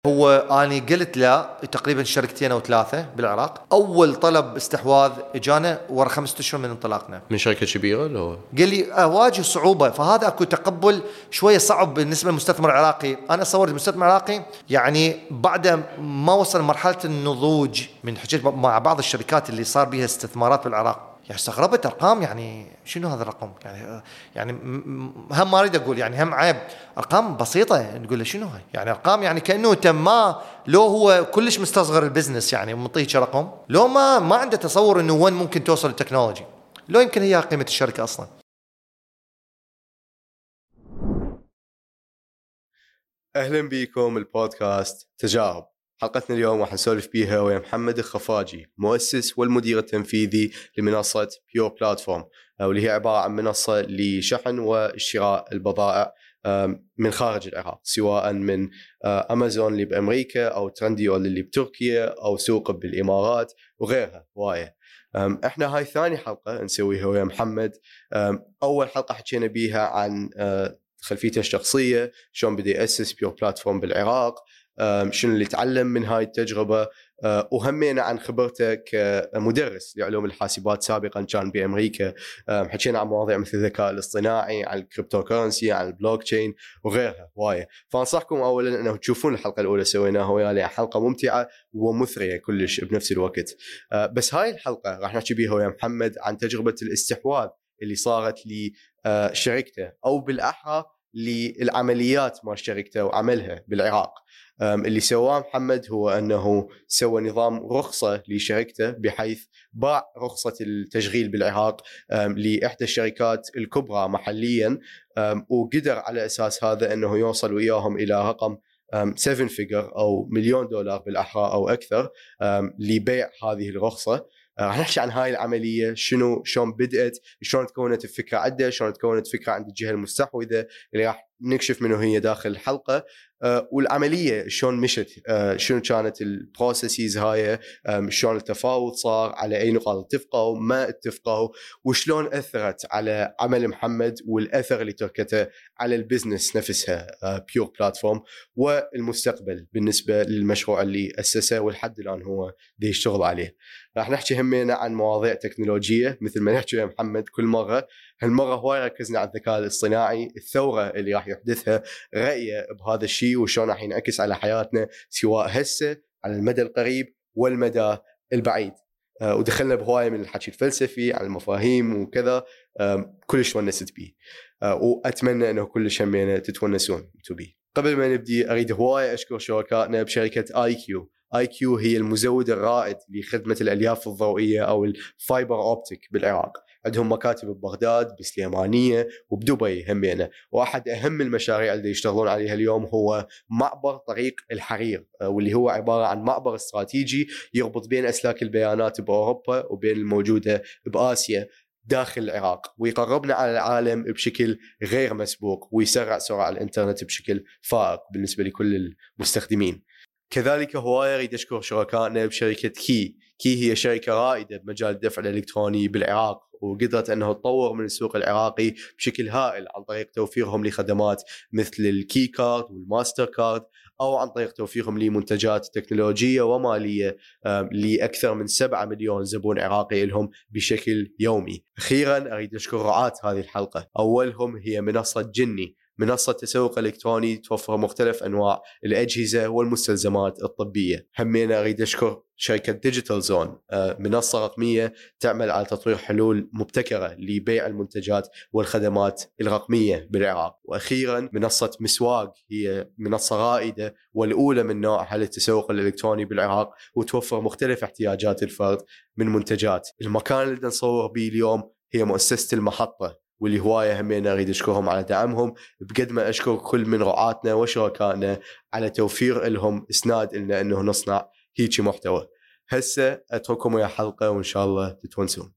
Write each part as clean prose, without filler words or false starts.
هو أنا قلت لا تقريبا شركتين أو ثلاثة بالعراق. أول طلب استحواذ إجانا ورا 5 أشهر من انطلاقنا من شركة كبيرة لو قال لي أواجه صعوبة، فهذا أكو تقبل شوية صعب بالنسبة للمستثمر العراقي. أنا صورت المستثمر العراقي يعني بعد ما وصل مرحلة النضوج من حكيت مع بعض الشركات اللي صار بها استثمارات بالعراق، يعني استغربت ارقام، يعني شنو هذا الرقم؟ يعني هم ما اريد اقول يعني هم عيب، ارقام بسيطه نقول له شنو هاي، يعني ارقام يعني كانه تما لو هو كلش مستصغر البزنس يعني ومعطيك رقم، لو ما عنده تصور انه وين ممكن توصل التكنولوجي، لو يمكن هي قيمه الشركه اصلا. أهلا بكم البودكاست تجارب. حلقتنا اليوم راح نسولف بيها ويا محمد الخفاجي، مؤسس والمدير التنفيذي لمنصة بيور بلاتفورم، واللي هي عبارة عن منصة لشحن وشراء البضائع من خارج العراق، سواء من أمازون اللي بأمريكا أو ترنديول اللي بتركيا أو سوق بالإمارات وغيرها واية. احنا هاي ثاني حلقة نسويها ويا محمد. أول حلقة حكينا بيها عن خلفيته الشخصية، شلون بدي يأسس بيور بلاتفورم بالعراق، شنو اللي تعلم من هاي التجربة، وهمينا عن خبرته كمدرس لعلوم الحاسبات سابقا كان بأمريكا. حكينا عن مواضيع مثل الذكاء الاصطناعي، عن الكريبتو كورنسي، عن البلوك تشين وغيرها واية. فانصحكم أولا أنه تشوفون الحلقة الأولى سويناها ويا حلقة ممتعة ومثرية كلش بنفس الوقت. بس هاي الحلقة راح نحكي بيها ويا محمد عن تجربة الاستحواذ اللي صارت لشركته، أو بالأحرى للعمليات ما شركته وعملها بالعراق. اللي سواه محمد هو أنه سوى نظام رخصة لشركته، بحيث باع رخصة التشغيل بالعراق لإحدى الشركات الكبرى محليا، وقدر على أساس هذا أنه يوصل وياهم إلى رقم 7 فيجر أو $1,000,000 بالأحرى أو أكثر لبيع هذه الرخصة. راح نحكي عن هاي العملية، شلون بدأت، شلون تكونت الفكرة عنده، شلون تكونت فكرة عند الجهة المستحوذة اللي راح نكشف منه هي داخل الحلقة، والعملية شلون مشت، شنو كانت البروسيسز هاي، شلون التفاوض صار، على أي نقاط اتفقوا ما اتفقوا، وشلون أثرت على عمل محمد والأثر اللي تركته على البزنس نفسها بيور بلاتفورم، والمستقبل بالنسبة للمشروع اللي أسسه والحد الآن هو دي يشتغل عليه. راح نحكي همينا عن مواضيع تكنولوجية مثل ما نحكي يا محمد كل مرة. هالمرة هواي ركزنا على الذكاء الاصطناعي، الثورة اللي راح يحدثها، رأيه بهذا الشيء وشون راح ينعكس على حياتنا سواء هسه على المدى القريب والمدى البعيد. ودخلنا بهواية من الحكي الفلسفي عن المفاهيم وكذا، كلش ونست بيه، وأتمنى أنه كلش همينا تتونسون بيه. قبل ما نبدي أريد هواية أشكر شركائنا بشركة آي كيو هي المزود الرائد لخدمة الألياف الضوئية أو الفايبر أوبتيك بالعراق. عندهم مكاتب ببغداد، بسليمانية، وبدبي همينة. وأحد أهم المشاريع اللي يشتغلون عليها اليوم هو معبر طريق الحرير، واللي هو عبارة عن معبر استراتيجي يربط بين أسلاك البيانات بأوروبا وبين الموجودة بآسيا داخل العراق، ويقربنا على العالم بشكل غير مسبوق، ويسرع سرعة الإنترنت بشكل فائق بالنسبة لكل المستخدمين. كذلك هواية أريد أشكر شركائنا بشركة كي هي شركة رائدة بمجال الدفع الإلكتروني بالعراق، وقدرت أنه تطور من السوق العراقي بشكل هائل عن طريق توفيرهم لخدمات مثل الكي كارد والماستر كارد، أو عن طريق توفيرهم لمنتجات تكنولوجية ومالية لأكثر من 7 مليون زبون عراقي لهم بشكل يومي. أخيرا أريد أشكر رعاة هذه الحلقة، أولهم هي منصة جني، منصة تسوق إلكتروني توفر مختلف أنواع الأجهزة والمستلزمات الطبية. همين أريد أشكر شركة ديجيتال زون، منصة رقمية تعمل على تطوير حلول مبتكرة لبيع المنتجات والخدمات الرقمية بالعراق. وأخيرا منصة مسواق، هي منصة رائدة والأولى من نوعها للتسوق الإلكتروني بالعراق، وتوفر مختلف احتياجات الفرد من منتجات. المكان اللي نصور به اليوم هي مؤسسة المحطة، واللي هواية همين أريد أشكرهم على دعمهم، بقد ما أشكر كل من رعاتنا وشركائنا على توفير لهم إسناد لنا أنه نصنع هيك محتوى. هسه أترككم ويا حلقة وإن شاء الله تتونسون.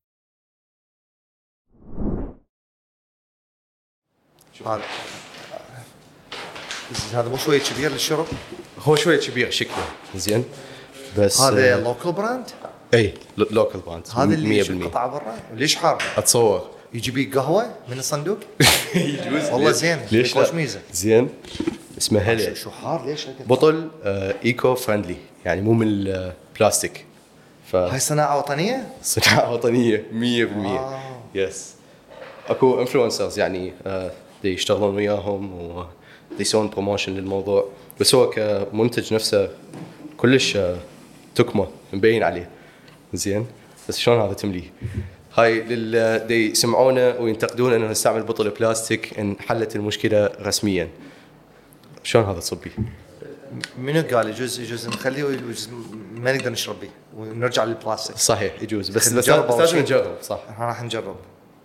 هذا مو شوية كبير للشرب؟ هو شوية كبير شكله زين، بس هذا لوكال براند؟ أي لوكال براند. هذا اللي قطعة برا ليش حار؟ أتصور يجي بيك قهوة من الصندوق؟ يجوز والله زين، ليش خوش ميزة. زين اسمه هيلي. شو حار ليش هيك؟ بطل ايكو فريندلي، يعني مو من البلاستيك. هاي صناعة وطنية؟ صناعة وطنية 100%. يس. اكو انفلونسرز يعني دي يشتغلون وياهم و يسوون بروموشن للموضوع، بس هو كمنتج نفسه كلش تكمه مبين عليه زين. بس شلون هذا تمليه؟ هاي دي يسمعونه وينتقدون انه نستعمل بطل بلاستيك ان حلت المشكله رسميا. شلون هذا تصبي؟ منو قال يجوز نخليه ويجوز ما نقدر نشرب به ونرجع للبلاستيك؟ صحيح يجوز، بس نجرب لازم نجرب. صح، احنا راح نجرب.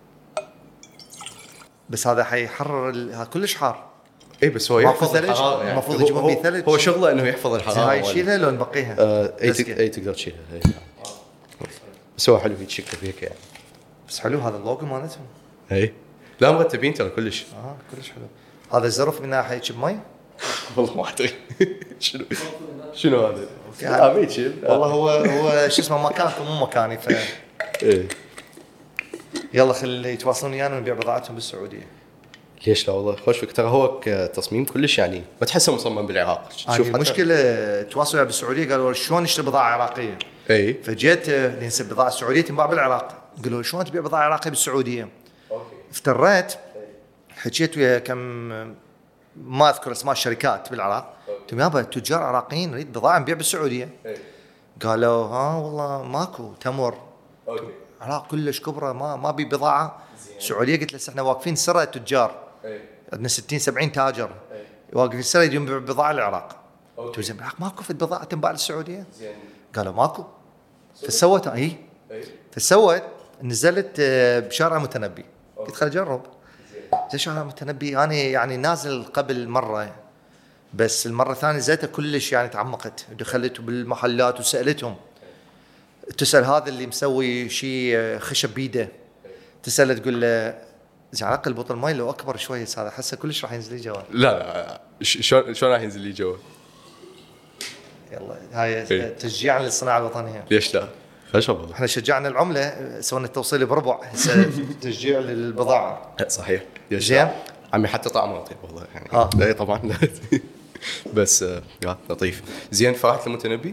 بس هذا حيحرر هذا كلش حار. اي بس هو يحفظ الحراره، يعني المفروض يجيبون به ثلج. هو شغله انه يحفظ الحراره. هاي نشيلها لو نبقيها؟ اي تقدر تشيلها. بس هو حلو يتشكل هيك يعني. بس حلو هذا اللوجو مالتهم. اي لا مرتبين ترى كلش. كلش حلو. هذا الزرف من ناحيه يجيب مي. والله ما ادري. شنو هذا؟ والله هو شو اسمه مكانكم مو مكاني ايه. يلا خلي يتواصلون ويانا ونبيع بضاعتهم بالسعوديه. ليش لا والله خوش فيك. ترى هو تصميم كلش يعني ما تحسه مصمم بالعراق. شوف المشكله تواصلوا بالسعوديه قالوا شلون نشتري بضاعه عراقيه. اي فجيت ننسب بضاعه سعوديه تنباع بالعراق، قالوا شلون تبيع بضاعه عراقيه بالسعوديه. افتريت حكيت ويا كم ما اذكر اسماء الشركات بالعراق، قلت يابا تجار عراقيين نريد بضاعه نبيع بالسعوديه. قالوا والله ماكو تمر. العراق كلش كبره ما بي بضاعه سعوديه. قلت له احنا واقفين سره تجار، عندنا 60 70 تاجر واقفين سره يبيعون بضاعه العراق. قلت زين بالعراق ماكو في بضاعه تنباع للسعوديه؟ قالوا ماكو. فسوت فسوت نزلت بشارع متنبي. قلت خل اجرب. زي شارع متنبي انا يعني نازل قبل مره، بس المره الثانيه زيتها كلش يعني تعمقت، دخلت بالمحلات وسالتهم. تسال هذا اللي مسوي شيء خشب بيده، تسال تقول له زين على الاقل بطل ماي لو اكبر شويه هذا حسه كلش راح ينزل لي جوا. لا شلون راح ينزل لي جوا؟ يلا هاي تشجيعا للصناعه الوطنيه. ليش لا؟ خشب. احنا شجعنا العمله، سوينا التوصيل بربع، هسه تشجيع للبضاعه. صحيح. زين عمي حتى طعمه لطيف والله يعني. لا طبعا بس لطيف. زين فرحت المتنبي؟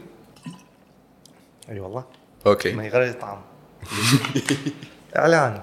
اي والله. اوكي. ما يغير الطعم. اعلان.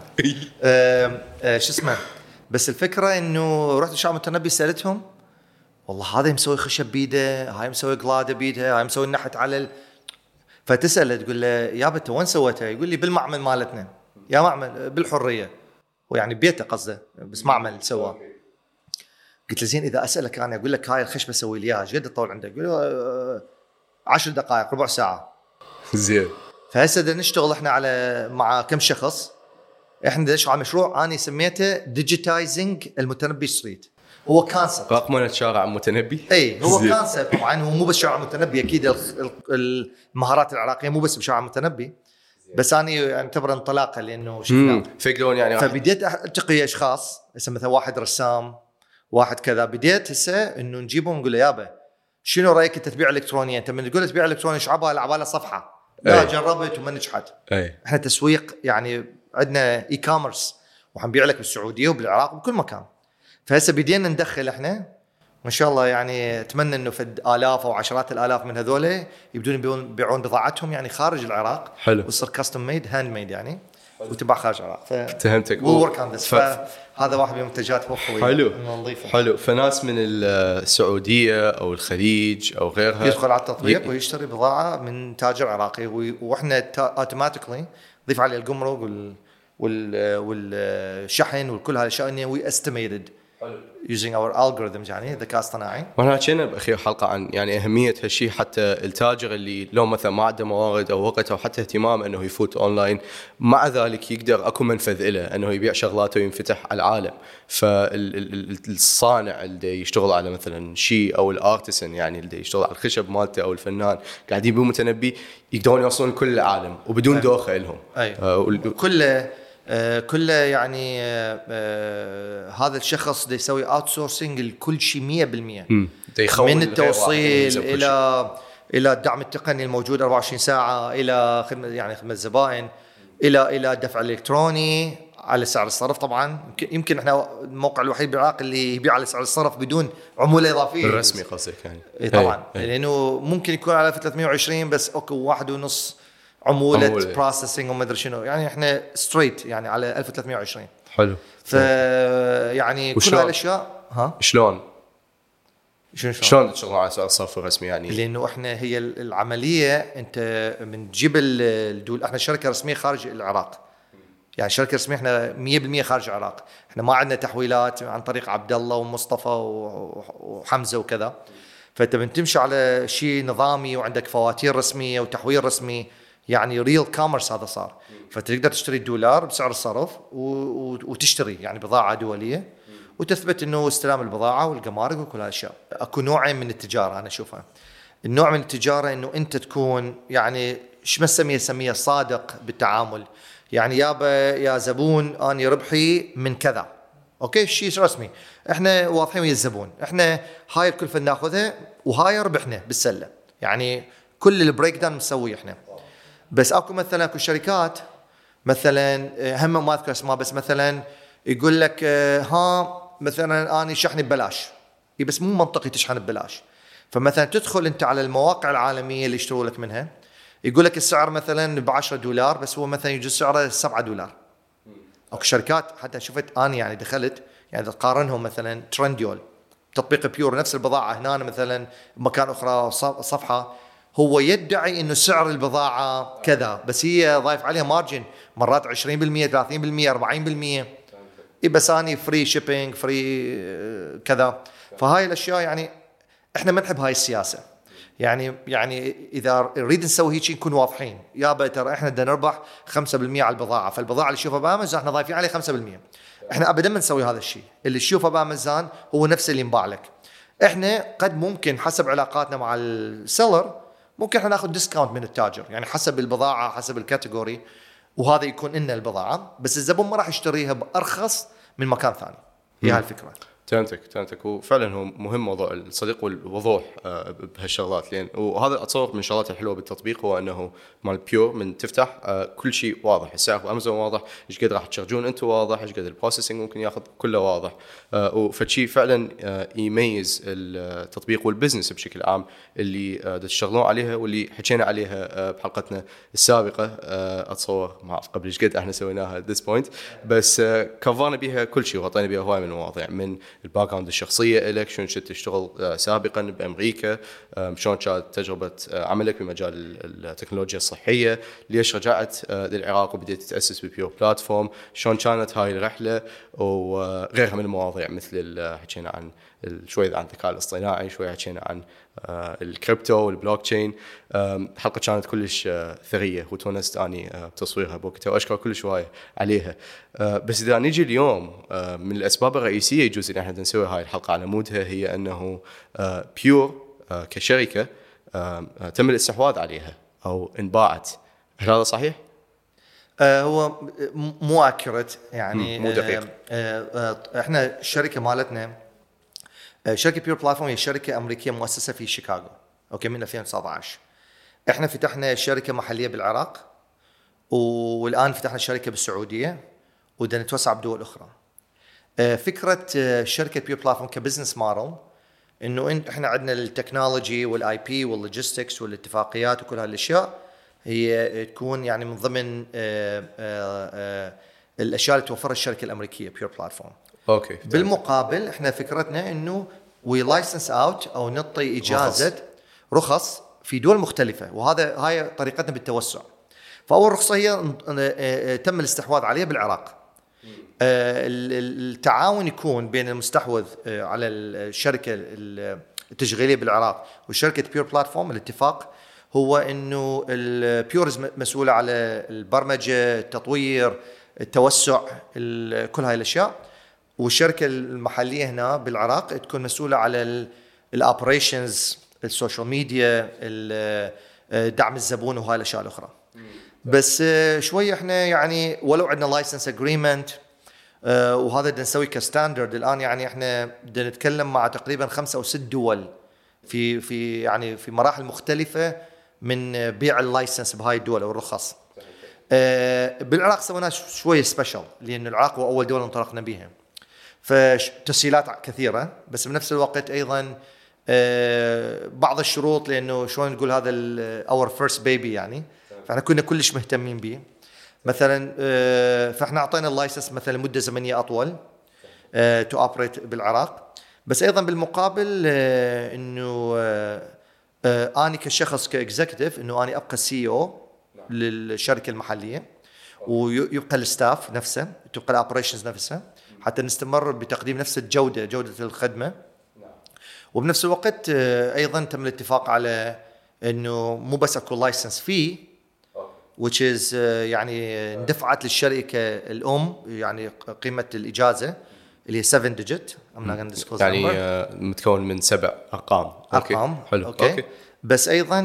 شو اسمه. بس الفكره انه رحت لشعب متنبي سالتهم والله هذا مسوي خشب بيده، هاي مسوي قلاده بيدها، هاي مسوي النحت على فتسال تقول له يابا انت وين سويتها؟ يقول لي بالمعمل مالتنا. يا معمل بالحريه، ويعني بيته قصده بس معمل سواه. قلت له زين اذا اسالك انا اقول لك هاي الخشبه سوي لي اياها ايش قد تطول عندك؟ يقول له 10 دقائق ربع ساعه. زين. فهسه بدنا نشتغل احنا على مع كم شخص. احنا بدنا نشتغل على مشروع انا سميته ديجيتايزنج المتنبي ستريت. هو كونسبت رقمنا شارع متنبي. اي هو كونسبت. طبعا هو مو بس شارع متنبي، اكيد المهارات العراقيه مو بس بشارع متنبي، بس انا اعتبر انطلاقه لانه شفنا فكرون يعني. فبديت التقي اشخاص مثلا واحد رسام واحد كذا. بديت هسه انه نجيبهم نقول له يابا شنو رايك انت تبيع الكترونيا؟ انت من تقول تبيع الكترونيا شعبها العباله صفحه. لا جربت وما نجحت. احنا تسويق يعني عندنا اي كوميرس وحنبيع لك بالسعوديه وبالعراق وبكل مكان. فهسه بدينا ندخل احنا ما شاء الله يعني اتمنى انه في الاف او عشرات الالاف من هذول يبدون يبيعون بضاعتهم يعني خارج العراق. حلو. وتصير كاستم ميد هاند ميد يعني وتباع خارج العراق. اتهمتك ورك اون ذس. هذا واحد من المنتجات اخوي. حلو نضيفه. حلو. فناس من السعوديه او الخليج او غيرها يدخل على التطبيق ويشتري بضاعه من تاجر عراقي واحنا اوتوماتيكلي نضيف عليه الجمرك والشحن وكل هالاشياء وي استيميتد using our algorithms يعني الذكاء الاصطناعي. واحنا حكينا باخير حلقه عن يعني اهميه هالشيء حتى التاجر اللي لو مثلا ما عنده موارد او وقت او حتى اهتمام انه يفوت اونلاين، مع ذلك يقدر اكو منفذ له انه يبيع شغلاته وينفتح على العالم. فالصانع اللي يشتغل على مثلا شيء او الارتسن يعني اللي يشتغل على الخشب مالته او الفنان قاعدين بمتنبي يقدرون يوصلون كل العالم وبدون دوخه لهم. كله يعني هذا الشخص ده يسوي اوت سورسنج لكل شيء 100%. من التوصيل الى الدعم التقني الموجود 24 ساعه الى خدمه يعني خدمه الزبائن الى الدفع الالكتروني على سعر الصرف طبعا. يمكن احنا الموقع الوحيد بالعراق اللي يبيع على سعر الصرف بدون عموله اضافيه الرسمي قصدك يعني. إيه طبعا لانه ممكن يكون على 320 بس اوكي 1.5 عموله بروسيسنج وما ادري شنو، يعني احنا ستريت يعني على 1320. حلو. ف يعني كل هالاشياء شلون تشتغلون على سعر الصرف الرسمي يعني؟ لانه احنا هي العمليه انت من تجيب الدول، احنا شركه رسميه خارج العراق، يعني شركه رسميه احنا 100% خارج العراق، احنا ما عندنا تحويلات عن طريق عبد الله ومصطفى وحمزه وكذا. فانت بتمشي على شيء نظامي وعندك فواتير رسميه وتحويل رسمي، يعني ريل كوميرس هذا صار. فتقدر تشتري الدولار بسعر الصرف وتشتري يعني بضاعه دوليه وتثبت انه استلام البضاعه والجمارك وكل هالاشياء. اكو نوعين من التجاره انا اشوفها. النوع من التجاره انه انت تكون يعني ايش ما سميه صادق بالتعامل، يعني يا زبون اني ربحي من كذا، اوكي شيء رسمي، احنا واضحين ويا الزبون، احنا هاي الكلفه ناخذها وهاي ربحنا بالسله، يعني كل البريك داون مسوي احنا. بس اكو مثلا اكو شركات مثلا هم ما اذكر اسمها، بس مثلا يقول لك ها مثلا اني شحني ببلاش، بس مو منطقي تشحن ببلاش. فمثلا تدخل انت على المواقع العالميه اللي يشتروا لك منها، يقول لك السعر مثلا $10 بس هو مثلا يجي سعره $7. اكو شركات حتى شفت اني يعني دخلت يعني تقارنهم مثلا ترنديول تطبيق بيور نفس البضاعه هنا مثلا بمكان اخرى صفحه، هو يدعي انه سعر البضاعه كذا بس هي ضايف عليها مارجن مرات 20% 30% 40%. بس اني فري شيبينج فري كذا. فهاي الاشياء يعني احنا ما نحب هاي السياسه، يعني اذا نريد نسوي هيك نكون واضحين، يابا ترى احنا بدنا نربح 5% على البضاعه، فالبضاعه اللي تشوفها بامازون احنا ضايفين عليه 5%. احنا ابدا ما نسوي هذا الشيء، اللي تشوفه بامازون هو نفس اللي ينباع لك. احنا قد ممكن حسب علاقاتنا مع السيلر ممكن احنا ناخذ ديسكاونت من التاجر، يعني حسب البضاعه حسب الكاتيجوري، وهذا يكون لنا البضاعه، بس الزبون ما راح يشتريها بارخص من مكان ثاني. هي هالفكره. تنتك وفعلا هو مهم موضوع الصدق والوضوح بهالشغلات، لان وهذا اتصور من الشغلات الحلوه بالتطبيق هو انه مال بيور من تفتح كل شيء واضح، السعر بامازون واضح، ايش قد راح تشارجون انتم واضح، ايش قد البروسيسنج ممكن ياخذ كله واضح، فشيء فعلا يميز التطبيق والبزنس بشكل عام اللي تشتغلون عليها واللي حكينا عليها بحلقتنا السابقه. اتصور ما اعرف قبل ايش قد احنا سويناها ذس بوينت، بس كفرنا بها كل شيء وغطينا بها هواي من المواضيع، من الباك جراوند الشخصيه لك، شلون كنت تشتغل سابقا بامريكا، شلون كانت تجربه عملك بمجال التكنولوجيا الصحيه، ليش رجعت للعراق وبديت تاسس ببيور بلاتفورم، شلون كانت هاي الرحله، وغيرها من المواضيع مثل حكينا عن شوي عن الذكاء الاصطناعي، شوي حكينا عن الكريبتو والبلوك تشين. حلقه كانت كلش ثريه وتونست اني بتصويرها بوقتها واشكر كلش هوايه عليها. بس اذا نيجي اليوم من الاسباب الرئيسيه يجوز ان احنا نسوي هاي الحلقه على مودها هي انه بيور كشركه تم الاستحواذ عليها او انباعت، هل هذا صحيح؟ هو مو اكيوريت يعني مو دقيق. احنا الشركه مالتنا شركه بيور بلاتفورم هي شركه امريكيه مؤسسه في شيكاغو اوكي من 2019. احنا فتحنا شركه محليه بالعراق والان فتحنا شركه بالسعوديه وبدنا نتوسع بدول اخرى. فكره شركه بيور بلاتفورم كبزنس موديل انه احنا عندنا التكنولوجي والاي بي واللوجيستكس والاتفاقيات وكل هالاشياء هي تكون يعني من ضمن الاشياء اللي توفرها الشركه الامريكيه بيور بلاتفورم. اوكي. بالمقابل احنا فكرتنا انه وي لايسنس اوت او نعطي اجازه رخص في دول مختلفه، هاي طريقتنا بالتوسع. فاول رخصه هي تم الاستحواذ عليها بالعراق. التعاون يكون بين المستحوذ على الشركه التشغيليه بالعراق وشركه بيور بلاتفورم. الاتفاق هو انه البيورز مسؤوله على البرمجه، التطوير، التوسع، كل هاي الاشياء، والشركه المحليه هنا بالعراق تكون مسؤوله على الاوبريشنز، السوشيال ميديا، دعم الزبون وهاي الاشياء الاخرى. بس شويه احنا يعني ولو عندنا لايسنس اجريمنت وهذا بدنا نسوي كستاندرد الان، يعني احنا بدنا نتكلم مع تقريبا 5 أو 6 دول في يعني في مراحل مختلفه من بيع اللايسنس بهاي الدول او الرخص. بالعراق سوينا شويه سبيشل، لأن العراق هو اول دوله انطلقنا بها، فتسهيلات كثيره، بس بنفس الوقت ايضا بعض الشروط، لانه شلون نقول هذا اور فيرست بيبي يعني، فاحنا كنا كلش مهتمين به. مثلا فاحنا اعطينا اللايسنس مثلا مده زمنيه اطول تو اوبريت بالعراق، بس ايضا بالمقابل انه اني كشخص كاكزكتيف انه اني ابقى سي او للشركه المحليه، ويبقى الستاف نفسه، تبقى الاوبريشنز نفسها، حتى نستمر بتقديم نفس جوده الخدمه. وبنفس الوقت ايضا تم الاتفاق على انه مو بس اكو لايسنس فيه which is يعني اندفعت للشركه الام، يعني قيمه الاجازه اللي هي 7 digit يعني متكون من 7 ارقام. ارقام حلو. أوكي. بس ايضا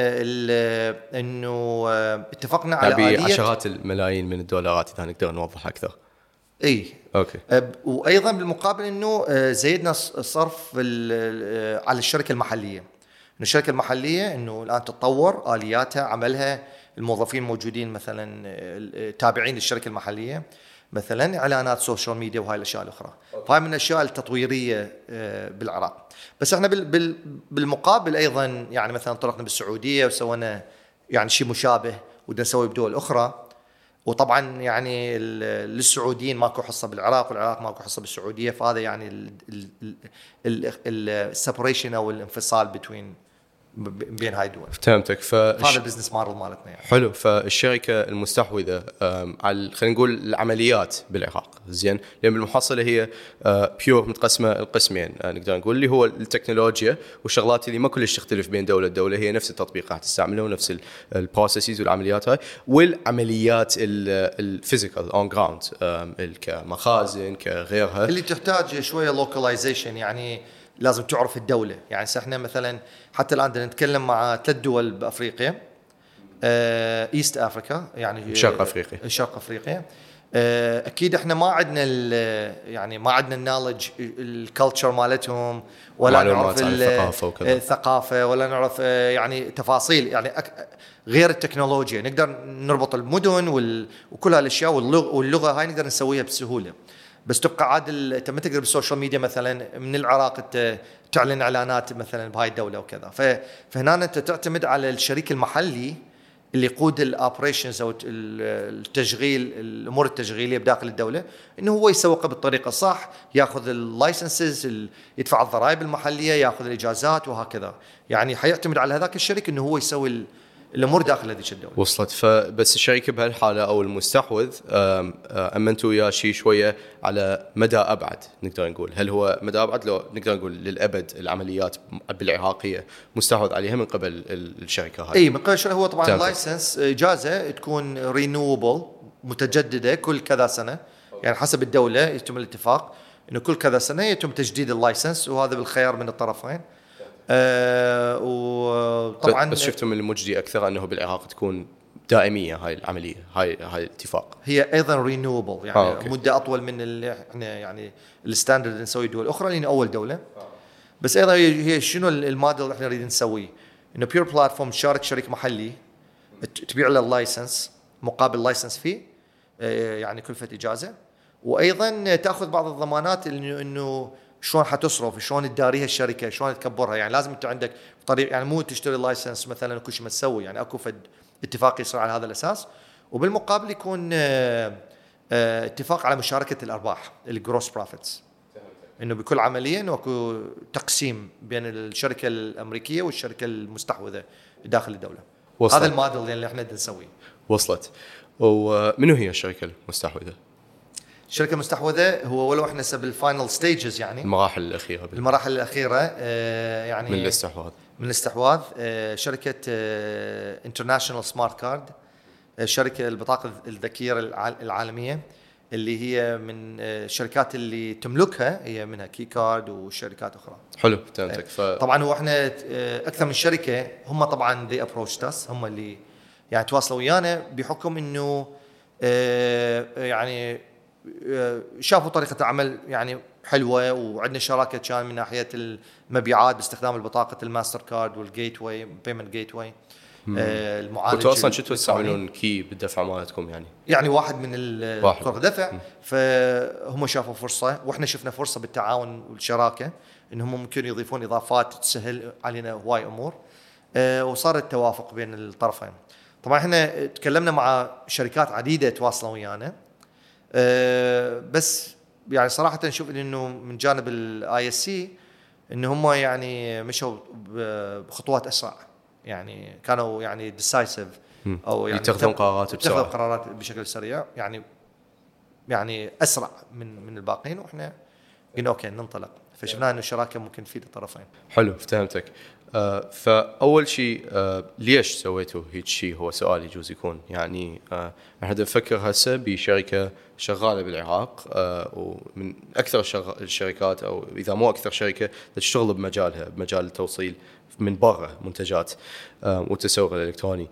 انه اتفقنا على آلية عشرات الملايين من الدولارات، اذا نقدر نوضح اكثر. اي اوكي. وايضا بالمقابل انه زيدنا الصرف على الشركه المحليه، انه الشركه المحليه انه الان تتطور الياتها، عملها، الموظفين موجودين مثلا تابعين للشركه المحليه، مثلا اعلانات سوشيال ميديا وهاي الاشياء الاخرى. فهاي من الاشياء التطويريه بالعراق. بس احنا بالمقابل ايضا يعني مثلا انطلقنا بالسعوديه وسوينا يعني شيء مشابه ودنا نسوي بدول اخرى. وطبعا يعني للسعوديين ماكو حصه بالعراق، والعراق ماكو حصه بالسعوديه، فهذا يعني السيبريشن او الانفصال بين هاي الدول. فهمتك. هذا البزنس موديل مالتنا يعني. حلو. فالشركه المستحوذه على خلينا نقول العمليات بالعراق، زين، لان بالمحصله هي بيور متقسمه القسمين، نقدر نقول اللي هو التكنولوجيا والشغلات اللي ما كلش تختلف بين دوله لدوله، هي نفس التطبيق راح تستعمله ونفس البروسيسز والعمليات هاي، والعمليات الفيزيكال اون جراوند كمخازن كغيرها اللي تحتاج شويه لوكاليزيشن، يعني لازم تعرف الدوله. يعني احنا مثلا حتى الان بدنا نتكلم مع 3 دول بافريقيا، ايست افريكا يعني شرق افريقيا. اكيد احنا ما عندنا يعني ما عندنا النولج الكالتشر مالتهم، ولا نعرف الثقافه، ولا نعرف يعني تفاصيل، يعني غير التكنولوجيا نقدر نربط المدن وكل هالاشياء، واللغه هاي نقدر نسويها بسهوله. بس تبقى عادل انت ما تقدر بالسوشيال ميديا مثلا من العراق تعلن اعلانات مثلا بهاي الدوله وكذا. فهنا انت تعتمد على الشريك المحلي اللي يقود الاوبريشنز او التشغيل، الامور التشغيليه بداخل الدوله، انه هو يسوقها بالطريقه الصح، ياخذ اللايسنسز، يدفع الضرائب المحليه، ياخذ الاجازات وهكذا. يعني حيعتمد على هذاك الشريك انه هو يسوي الامور داخل هذه الدوله. وصلت. فبس الشركه بهالحاله او المستحوذ امنتوا وياه شيء شويه على مدى ابعد، نقدر نقول هل هو مدى ابعد لو نقدر نقول للابد العمليات بالعراقيه مستحوذ عليها من قبل الشركه هاي؟ اي من قبل الشركه. هو طبعا لايسنس اجازه تكون رينيوبل، متجدده كل كذا سنه، يعني حسب الدوله يتم الاتفاق انه كل كذا سنه يتم تجديد اللايسنس، وهذا بالخيار من الطرفين. وطبعا بس شفتم من المجدي اكثر انه بالعراق تكون دائميه هاي العمليه، هاي الاتفاق هي ايضا رينيوبل، يعني مده اطول من اللي احنا يعني الستاندرد نسوي دول اخرى لان اول دوله. بس ايضا هي شنو الموديل اللي احنا نريد نسويه، انه بيور بلاتفورم تشارك شريك محلي تبيع له اللايسنس مقابل لايسنس فيه، يعني كلفه اجازه، وايضا تاخذ بعض الضمانات انه شلون حتصرف، شلون تداريها الشركه، شلون تكبرها. يعني لازم انت عندك طريق، يعني مو تشتري لايسنس مثلا وكل شيء ما تسوي، يعني اكو فد اتفاق يصير على هذا الاساس، وبالمقابل يكون اتفاق على مشاركه الارباح الجروس بروفيتس، انه بكل عمليه انه اكو تقسيم بين الشركه الامريكيه والشركه المستحوذه داخل الدوله. هذا الموديل اللي احنا نسويه. وصلت. ومنو هي الشركه المستحوذه؟ الشركه المستحوذه هو ولو احنا بالفاينل ستيجز، يعني المراحل الاخيره يعني من الاستحواذ شركه انترناشونال سمارت كارد، شركه البطاقه الذكيه العالميه، اللي هي من الشركات اللي تملكها، هي منها كي كارد وشركات اخرى. حلو فهمتك. طبعا هو احنا اكثر من شركه، هم طبعا دي ابروتش اس، هم اللي يعني تواصلوا ويانا بحكم انه يعني شافوا طريقه عمل يعني حلوه، وعندنا شراكه كان من ناحيه المبيعات باستخدام البطاقه الماستر كارد والجيت واي بيمنت جيت واي. المعالج. وانتوا اصلا شو تستعملون كي بالدفع مالتكم يعني؟ يعني واحد من طرق دفع. فهم شافوا فرصه واحنا شفنا فرصه بالتعاون والشراكه انهم ممكن يضيفون اضافات تسهل علينا هواي امور. وصار التوافق بين الطرفين. طبعا احنا تكلمنا مع شركات عديده تواصلوا ويانا. بس يعني صراحه نشوف انه من جانب الاي اس سي ان هم يعني مشوا بخطوات اسرع. يعني كانوا يعني ديسايسيف او يعني يتخذون قرارات بسرعه، قرارات بشكل سريع يعني اسرع من الباقين. واحنا قلنا اوكي ننطلق. فشفنا انه الشراكه ممكن تفيد الطرفين. حلو فهمتك. فاول شيء ليش سويتوا هيك شيء؟ هو سؤال يجوز يكون يعني احنا نفكر هسه بشركه شغاله بالعراق ومن اكثر الشركات او اذا مو اكثر شركه تشتغل بمجالها، بمجال التوصيل من برا منتجات والتسوق الالكتروني.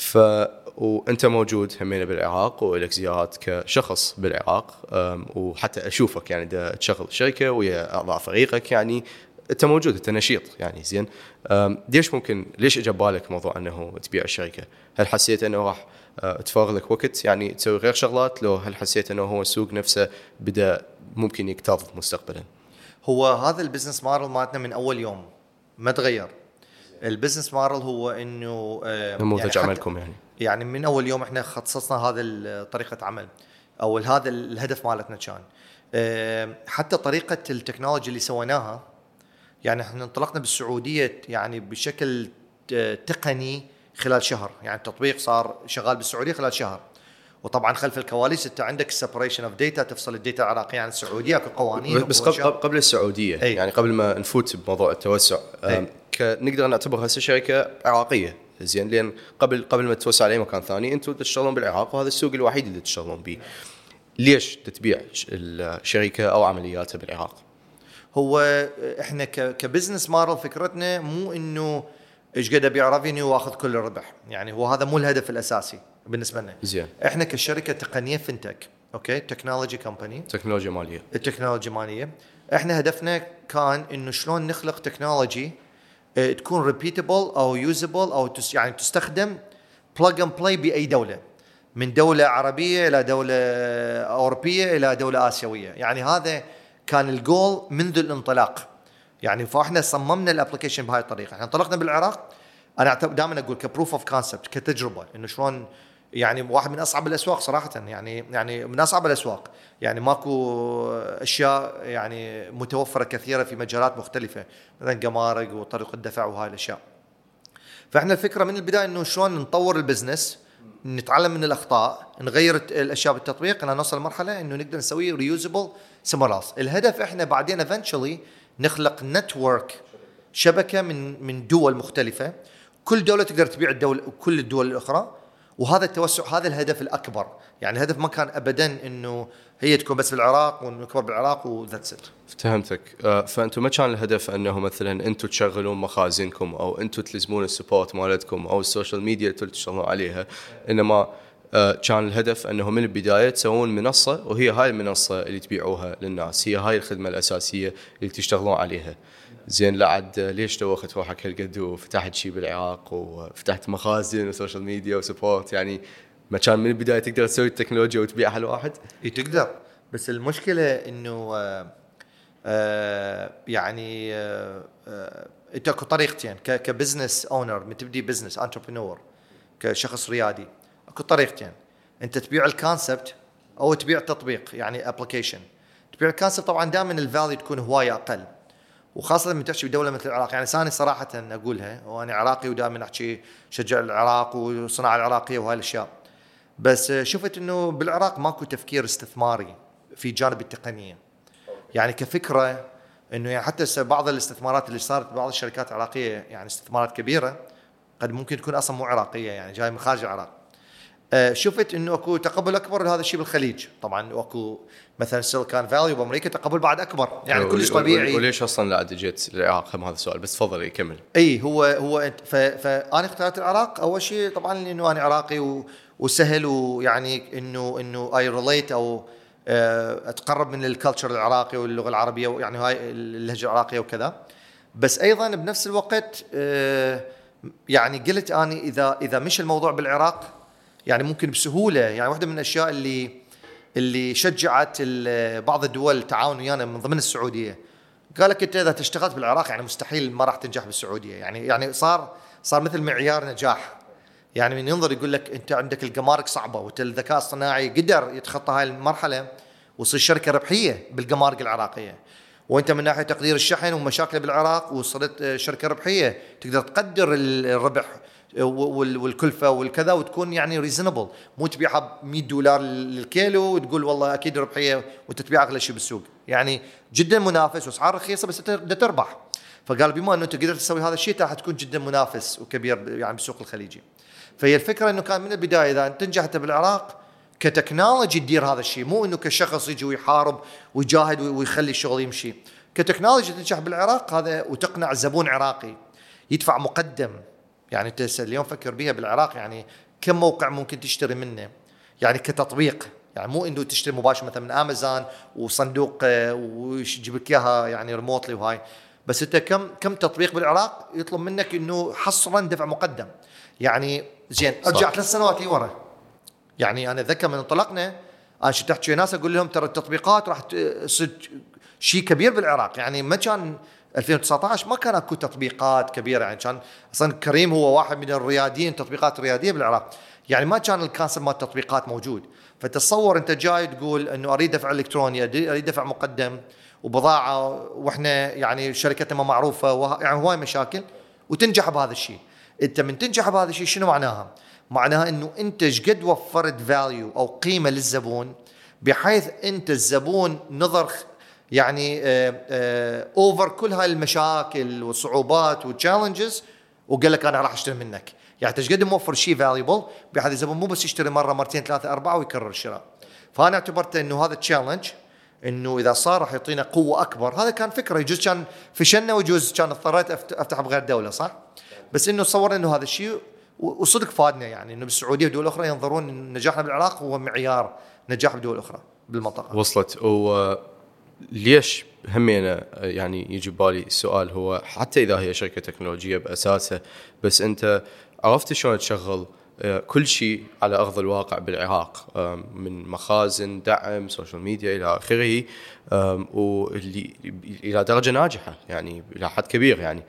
وانت موجود همينه بالعراق ولك زيارات كشخص بالعراق، وحتى اشوفك يعني دا تشغل شركه ويا اعضاء فريقك، يعني انت موجود، انت نشيط يعني زين. ليش اجى بالك موضوع انه تبيع الشركه؟ هل حسيت انه راح تفرغ لك وقت يعني تسوي غير شغلات، لو هل حسيت انه هو السوق نفسه بدا ممكن يكتظ مستقبلا؟ هو هذا البزنس مارل مالتنا من اول يوم ما تغير. البزنس مارل هو انه نموذج يعني عملكم يعني من اول يوم احنا خصصنا هذا طريقه عمل او هذا الهدف مالتنا كان. حتى طريقه التكنولوجي اللي سويناها، يعني احنا انطلقنا بالسعوديه يعني بشكل تقني خلال شهر. يعني التطبيق صار شغال بالسعوديه خلال شهر. وطبعا خلف الكواليس انت عندك سيبريشن اوف داتا، تفصل الداتا العراقيه عن السعوديه كقوانين. بس قبل السعوديه يعني قبل ما نفوت بموضوع التوسع، نقدر نعتبر هسه شركه عراقيه زين، لان قبل ما تتوسع على مكان ثاني انتم تشتغلون بالعراق وهذا السوق الوحيد اللي تشتغلون به. ليش تتبيع الشركه او عملياتها بالعراق؟ هو احنا كبزنس مارل فكرتنا مو انه ايش قد ابيع ريفينيو واخذ كل الربح. يعني هو هذا مو الهدف الاساسي بالنسبه لنا. زين. احنا كشركه تقنيه فينتك، اوكي، تكنولوجي كومباني، تكنولوجيا ماليه. التكنولوجيا ماليه. احنا هدفنا كان انه شلون نخلق تكنولوجي تكون ريبيتابل او يوزابل او يعني تستخدم بلاج اند بلاي باي دوله، من دوله عربيه الى دوله اوروبيه الى دوله اسيويه. يعني هذا كان الجول منذ الانطلاق. يعني فاحنا صممنا الابلكيشن بهاي الطريقه. احنا انطلقنا بالعراق، انا دائما اقول كبروف اوف كونسبت، كتجربه انه شلون. يعني واحد من اصعب الاسواق صراحه، يعني من اصعب الاسواق. يعني ماكو اشياء يعني متوفره كثيره في مجالات مختلفه، مثلا جمارك وطريقه الدفع وهاي الاشياء. فاحنا الفكره من البدايه انه شلون نطور البزنس، نتعلم من الاخطاء، نغير الاشياء بالتطبيق، ان نوصل لمرحله انه نقدر نسوي ريوزبل سمراس. الهدف احنا بعدين ايفنتشولي نخلق نتورك، شبكه من دول مختلفه، كل دوله تقدر تبيع الدوله وكل الدول الاخرى. وهذا التوسع، هذا الهدف الاكبر. يعني الهدف ما كان ابدا انه هي تكون بس بالعراق ونكبر بالعراق وذاتس ات. فهمتك. فانتم ما كان الهدف انه مثلا انتم تشغلون مخازنكم او انتم تلزمون السبورت مالتكم او السوشيال ميديا اللي تشتغلون عليها، انما كان الهدف انه من البدايه تسوون منصه، وهي هاي المنصه اللي تبيعوها للناس، هي هاي الخدمه الاساسيه اللي تشتغلون عليها. زين، لعد ليش دوخت روحك هالقد وفتحت شيء بالعراق وفتحت مخازن وسوشيال ميديا وسبورت؟ يعني ما كان من البدايه تقدر تسوي التكنولوجيا وتبيعها لواحد؟ تقدر، بس المشكله انه يعني انت اكو طريقتين كبزنس اونر، من تبدي بزنس انتربرنور كشخص ريادي. اكو طريقتين، انت تبيع الكونسبت او تبيع تطبيق، يعني ابلكيشن. تبيع الكونسبت طبعا دائما الفاليو تكون هوايه اقل، وخاصه لما تحكي بدوله مثل العراق. يعني ثاني صراحه اقولها، وانا عراقي ودائما احكي شجع العراق والصناعه العراقيه وهاي الاشياء. بس شفت انه بالعراق ماكو تفكير استثماري في جانب التقنيه. يعني كفكره انه يعني حتى بعض الاستثمارات اللي صارت بعض الشركات العراقيه، يعني استثمارات كبيره قد ممكن تكون اصلا مو عراقيه، يعني جايه من خارج العراق. شفت انه اكو تقبل اكبر لهذا الشيء بالخليج طبعا، واكو مثلا سيليكون فالي وبامريكا تقبل بعد اكبر، يعني كلش طبيعي. وليش اصلا لا جيت العراق؟ هم هذا السؤال بس تفضل يكمل. اي هو فانا اخترت العراق اول شيء طبعا لانه انا عراقي وسهل، ويعني انه اي ريليت او اتقرب من الكالتشر العراقي واللغه العربيه، يعني هاي اللهجه العراقيه وكذا. بس ايضا بنفس الوقت يعني قلت اني اذا مش الموضوع بالعراق يعني ممكن بسهوله، يعني واحده من الاشياء اللي شجعت بعض الدول التعاون ويانا من ضمن السعوديه، قال لك انت اذا اشتغلت بالعراق يعني مستحيل ما راح تنجح بالسعوديه، يعني صار مثل معيار نجاح. يعني من ينظر يقول لك انت عندك الجمارك صعبه، وانت الذكاء الصناعي قدر يتخطى هاي المرحله ويصير شركه ربحيه بالجمارك العراقيه، وانت من ناحيه تقدير الشحن ومشاكله بالعراق وصرت شركه ربحيه تقدر تقدر الربح والكلفه والكذا، وتكون يعني ريزونبل، مو تبيعها ب $100 للكيلو وتقول والله اكيد ربحيه وانت تبيع اغلى شيء بالسوق. يعني جدا منافس واسعار رخيصه بس انت تربح. فقال بما انه انت قدرت تسوي هذا الشيء راح تكون جدا منافس وكبير يعني بالسوق الخليجي. فهي الفكره انه كان من البدايه اذا تنجح انت بالعراق كتكنولوجي تدير هذا الشيء، مو انه كشخص يجي ويحارب ويجاهد ويخلي الشغل يمشي. كتكنولوجي تنجح بالعراق هذا وتقنع زبون عراقي يدفع مقدم. يعني انت اليوم فكر بيها بالعراق، يعني كم موقع ممكن تشتري منه يعني كتطبيق، يعني مو انه تشتري مباشر مثلا من امازون وصندوق ويجيب لك اياها يعني ريموتلي وهاي، بس انت كم تطبيق بالعراق يطلب منك انه حصرا دفع مقدم. يعني زين ارجع 3 سنوات لورا، يعني انا اتذكر من انطلقنا انا شفت احكي ناس اقول لهم ترى التطبيقات راح تصير شيء كبير بالعراق. يعني ما كان 2019 ما كان اكو تطبيقات كبيره، يعني كان اصلا كريم هو واحد من الرياديين تطبيقات رياديه بالعراق، يعني ما كان الكانسر مال التطبيقات موجود. فتصور انت جاي تقول انه اريد دفع الكتروني، اريد دفع مقدم وبضاعه، واحنا يعني شركتنا ما معروفه يعني هواي مشاكل، وتنجح بهذا الشيء. انت من تنجح بهذا الشيء شنو معناها؟ معناها انه انت شقد وفرت فاليو او قيمه للزبون، بحيث انت الزبون نظر يعني اوفر كل هاي المشاكل والصعوبات والتشالنجز وقال لك انا راح اشتري منك. يعني انت قد موفر شيء فاليبل بحيث الزبون مو بس يشتري مره مرتين ثلاثه اربعه ويكرر الشراء. فانا اعتبرت انه هذا التشالنج انه اذا صار راح يعطينا قوه اكبر. هذا كان فكره، يجوز كان فشلنا ويجوز كان اضطريت افتح بغير دوله، صح؟ بس انه تصور انه هذا الشيء وصدق فادنا، يعني انه بالسعوديه ودول اخرى ينظرون ان نجاحنا بالعراق هو معيار نجاح بدول اخرى بالمنطقه. وصلت. وليش همينا يعني يجي بالي السؤال هو حتى اذا هي شركه تكنولوجيه باساسها، بس انت عرفت شلون تشغل كل شيء على ارض الواقع بالعراق، من مخازن، دعم، سوشيال ميديا الى اخره، واللي الى درجه ناجحه يعني الى حد كبير يعني.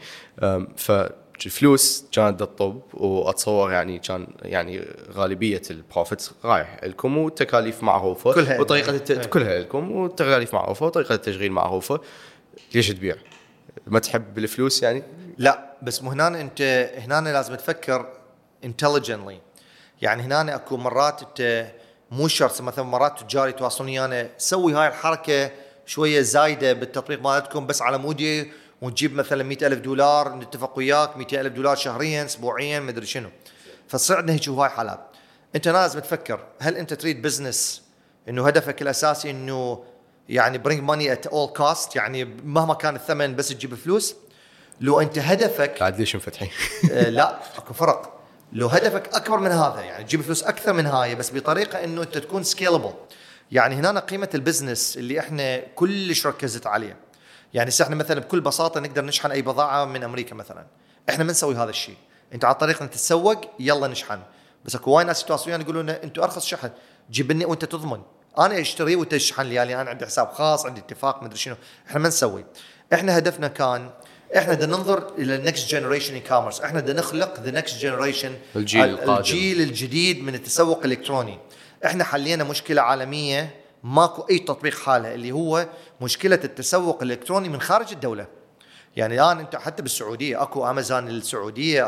فالفلوس كانت تطب، واتصور يعني كان يعني غالبيه البروفيت رايح لكم والتكاليف معروفه كلها وطريقه كلها لكم والتكاليف معروفه وطريقه التشغيل معروفه. ليش تبيع؟ ما تحب الفلوس يعني؟ لا بس مو هنا لازم تفكر intelligently. يعني هنا اكو مرات انت مو شرط مثلا مرات تجار يتواصلون ويانا سوي هاي الحركه شويه زايده بالتطبيق مالتكم بس على مودي، ونجيب مثلا $100,000 نتفق وياك $200,000 شهريا اسبوعيا مدري شنو. فتصير عندنا هيك هاي حالات. انت لازم تفكر هل انت تريد بزنس انه هدفك الاساسي انه يعني bring money at all cost، يعني مهما كان الثمن بس تجيب فلوس؟ لو انت هدفك بعد ليش مفتحين لا اكو فرق. لو هدفك اكبر من هذا يعني تجيب فلوس اكثر من هاي بس بطريقه انه انت تكون سكيلبل. يعني هنا قيمه البزنس اللي احنا كلش ركزت عليه. يعني احنا مثلا بكل بساطه نقدر نشحن اي بضاعه من امريكا مثلا، احنا ما نسوي هذا الشيء. انت على طريقنا تتسوق يلا نشحن، بس اكو وايد ناس يتواصلون يقولون انتم ارخص شحن، جيب لي وانت تضمن انا اشتري وانت تشحن لي، يعني انا عندي حساب خاص عندي اتفاق مدري شنو. احنا ما نسوي. احنا هدفنا كان احنا بدنا ننظر الى النكست جنريشن اي كوميرس، احنا بدنا نخلق ذا نكست جنريشن، الجيل الجديد من التسوق الالكتروني. احنا حلينا مشكله عالميه ماكو اي تطبيق حالها، اللي هو مشكله التسوق الالكتروني من خارج الدوله. يعني الان انت حتى بالسعوديه اكو امازون السعوديه،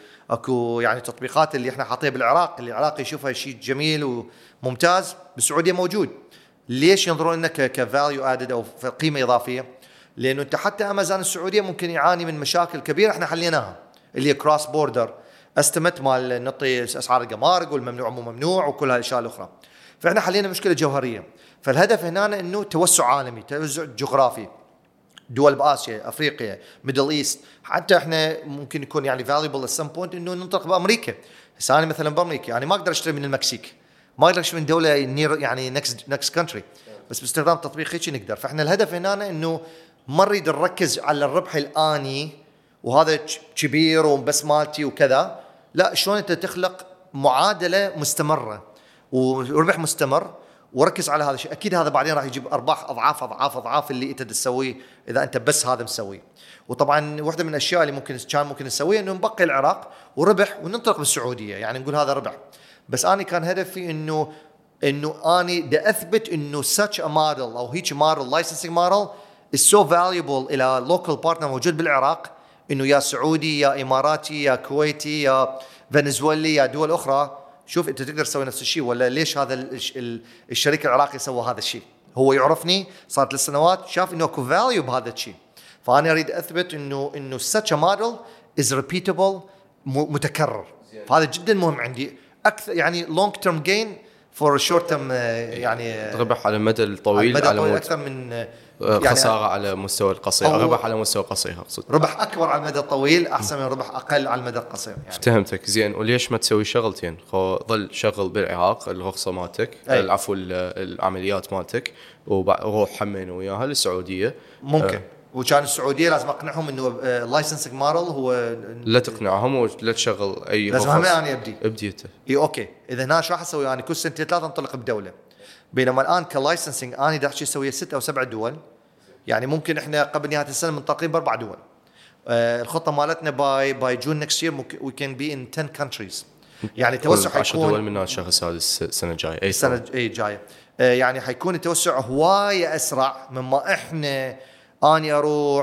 اكو يعني تطبيقات اللي احنا حاطيها بالعراق، اللي العراق يشوفها شيء جميل وممتاز بالسعوديه موجود. ليش ينظرون انك كفاليو ادد او قيمه اضافيه؟ لانه انت حتى امازون السعوديه ممكن يعاني من مشاكل كبيره احنا حليناها، اللي هي كروس بوردر استمت مال نعطي اسعار الجمارك والممنوع مو ممنوع وكل هالاشياء الاخرى. فاحنا حلينا مشكله جوهريه. فالهدف هنا انه توسع عالمي، توسع جغرافي، دول باسيا، افريقيا، ميدل ايست. حتى احنا ممكن يكون يعني فاليبل ات سم بوينت انه ننطلق بامريكا. هسه انا مثلا بامريكا يعني ما اقدر اشتري من المكسيك، ما اقدر اشتري من دوله نير يعني نكست كونتري، بس باستخدام تطبيق هيك نقدر. فاحنا الهدف هنا انه ما نريد نركز على الربح الآني وهذا كبير وبس مالتي وكذا. لا، شلون انت تخلق معادله مستمره وربح مستمر وركز على هذا الشيء. اكيد هذا بعدين راح يجيب ارباح اضعاف اضعاف اضعاف اللي انت تسويه اذا انت بس هذا مسويه. وطبعا واحده من الاشياء اللي ممكن نسويها انه نبقي العراق وربح وننطلق بالسعوديه، يعني نقول هذا ربح. بس انا كان هدفي انه اني دا اثبت انه such a model او هيك موديل licensing model is so valuable الى local partner موجود بالعراق، انه يا سعودي يا اماراتي يا كويتي يا فنزويلي يا دول اخرى، شوف انت تقدر تسوي نفس الشيء ولا ليش هذا الشريك العراقي سوى هذا الشيء. هو يعرفني صار 3 سنوات، شاف انه اكو فاليو بهذا الشيء، فانا اريد اثبت انه such a model is repeatable متكرر. فهذا جدا مهم عندي اكثر، يعني long term gain for short term، يعني ربح على المدى الطويل على اكثر من خساره على مستوى القصير، ربح على مستوى القصير اقصد. ربح اكبر على المدى الطويل احسن من ربح اقل على المدى القصير يعني. افتهمتك زين. وليش ما تسوي شغلتين؟ ظل شغل بالعراق الرخصه مالتك، العفو العمليات مالتك، وروح حمين وياها للسعوديه. ممكن وكان السعوديه لازم اقنعهم انه لايسنسنج موديل هو لا تقنعهم ولا تشغل اي لازم هم انا ابديته. اي اوكي، اذا هنا شو راح اسوي؟ يعني كل سنتين 3 انطلق بدوله، بينما الان كلايسنسنج انا دا احكي اسوي 6 أو 7 دول. يعني ممكن احنا قبل نهايه السنه منطلقين ب4 دول. الخطه مالتنا باي جون نكست يير وي كان بي ان 10 كونتريز. يعني توسع حيكون 10 دول من الشهر السادس السنه الجايه. اي السنه جايه يعني حيكون التوسع هوايه اسرع مما احنا اني اروح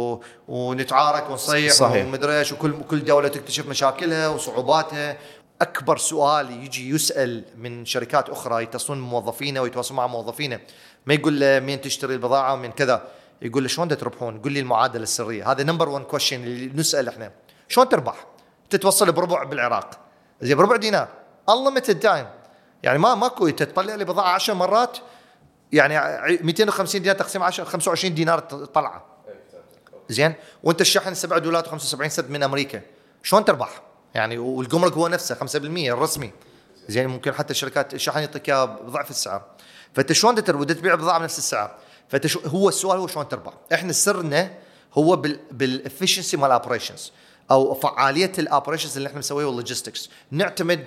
ونتعارك ونصيح ومدري ايش، وكل دوله تكتشف مشاكلها وصعوباتها. اكبر سؤال يجي يسال من شركات اخرى يتصلون بموظفينه ويتواصلون مع موظفينه، ما يقول له مين تشتري البضاعه ومن كذا، يقول له شلون تربحون؟ قل لي المعادله السريه. هذا نمبر 1 كويشن اللي نسال احنا، شلون تربح؟ تتوصل بربع بالعراق، زي بربع دينار unlimited تايم، يعني ماكو تطلع لي بضاعه 10 مرات، يعني 250 دينار تقسيم 10 25 دينار طلعه. زين، وانت الشحن $7 و75 سنت من امريكا، شلون تربح؟ يعني والجمرك هو نفسه 5% الرسمي. زين، ممكن حتى الشركات الشحن يعطيك بضعف السعر، فانت شلون تبيع بضاعه بنفس السعر؟ هو السؤال هو شلون تربح. احنا سرنا هو بالافشنسي مال الاوبريشنز او فعاليه الاوبريشنز اللي احنا مسويها واللوجيستكس. نعتمد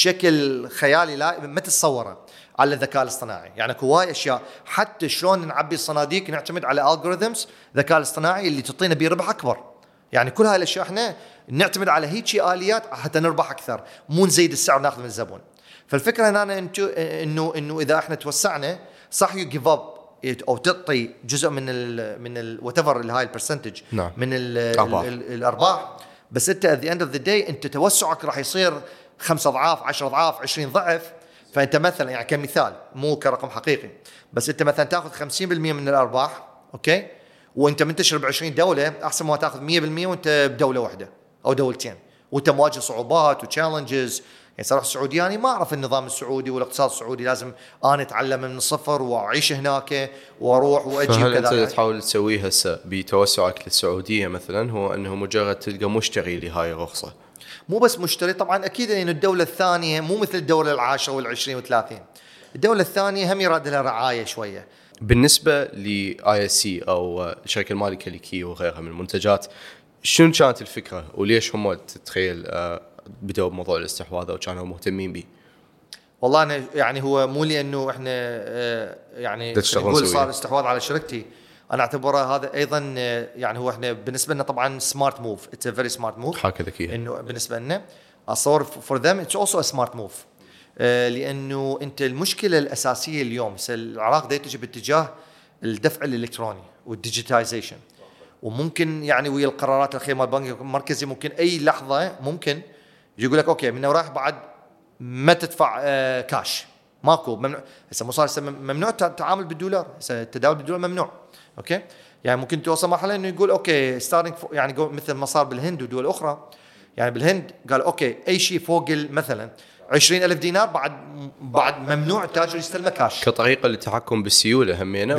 بشكل خيالي لا ما تتصوره على الذكاء الاصطناعي. يعني هواي اشياء، حتى شلون نعبي الصناديق نعتمد على الجوريثمز ذكاء الاصطناعي اللي تعطينا بيه ربح اكبر. يعني كل هاي الاشياء احنا نعتمد على هيك اليات حتى نربح اكثر، مو نزيد السعر ناخذ من الزبون. فالفكره هنا انه اذا احنا توسعنا صح يو جيف اب او تعطي جزء من وات ايفر هاي البرسنتج من الارباح، بس انت at the end of the day انت توسعك راح يصير 5 أضعاف 10 أضعاف 20 ضعف. فانت مثلا يعني كمثال مو كرقم حقيقي، بس انت مثلا تاخذ 50% من الارباح اوكي، وانت منتشر ب20 دوله، احسن ما تاخذ 100% وانت بدوله واحده او دولتين وانت مواجه صعوبات وتشالنجز. يعني صراحه السعوديه انا ما اعرف النظام السعودي والاقتصاد السعودي، لازم انا اتعلم من الصفر واعيش هناك واروح واجي وكذا. فهل انت تحاول تسويه هسه بتوسعك للسعوديه مثلا هو انه مجرد تلقى مشتري لهاي الرخصه؟ مو بس مشتري طبعا، اكيد انه الدوله الثانيه مو مثل الدوله العاشره وال20 و30. الدوله الثانيه هم يراد لها رعايه شويه. بالنسبه لاي اس سي او الشركه المالكه لكي وغيرها من المنتجات، شنو كانت الفكره وليش هم تتخيل بدأوا بموضوع الاستحواذ او كانوا مهتمين به؟ والله أنا يعني هو مو لأنه إحنا يعني نقول صار استحواذ على شركتي، أنا أعتبره هذا أيضا يعني هو إحنا بالنسبة لنا طبعا smart move, it's a very smart move. حاجة ذكية. إنه بالنسبة لنا أصور for them it's also a smart move. لأنه أنت المشكلة الأساسية اليوم العراق دا يتجه باتجاه الدفع الإلكتروني والديجيتايزيشن، وممكن يعني ويا القرارات الأخيرة مال البنك المركزي ممكن أي لحظة ممكن يقول لك أوكي من وراح بعد ما تدفع كاش، ماكو ممنوع. هسه صار ممنوع التعامل بالدولار، هسه التداول بالدولار ممنوع اوكي. يعني ممكن توصل مرحله انه يقول اوكي ستارتنج يعني مثل ما صار بالهند ودول اخرى. يعني بالهند قال اوكي اي شيء فوق مثلا 20,000 دينار بعد ممنوع التاجر يستلمه كاش، كطريقه للتحكم بالسيوله همينه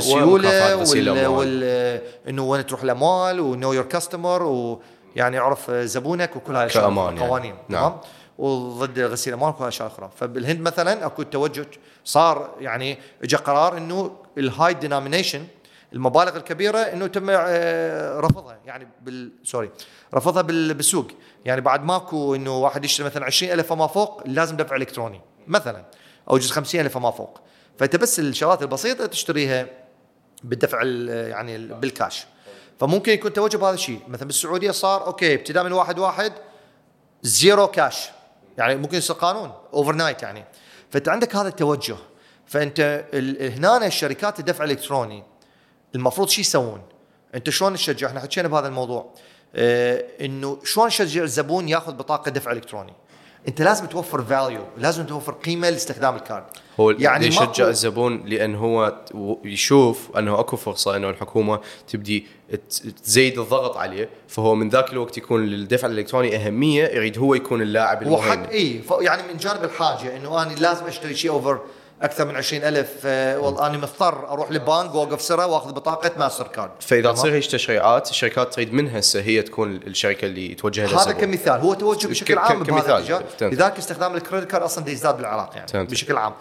انه وين تروح الاموال ونو يور كاستمر ويعني يعرف زبونك وكل هاي القوانين. نعم. وضد غسيل الاموال وكل اشياء اخرى. فبالهند مثلا اكو توجه صار، يعني اجى قرار انه الهاي دينومينيشن المبالغ الكبيره انه تم رفضها، يعني رفضها بالسوق. يعني بعد ماكو انه واحد يشتري مثلا 20,000 فما فوق لازم دفع الكتروني مثلا، او جزء 50,000 فما فوق. فانت بس الشغلات البسيطه تشتريها بالدفع يعني بالكاش. فممكن يكون توجه بهذا الشيء. مثلا بالسعوديه صار اوكي ابتداء من 1/1 زيرو كاش، يعني ممكن يصير قانون اوفر نايت يعني. فانت عندك هذا التوجه. فانت هنا الشركات الدفع الالكتروني المفروض شيء يسوون. انت شلون تشجع؟ احنا حكينا بهذا الموضوع، انه شلون نشجع الزبون ياخذ بطاقه دفع الكتروني. انت لازم توفر فاليو، لازم توفر قيمه لاستخدام الكارد. هو يعني يشجع الزبون لان هو يشوف انه اكو فرصه انه الحكومه تبدي تزيد الضغط عليه، فهو من ذاك الوقت يكون للدفع الالكتروني اهميه، يريد هو يكون اللاعب المهم. يعني من جانب الحاجه انه انا لازم اشتري شيء اوفر اكثر من 20,000، والله انا مضطر اروح للبنك واوقف سره واخذ بطاقه ماستر كارد. فاذا تصير هيك تشريعات، الشركات تريد من هسه هي تكون الشركه اللي توجه لها. هذا كمثال، هو توجه بشكل عام بهذا الاتجاه. لذلك استخدام الكريدت كارد اصلا يزداد بالعراق يعني بشكل عام،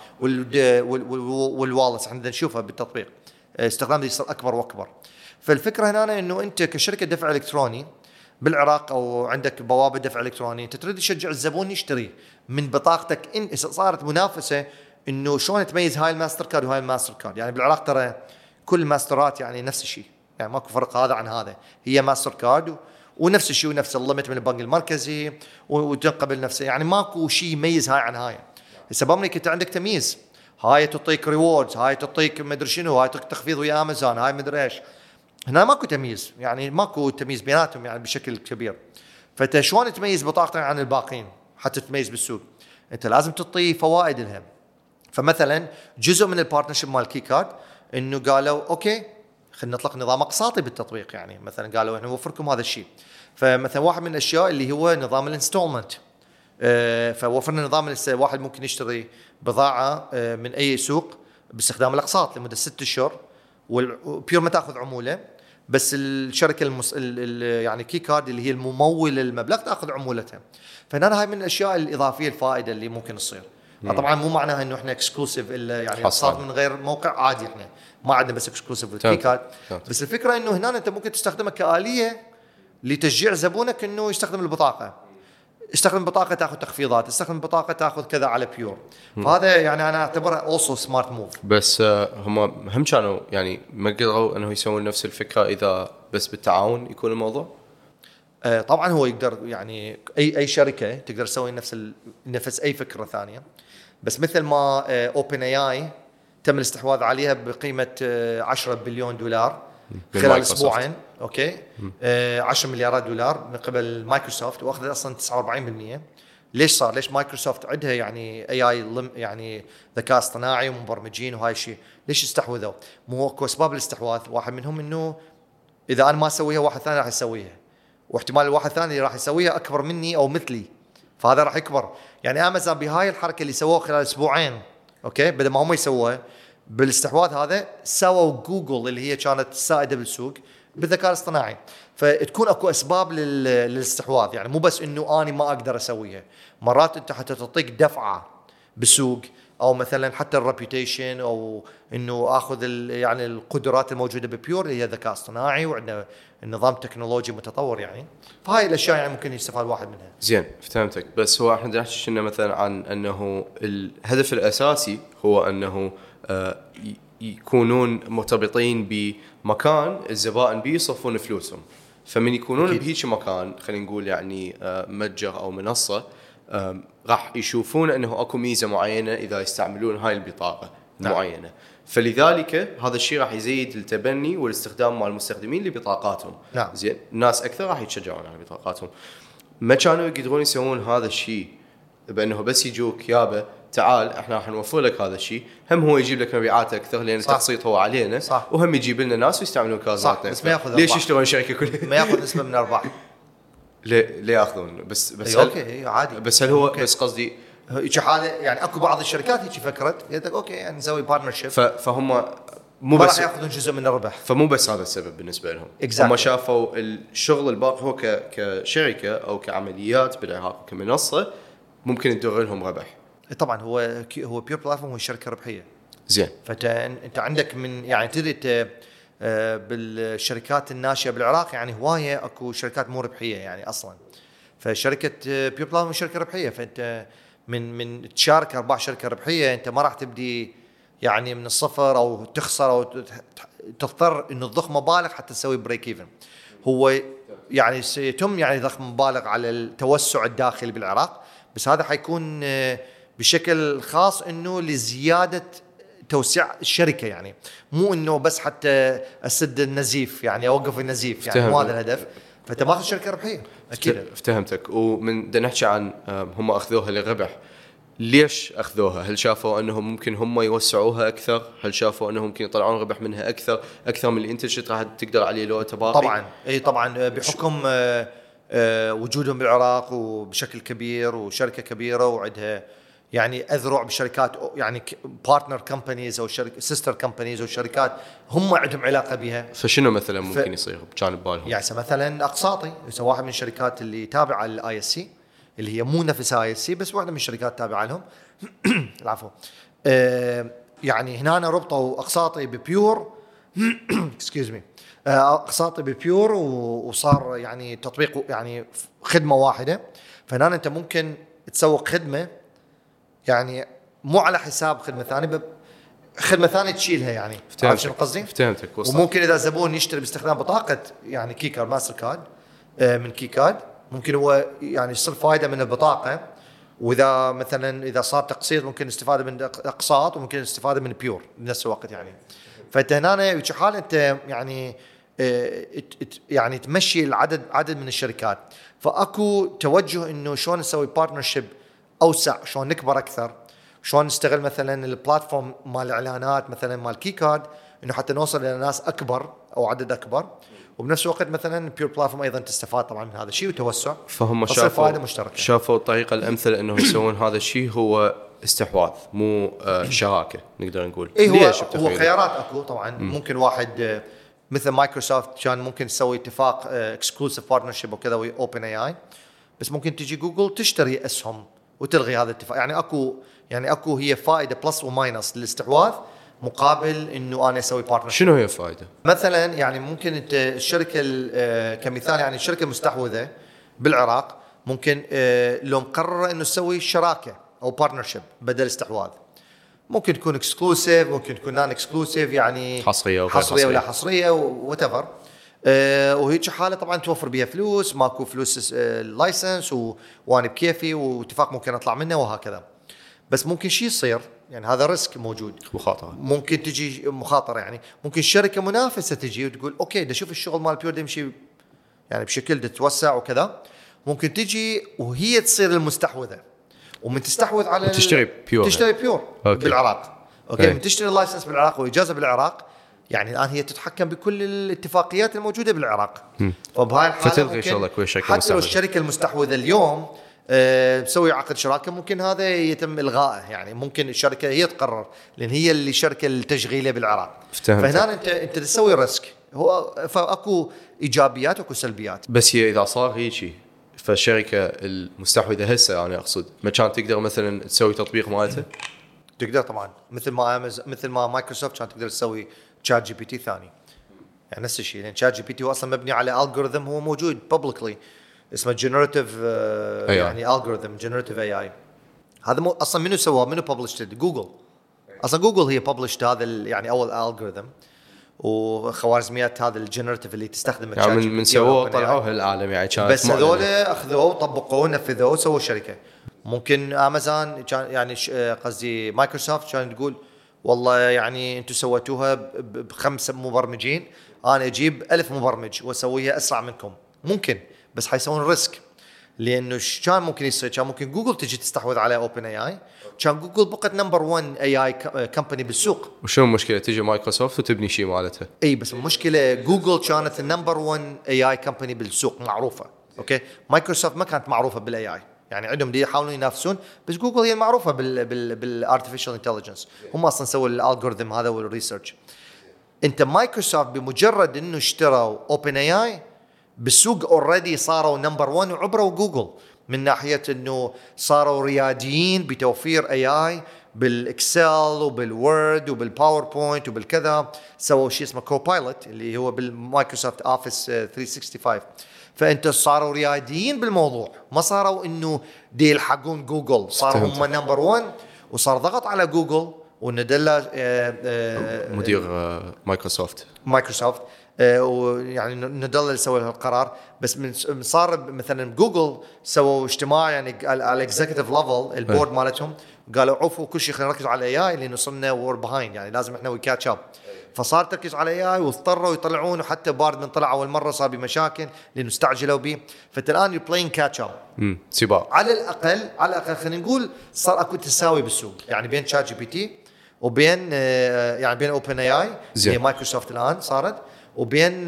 والوالس احنا نشوفها بالتطبيق استخدام يصير اكبر واكبر. فالفكره هنا انه انت كشركه دفع الكتروني بالعراق او عندك بوابه دفع الكتروني، انت تريد تشجع الزبون يشتري من بطاقتك. ان صارت منافسه انه شلون تميز هاي الماستر كارد وهاي الماستر كارد. يعني بالعراق ترى كل ماسترات يعني نفس الشيء، يعني ماكو فرق هذا عن هذا، هي ماستر كارد ونفس الشيء ونفس الليمت من البنك المركزي وتنقبل نفسه، يعني ماكو شيء يميز هاي عن هاي. هسه بامريكا انت عندك تمييز، هاي تعطيك ريوردز، هاي تعطيك مدري شنو، هاي تعطيك تخفيض ويا امازون، هاي مدري ايش. هنا ماكو تمييز، يعني ماكو تمييز بيناتهم يعني بشكل كبير. فانت شلون تميز بطاقتك عن الباقين حتى تميز بالسوق؟ انت لازم تعطي فوائد لهم. فمثلا جزء من البارتنرشيب مال كي كارد انه قالوا اوكي خلينا نطلق نظام اقساطي بالتطبيق. يعني مثلا قالوا احنا نوفركم هذا الشيء. فمثلا واحد من الاشياء اللي هو نظام الانستولمنت، فوفرنا نظام واحد ممكن يشتري بضاعه من اي سوق باستخدام الاقساط لمده 6 اشهر، والبيور ما تاخذ عموله، بس الشركه يعني كي كارد اللي هي الممول المبلغ تاخذ عمولتها. فهنا هاي من الاشياء الاضافيه الفائده اللي ممكن تصير. طبعا مو معناها انه احنا اكسكلوسيف الا يعني صار من غير موقع عادي، احنا ما عندنا بس اكسكلوسيف كي كارد. بس الفكره انه هنا انت ممكن تستخدمها كآلية لتشجيع زبونك انه يستخدم البطاقه. استخدم البطاقه تاخذ تخفيضات، استخدم البطاقه تاخذ كذا على بيور. فهذا يعني انا اعتبرها اوسو سمارت موف. بس هم كانوا يعني ما قدروا انه يسوون نفس الفكره اذا بس بالتعاون يكون الموضوع. طبعا هو يقدر يعني اي شركه تقدر تسوي نفس اي فكره ثانيه، بس مثل ما اوبن اي اي تم الاستحواذ عليها بقيمه 10 بليون دولار خلال اسبوعين، اوكي 10 مليارات دولار من قبل مايكروسوفت، واخذت اصلا 49%. ليش صار؟ ليش مايكروسوفت عندها يعني اي يعني ذكاء اصطناعي ومبرمجين وهاي الشيء، ليش استحوذوا؟ مو اكو اسباب الاستحواذ، واحد منهم انه اذا انا ما اسويها واحد ثاني راح يسويها، واحتمال الواحد ثاني راح يسويها اكبر مني او مثلي، فهذا راح يكبر. يعني امازون بهاي الحركه اللي سووها خلال اسبوعين، اوكي بدل ما هم يسووها بالاستحواذ هذا، سووا جوجل اللي هي كانت السائده بالسوق بالذكاء الاصطناعي. فتكون اكو اسباب للاستحواذ، يعني مو بس انه اني ما اقدر اسويها، مرات انت حتى تعطيك دفعه بالسوق، او مثلا حتى الريبيوتيشن، او انه اخذ يعني القدرات الموجوده ببيور اللي هي ذكاء اصطناعي، وعندنا النظام تكنولوجي متطور يعني. فهاي الاشياء يعني ممكن يستفاد الواحد منها. زين فهمتك. بس هو احنا نحكي مثلا عن انه الهدف الاساسي هو انه يكونون مرتبطين بمكان الزبائن بيه يصرفون فلوسهم. فمن يكونون بهيك مكان خلينا نقول يعني متجر او منصه، راح يشوفون انه اكو ميزه معينه اذا يستعملون هاي البطاقه معينه. فلذلك هذا الشيء راح يزيد التبني والاستخدام مع المستخدمين لبطاقاتهم. زين الناس اكثر راح يتشجعون على بطاقاتهم. ما كانوا يقدرون يسوون هذا الشيء بانه بس يجوك يابا تعال احنا راح نوفر لك هذا الشيء، هم هو يجيب لك مبيعات اكثر لان التقسيط هو علينا، وهم يجيب لنا ناس ويستعملون كازاتنا. بس ما ياخذ ليش يشترون شركه كلها ما ياخذ نسبه من الارباح؟ ليه ياخذون؟ بس اوكي عادي. بس هل هو أوكي. بس قصدي هيك حاله يعني اكو بعض الشركات هيك فكرت قالت لك اوكي يعني نسوي بارتنرشيب، فهم مو بس ياخذون جزء من الربح، فمو بس هذا السبب بالنسبه لهم. هم شافوا الشغل الباقي هو كشركه او كعمليات بالعراق كمنصه ممكن يدور لهم ربح. طبعا هو بيور بلاتفورم هو شركه ربحيه. زين فانت عندك من يعني تدري بالشركات الناشئه بالعراق يعني هوايه اكو شركات مو ربحيه يعني اصلا. فشركه بيور بلاتفورم شركه ربحيه، فانت من تشارك ارباح شركه ربحيه انت ما راح تبدي يعني من الصفر او تخسر او تضطر انه تضخ مبالغ حتى تسوي بريك ايفن. هو يعني سيتم يعني ضخ مبالغ على التوسع الداخلي بالعراق، بس هذا حيكون بشكل خاص انه لزياده توسيع الشركه، يعني مو انه بس حتى اسد النزيف يعني اوقف النزيف، يعني مو هذا الهدف. فانت ماخذ شركه ربحيه اكيد. افتهمتك. ومن بدنا نحكي عن هم اخذوها للربح، ليش اخذوها؟ هل شافوا انهم ممكن هم يوسعوها اكثر؟ هل شافوا انهم ممكن يطلعون ربح منها اكثر من اللي انت راح تقدر عليه لو تباقي؟ طبعا اي طبعا بحكم وجودهم بالعراق وبشكل كبير وشركه كبيره وعندها يعني اذرع بشركات يعني بارتنر كمبانيز او شركه سيستر كمبانيز او شركات هم عندهم علاقه بها. فشنو مثلا ممكن يصير بجانب بالهم؟ يعني مثلا اقساطي واحد من الشركات اللي تابعه للاي اس سي، اللي هي مو نفس اي اس سي بس واحده من الشركات تابعه لهم العفو. يعني هنا ربطوا اقساطي ببيور اكسكيوز مي اقساطي ببيور وصار يعني تطبيق يعني خدمه واحده. فهنا انت ممكن تسوق خدمه يعني مو على حساب خدمه ثانيه، خدمه ثانيه تشيلها يعني. عرفت شنو قصدي؟ فهمتك. وممكن اذا زبون يشتري باستخدام بطاقه يعني كيكارد ماستر كارد من كيكارد ممكن هو يعني يصير فائده من البطاقه، واذا مثلا اذا صار تقسيط ممكن استفاده من اقساط وممكن استفاده من بيور بنفس الوقت يعني. فانت هنا بحال انت يعني تمشي عدد من الشركات، فاكو توجه انه شلون نسوي بارتنرشيب اوسع، شلون نكبر اكثر، شلون نستغل مثلا البلاتفورم مال الاعلانات مثلا مال كيكارد انه حتى نوصل الى ناس اكبر او عدد اكبر، وبنفس الوقت مثلا بيور بلاتفورم ايضا تستفاد طبعا من هذا الشيء وتوسع. فهم شافوا الطريقه الامثل انهم يسوون هذا الشيء هو استحواذ مو شراكه نقدر نقول. إيه هو خيارات اكو طبعا. ممكن واحد مثل مايكروسوفت كان ممكن تسوي اتفاق اكسكلوسيف بارتنرشيب وكذا ويا اوبن اي اي، بس ممكن تجي جوجل تشتري اسهم وتلغي هذا الاتفاق. يعني اكو هي فائده بلس وماينس للاستحواذ مقابل انه انا اسوي بارتنرشيب. شنو هي الفائده؟ مثلا يعني ممكن انت الشركه كمثال يعني الشركه المستحوذه بالعراق ممكن لو مقرره انه تسوي شراكه او بارتنرشيب بدل استحواذ، ممكن تكون اكسكلوسيف ممكن تكون نان اكسكلوسيف يعني حصريه ولا حصريه وات ايفر. وهيك حاله طبعا توفر بها فلوس، ماكو فلوس لايسنس وانا بكيفي واتفاق ممكن اطلع منه وهكذا. بس ممكن شيء يصير يعني هذا ريسك موجود، مخاطره. ممكن تجي مخاطره يعني ممكن شركه منافسه تجي وتقول اوكي ده شوف الشغل مال بيور يمشي يعني بشكل تتوسع وكذا، ممكن تجي وهي تصير المستحوذه ومن تستحوذ على تشتري بيور بالعراق. اوكي من تشتري اللايسنس بالعراق واجازه بالعراق، يعني الان هي تتحكم بكل الاتفاقيات الموجوده بالعراق. فبهاي الحاله فتلغي شغلك ويا شركه حتى لو الشركه المستحوذه اليوم تسوي عقد شراكه ممكن هذا يتم الغائه، يعني ممكن الشركه هي تقرر لان هي اللي شركه التشغيليه بالعراق. فهنا انت تسوي ريسك، هو فاكو ايجابيات واكو سلبيات. بس هي اذا صار هيك فالشركه المستحوذه هسه انا اقصد ما كان تقدر مثلا تسوي تطبيق مالته؟ تقدر طبعا مثل ما مايكروسوفت كانت تقدر تسوي تشات جي بي تي ثاني، يعني نفس الشيء لان تشات جي بي تي هو اصلا مبني على الجوريثم هو موجود بابليكلي اسمه جنراتيف يعني الجوريثم جنراتيف اي اي. هذا اصلا منو سواه منو ببلشد؟ جوجل. اصلا جوجل هي ببلشد هذا يعني اول الجوريثم وخوارزميات هذا الجنراتيف اللي تستخدمه يعني من سووه طلعوه للعالم يعني كانت بس هذول اخذوه طبقوه نفذوه سووا شركه. ممكن امازون كان يعني قصدي مايكروسوفت كان تقول والله يعني انتم سويتوها ب5 مبرمجين انا اجيب 1000 مبرمج واسويها اسرع منكم، ممكن بس حيسوون ريسك لانه كان ممكن يصير كان ممكن جوجل تجي تستحوذ على اوبن اي اي، كان جوجل بقت نمبر 1 اي اي كمباني بالسوق. وشو المشكله تجي مايكروسوفت وتبني شيء مالتها؟ اي بس المشكله جوجل كانت النمبر 1 اي اي كمباني بالسوق معروفه. اوكي مايكروسوفت ما كانت معروفه بالاي اي، يعني عندهم دي يحاولون ينافسون، بس جوجل هي المعروفه بالارتفيشال انتليجنس، هم اصلا سووا الالجوريثم هذا والريسيرش. انت مايكروسوفت بمجرد انه اشتروا اوبن اي اي بالسوق اوريدي صاروا نمبر 1 وعبروا جوجل، من ناحية انه صاروا رياديين بتوفير AI بالاكسل وبالوورد وبالباوربوينت وبالكذا. سووا شيء اسمه كوبايلوت اللي هو بالمايكروسوفت اوفيس 365. فانت صاروا رياديين بالموضوع، ما صاروا انه دي يلحقون جوجل، صاروا هم نمبر 1 وصار ضغط على جوجل وندلا مدير مايكروسوفت ويعني ندل اللي سوى القرار. بس من صار مثلا جوجل سووا اجتماع يعني على الاكزيكتيف ليفل البورد مالتهم، قالوا عفوا كل شيء خلينا نركز على الاي اي لانه صرنا وور بيهايند، يعني لازم احنا وي كاتش اب. فصار تركيز على الاي اي واضطروا يطلعون، وحتى بارد من طلع اول مره صار بمشاكل لانه استعجلوا به. فانت الان يو بلاين كاتش اب سباق. على الاقل خلينا نقول صار اكو تساوي بالسوق يعني بين شات جي بي تي وبين يعني بين اوبن اي اي اللي مايكروسوفت الان صارت، وبين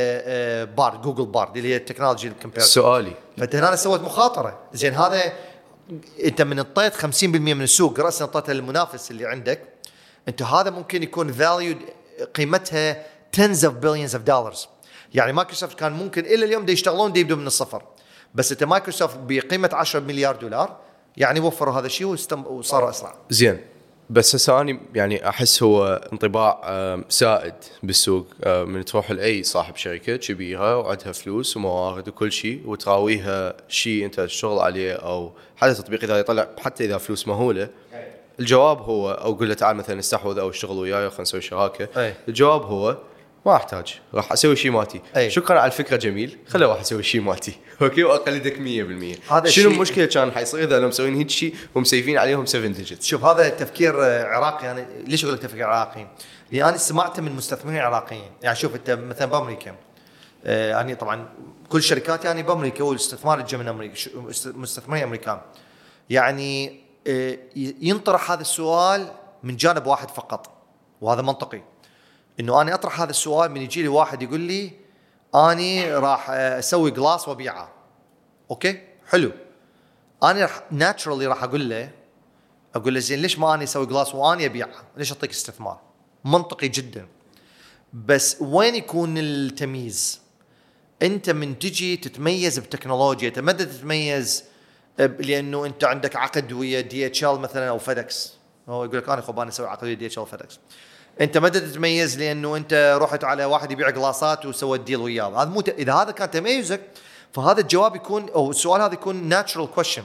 بارد جوجل بارد اللي هي التكنولوجي الكمبيوتر. سؤالي فانت هنا سويت مخاطره. زين هذا انت من الطيت 50% من السوق راسا انطيتها للمنافس اللي عندك، انت هذا ممكن يكون فاليو قيمتها tens of billions of dollars. يعني مايكروسوفت كان ممكن الى اليوم دي يشتغلون دي يبدوا من الصفر، بس انت مايكروسوفت بقيمه 10 مليار دولار يعني وفروا هذا الشيء وصار اسرع. زين بس هسه أنا يعني أحس هو انطباع سائد بالسوق من تروح لأي صاحب شركة كبيرة وعندها فلوس وموارد وكل شيء وتراويها شيء أنت تشتغل عليه أو حتى تطبيق إذا يطلع حتى إذا فلوس مهولة، الجواب هو أو قل له تعال مثلا استحوذ أو اشتغل وياي خلينا نسوي شراكة. الجواب هو ما أحتاج، راح أسوي شيء ماتي. شكرا على الفكرة جميل، خليه راح أسوي شيء ماتي أوكي وأقلدك 100%. شنو المشكلة كان حيصير إذا أنا مسوين هيك شيء ومسيفين عليهم 7 digits؟ شوف هذا تفكير عراقي. يعني ليش أقول لك تفكير عراقي؟ لأن أنا سمعته من مستثمرين عراقيين. يعني شوف أنت مثلا بأمريكا يعني طبعا كل شركات يعني بأمريكا والاستثمار الجاي من أمريكا مستثمرين أمريكان. يعني ينطرح هذا السؤال من جانب واحد فقط، وهذا منطقي، إنه أنا أطرح هذا السؤال من يجي لي واحد يقول لي أنا راح أسوي جلاس وبيعه. أوكي حلو، أنا ناتشرالي راح أقول له زين ليش ما أنا أسوي جلاس وأنا أبيعه؟ ليش أعطيك استثمار؟ منطقي جدا. بس وين يكون التمييز؟ أنت من تجي تتميز بتكنولوجيا، تمدد تتميز لأنه أنت عندك عقد ويا DHL مثلا أو فيدكس، هو يقول لك أنا خباني أسوي عقد ويا DHL فيدكس. انت ما تتميز لانه انت رحت على واحد يبيع قلاصات وسويت ديل وياه. هذا مو اذا هذا كان تميزك فهذا الجواب يكون او السؤال هذا يكون ناتشرال كويشن.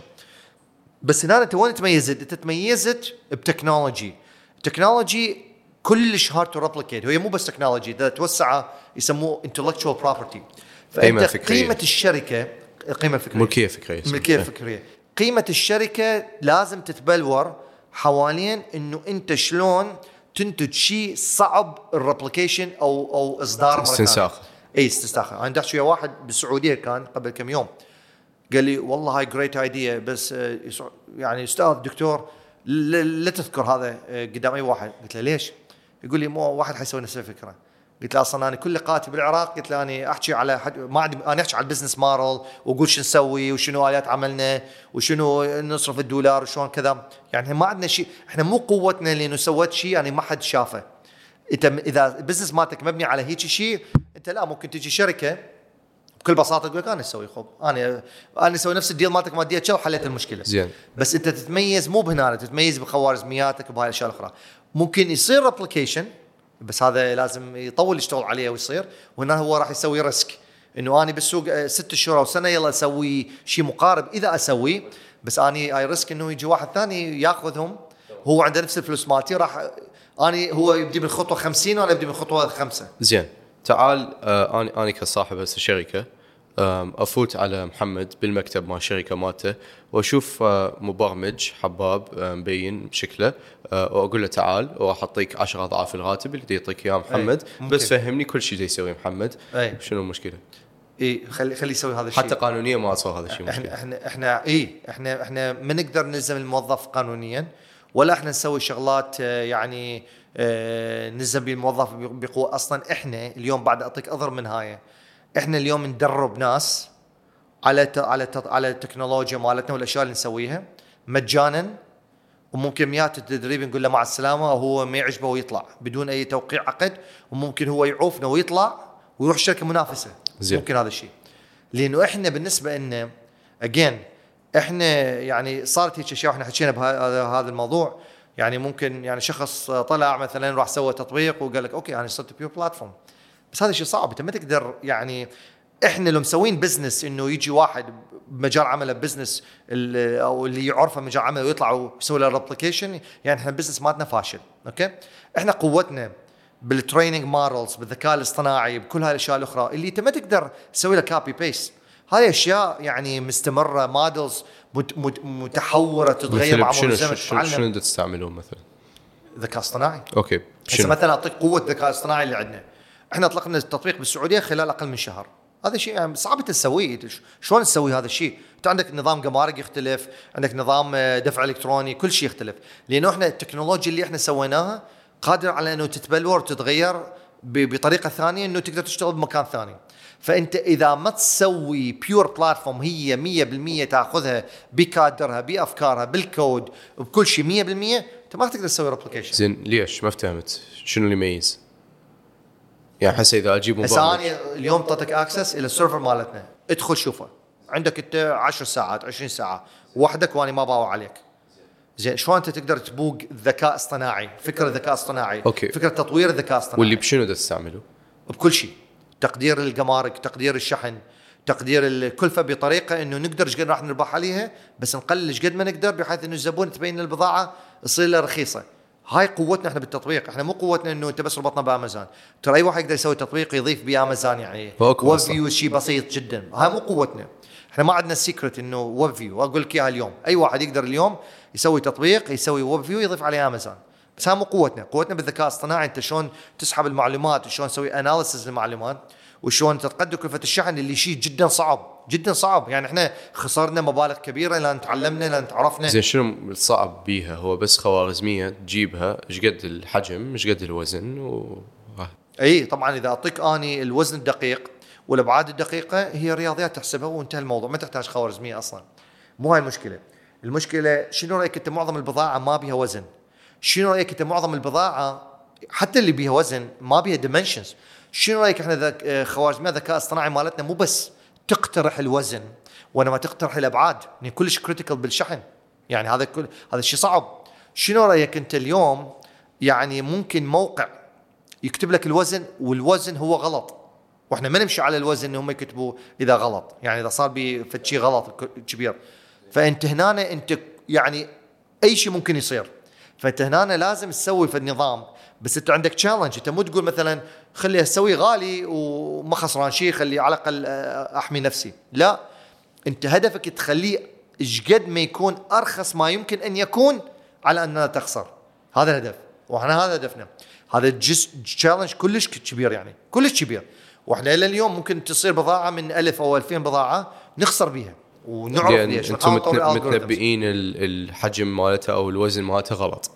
بس هنا انت وين تميزت؟ انت تميزت بتكنولوجي. التكنولوجي كلش هارد تو ريبليكيت. هي مو بس تكنولوجي، اذا توسعه يسموه انتلكتشوال بروبرتي. فانت قيمه الشركه، قيمه فكريه، ملكيه فكريه. قيمه الشركه لازم تتبلور حوالين انه انت شلون تنتج شيء صعب الريبليكيشن او اصدار استنساخ. استنساخ. انا دحت ويا واحد بالسعوديه كان قبل كم يوم قال لي والله هاي جريت ايديا، بس يعني استاذ دكتور لا تذكر هذا قدام اي واحد. قلت له ليش؟ يقول لي مو واحد حيسوي نفس الفكره. قلت له اصلا انا كل لقاءاتي بالعراق قلت له انا احكي على ما عندي، انا احكي على البزنس مارل واقول شو نسوي وشنو اليات عملنا وشنو نصرف الدولار وشلون كذا. يعني ما عندنا شيء، احنا مو قوتنا لانه سويت شيء يعني ما حد شافه. انت اذا البزنس مالتك مبني على هيك شيء انت لا ممكن تجي شركه بكل بساطه تقول لك انا اسوي خب انا اسوي نفس الديل مالتك ما ديت شو حليت المشكله. زين. بس انت تتميز مو بهنا، تتميز بخوارزمياتك وبهاي الاشياء الاخرى. ممكن يصير ريبليكيشن بس هذا لازم يطول يشتغل عليه ويصير، وهنا هو راح يسوي ريسك انه اني بالسوق 6 شهور او سنه يلا اسوي شيء مقارب اذا اسوي، بس اني اي ريسك انه يجي واحد ثاني ياخذهم هو عنده نفس الفلوس مالتي، راح اني هو يبدي من خطوه 50 وانا ابدي من خطوه 5. زين تعال اني كصاحب هسه شركه افوت على محمد بالمكتب مال الشركه مالته واشوف مبرمج حباب مبين بشكله واقول له تعال وراح اعطيك 10 اضعاف الراتب اللي يعطيك اياه محمد، بس فهمني كل شيء يسوي محمد. شنو المشكله؟ خلي يسوي هذا الشيء. حتى قانونيا ما صار هذا الشيء مشكله. احنا ما نقدر نلزم الموظف قانونيا، ولا احنا نسوي شغلات يعني نلزم بالموظف بقوه. اصلا احنا اليوم بعد اعطيك اضر من هاي، احنا اليوم ندرب ناس على التكنولوجيا مالتنا والاشياء اللي نسويها مجانا، وممكن مئات التدريب نقول له مع السلامه وهو ما يعجبه ويطلع بدون اي توقيع عقد، وممكن هو يعوفنا ويطلع ويروح شركه منافسه. زي. ممكن هذا الشيء، لانه احنا بالنسبه لنا اجين احنا يعني صارت هيك اشياء، واحنا حكينا بهذا الموضوع. يعني ممكن يعني شخص طلع مثلا راح سوى تطبيق وقال لك اوكي انا صرت بيور بلاتفورم، بس هذا شيء صعب. انت ما تقدر يعني، احنا لو مسوين بزنس انه يجي واحد بمجال عمله بزنس او اللي يعرفه مجال عمله ويطلع ويسوي له ريبليكيشن، يعني احنا البزنس مالتنا فاشل. اوكي، احنا قوتنا بالتريننج مودلز، بالذكاء الاصطناعي، بكل هاي الاشياء الاخرى اللي انت ما تقدر تسوي لها كوبي بيست. هاي اشياء يعني مستمره، مودلز متحوره، تتغير مع مرور الزمن. شنو تستعملون مثلا؟ ذكاء اصطناعي. اوكي، هسه مثلا اعطيك قوه الذكاء الاصطناعي اللي عندنا. احنا اطلقنا التطبيق بالسعوديه خلال اقل من شهر. هذا شيء يعني صعب تسويه. شلون تسوي هذا الشيء؟ انت عندك نظام جمارك يختلف، عندك نظام دفع الكتروني، كل شيء يختلف، لانه احنا التكنولوجيا اللي احنا سويناها قادر على انه تتبلور وتتغير بطريقه ثانيه، انه تقدر تشتغل بمكان ثاني. فانت اذا ما تسوي بيور بلاتفورم هي 100% تاخذها بكادرها بافكارها بالكود بكل شيء 100%، انت ما تقدر تسوي ريبليكيشن. زين ليش ما فهمت شنو اللي يميز؟ يعني حسي اذا اجيب مبرمج، هسه اليوم طلعتك اكسس الى السيرفر مالتنا، ادخل شوفه. عندك انت 10 ساعات 20 ساعه وحدك واني ما باوع عليك. زين شلون انت تقدر تبوق ذكاء اصطناعي، فكره ذكاء اصطناعي، أوكي. فكره تطوير الذكاء الاصطناعي، واللي بشنو تستعمله؟ بكل شيء. تقدير الجمارك، تقدير الشحن، تقدير الكلفه، بطريقه انه نقدر ايش قد راح نربح عليها، بس نقلل ايش قد ما نقدر، بحيث انه الزبون تبين البضاعه تصير له رخيصه. هاي قوتنا احنا بالتطبيق. احنا مو قوتنا انه انت بس ربطنا بامازون. ترى اي واحد يقدر يسوي تطبيق يضيف بيه امازون، يعني ويب فيو شيء بسيط جدا. هاي مو قوتنا. احنا ما عندنا السيكرت انه ويب فيو. اقول لك اياها اليوم، اي واحد يقدر اليوم يسوي تطبيق، يسوي ويب فيو، يضيف عليه امازون. بس هاي مو قوتنا. قوتنا بالذكاء الاصطناعي. انت شلون تسحب المعلومات، وشلون تسوي اناليسيس للمعلومات، وشلون تقدر كلفه الشحن، اللي شيء جدا صعب جدا صعب. يعني احنا خسرنا مبالغ كبيره لان تعلمنا، لان تعرفنا. زين شنو الصعب بيها؟ هو بس خوارزميه تجيبها ايش قد الحجم ايش قد الوزن اي طبعا اذا اعطيك اني الوزن الدقيق والابعاد الدقيقه، هي رياضيات تحسبها وانتهى الموضوع، ما تحتاج خوارزميه اصلا. مو هاي المشكله. المشكله شنو رايك انت معظم البضاعه ما بيها وزن؟ شنو رايك انت معظم البضاعه حتى اللي بيها وزن ما بيها ديمنشنز؟ شنو رايك احنا خوارزميه الذكاء الاصطناعي مالتنا مو بس تقترح الوزن وانما تقترح الابعاد، يعني كلش كريتيكال بالشحن. يعني هذا الشيء صعب. شنو رايك انت اليوم يعني ممكن موقع يكتب لك الوزن والوزن هو غلط، واحنا ما نمشي على الوزن انهم يكتبوا اذا غلط، يعني اذا صار بشيء غلط كبير. فانت هنا انت يعني اي شيء ممكن يصير. فانت هنا لازم تسوي في النظام، بس انت عندك تشالنج. انت مو تقول مثلا خلي اسوي غالي وما خسران شيء، خلي على الاقل احمي نفسي. لا، انت هدفك تخليه ايش قد ما يكون ارخص ما يمكن ان يكون، على اننا تخسر. هذا الهدف، واحنا هذا هدفنا. هذا تشالنج كلش كبير، يعني كلش كبير. واحنا الى اليوم ممكن تصير بضاعه من 1000 أو 2000 بضاعه نخسر بيها، ونعرف ليش. انتم متنبئين الحجم مالتها او الوزن مالتها غلط.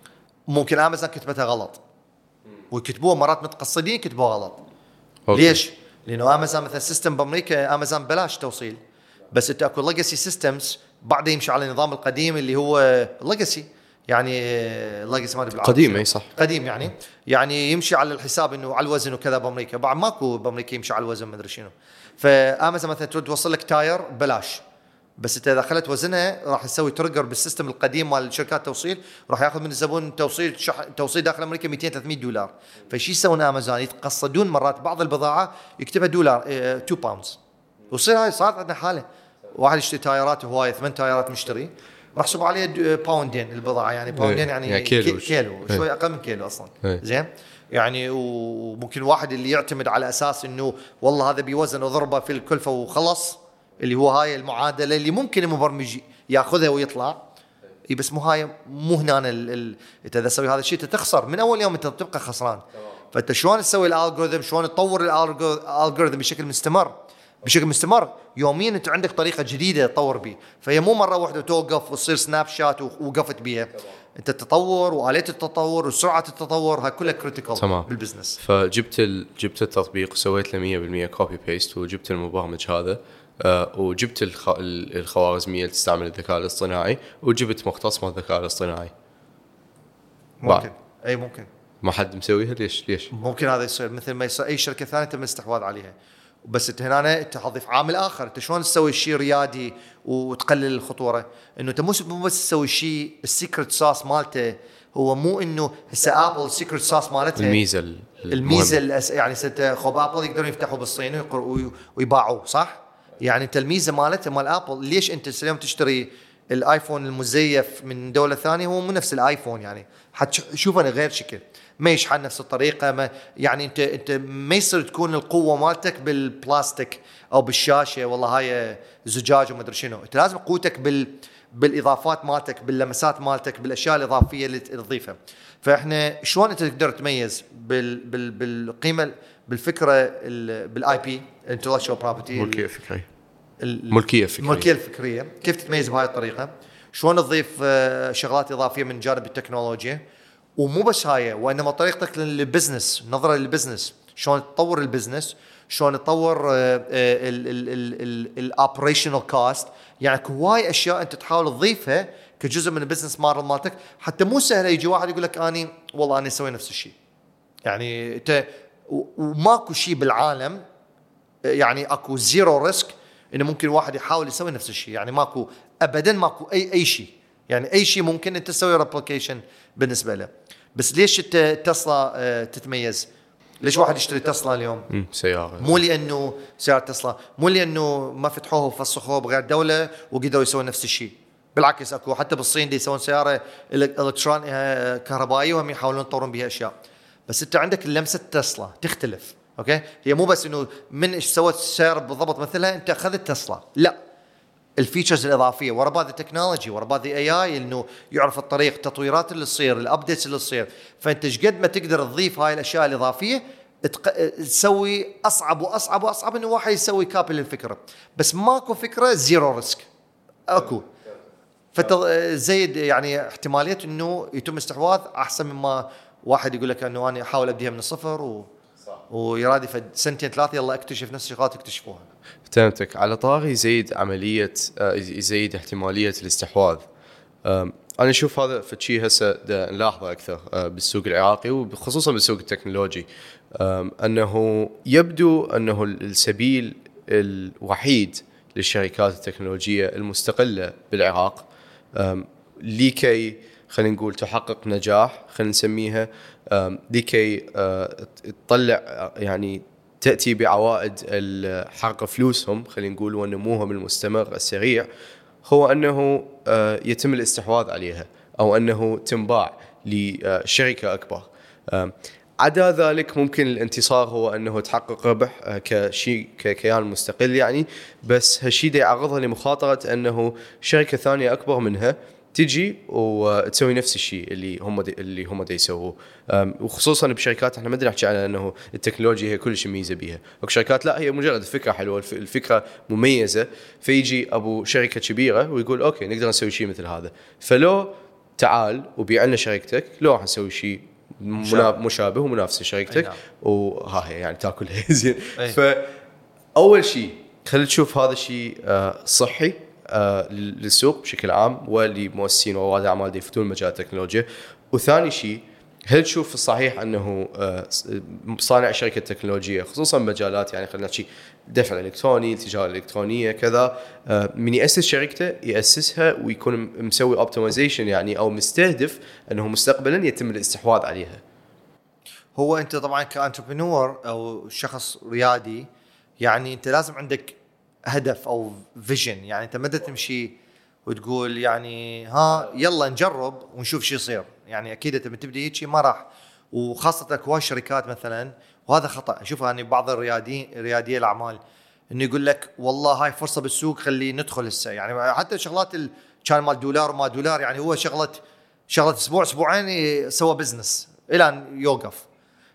ممكن امازون كتبتها غلط، ويكتبوها مرات متقصدين كتبوها غلط. أوكي. ليش؟ لانه امازون مثلا سيستم بامريكا، امازون بلاش توصيل، بس انت اكو ليجاسي سيستمز بعد يمشي على النظام القديم اللي هو ليجاسي، يعني ليجاسي ما ادري قديم. اي صح، قديم. يعني يمشي على الحساب انه على الوزن وكذا. بامريكا بعد ماكو بامريكا يمشي على الوزن ما ادري شنو. فامازون مثلا تريد توصل لك تاير بلاش، بس انت اذا خلت وزنها راح تسوي تريجر بالسيستم القديم مال شركات التوصيل، راح ياخذ من الزبون توصيل داخل امريكا 200 300 دولار. فشي يسوون امازون؟ يتقصدون مرات بعض البضاعه يكتبها دولار 2 باوندز، وصير هاي صارت عندنا حاله. واحد يشتري تايرات هواي 8 تايرات مشتري، راح يحسب عليه باوندين البضاعه، يعني باوندين يعني كيلو شوي اقل من كيلو اصلا. زين يعني. وممكن واحد اللي يعتمد على اساس انه والله هذا بيوزن وضربه في الكلفه وخلص، اللي هو هاي المعادله اللي ممكن المبرمج ياخذها ويطلع. بس مو هنا انت اذا تسوي هذا الشيء تخسر من اول يوم، انت تبقى خسران. فانت شلون تسوي الالجوريثم، شلون تطور الالجوريثم بشكل مستمر يوميا. انت عندك طريقه جديده تطور بيه، فهي مو مره واحده توقف وتصير سناب شات ووقفت بيها. انت التطور واليه التطور وسرعه التطور هاي كلها كريتيكال بالبزنس. فجبت التطبيق وسويت له 100% كوبي بيست، وجبت المبرمج هذا، وجبت الخوارزميه اللي تستعمل الذكاء الاصطناعي، وجبت مختص مال الذكاء الاصطناعي. ممكن اي ممكن ما حد مسويها. ليش ممكن هذا يصير؟ مثل ما يصير اي شركه ثانيه تم الاستحواذ عليها. بس انت هنا انت تضيف عامل اخر. انت شلون تسوي شيء ريادي وتقلل الخطوره؟ انه انت مو بس تسوي شيء السيكرت صاص مالته. هو مو انه هسه ابل السيكرت صاص مالتها الميزه يعني خب ابل يقدرون يفتحوا بالصين ويباعوه صح. يعني انت الميزه مالته مال ابل، ليش انت اليوم تشتري الايفون المزيف من دوله ثانيه هو مو نفس الايفون؟ يعني حتشوف انا غير شكل، ما يشحن نفس الطريقه، ما يعني انت ما يصير تكون القوه مالتك بالبلاستيك او بالشاشه والله هاي زجاج وما ادري شنو. انت لازم قوتك بالاضافات مالتك، باللمسات مالتك، بالاشياء الاضافيه اللي تضيفها. فاحنا شلون انت تقدر تميز بالقيمه بالفكره بالاي بي intellectual property الملكيه الفكريه، كيف تتميز بهاي الطريقه؟ شلون تضيف شغلات اضافيه من جانب التكنولوجيا؟ ومو بس هاي، وانما طريقتك للبزنس، نظره للبزنس، شلون تطور البزنس، شلون تطور الاوبريشنال كوست. يعني هواي اشياء انت تحاول تضيفها كجزء من البزنس موديل مالتك. حتى مو سهل يجي واحد يقول لك اني والله انا اسوي نفس الشيء. يعني انت وماكو شيء بالعالم يعني اكو زيرو ريسك انه ممكن واحد يحاول يسوي نفس الشيء. يعني ماكو ابدا، ماكو اي شيء. يعني اي شيء ممكن انت تسوي ريبليكيشن بالنسبه له. بس ليش تسلا تتميز؟ ليش واحد يشتري تسلا اليوم؟ سيارة مو لانه سيارة تسلا، مو لانه ما فتحوه وفسخوه بغير دولة وقدروا يسوون نفس الشيء. بالعكس اكو حتى بالصين دي يسوون سيارة الكترون كهربائية وهم يحاولون يطورون بها اشياء. بس انت عندك لمسة تسلا تختلف. اوكي، هي مو بس انه من ايش سوت سيارة بالضبط مثلها انت اخذت تسلا، لا، الفيتشرز الاضافيه ورا بعض التكنولوجي ورا بعض اي انه يعرف الطريق، التطويرات اللي تصير، الابديتس اللي تصير. فانت ايش قد ما تقدر تضيف هاي الاشياء الاضافيه تسوي اصعب واصعب واصعب انه واحد يسوي كابي للفكره. بس ماكو فكره زيرو ريسك اكو. زيد يعني احتماليه انه يتم استحواذ احسن مما واحد يقول لك انه انا احاول ابديها من الصفر ويرادي في سنتين ثلاثه يلا اكتشف نفس الشغلات تكتشفوها. فهمتك. على طاري يزيد عمليه يزيد احتماليه الاستحواذ. انا اشوف هذا فشي هسه نلاحظه اكثر بالسوق العراقي وخصوصا بالسوق التكنولوجي، انه يبدو انه السبيل الوحيد للشركات التكنولوجيه المستقله بالعراق لكي خلينا نقول تحقق نجاح، خلينا نسميها لكي تطلع يعني تأتي بعوائد حق فلوسهم، خلينا نقول ونموهم المستمر السريع، هو أنه يتم الاستحواذ عليها أو أنه تنباع لشركة أكبر. عدا ذلك ممكن الانتصار هو أنه تحقق ربح كشيء ككيان مستقل يعني، بس هالشيء دا يعرضها لمخاطرة أنه شركة ثانية أكبر منها تجي وتسوي نفس الشيء اللي هم دا يسووه. وخصوصا بشركات احنا ما بدنا نحكي على انه التكنولوجيا هي كل شيء ميزه بيها، وشركات لا، هي مجرد فكره حلوه، الفكره مميزه، فيجي ابو شركه كبيره ويقول اوكي نقدر نسوي شيء مثل هذا، فلو تعال وبيع لنا شركتك، لو راح نسوي شيء مشابه ومنافس لشركتك وها هي يعني تاكلها زين. فاول شيء خلينا نشوف هذا الشيء صحي للسوق بشكل عام ولمؤسسين ورواد اعمال دي يفتون مجال التكنولوجيا. وثاني شيء، هل تشوف الصحيح انه صانع شركه تكنولوجيه خصوصا مجالات يعني خلينا نحكي دفع الالكتروني، التجاره الالكترونيه كذا، من ياسس شركته ياسسها ويكون مسوي اوبتمايزيشن يعني او مستهدف انه مستقبلا يتم الاستحواذ عليها؟ هو انت طبعا كانتربرنور او شخص ريادي يعني انت لازم عندك هدف او فيجن. يعني انت ما تمشي وتقول يعني ها يلا نجرب ونشوف شو يصير. يعني اكيد انت تبدي هيك ما راح، وخاصه هواي الشركات مثلا، وهذا خطا اشوفه يعني بعض ريادي الاعمال انه يقول لك والله هاي فرصه بالسوق خلي ندخل هسه. يعني حتى شغلات كان مال دولار وما دولار، يعني هو شغله اسبوع اسبوعين سوى بزنس الى ان يوقف.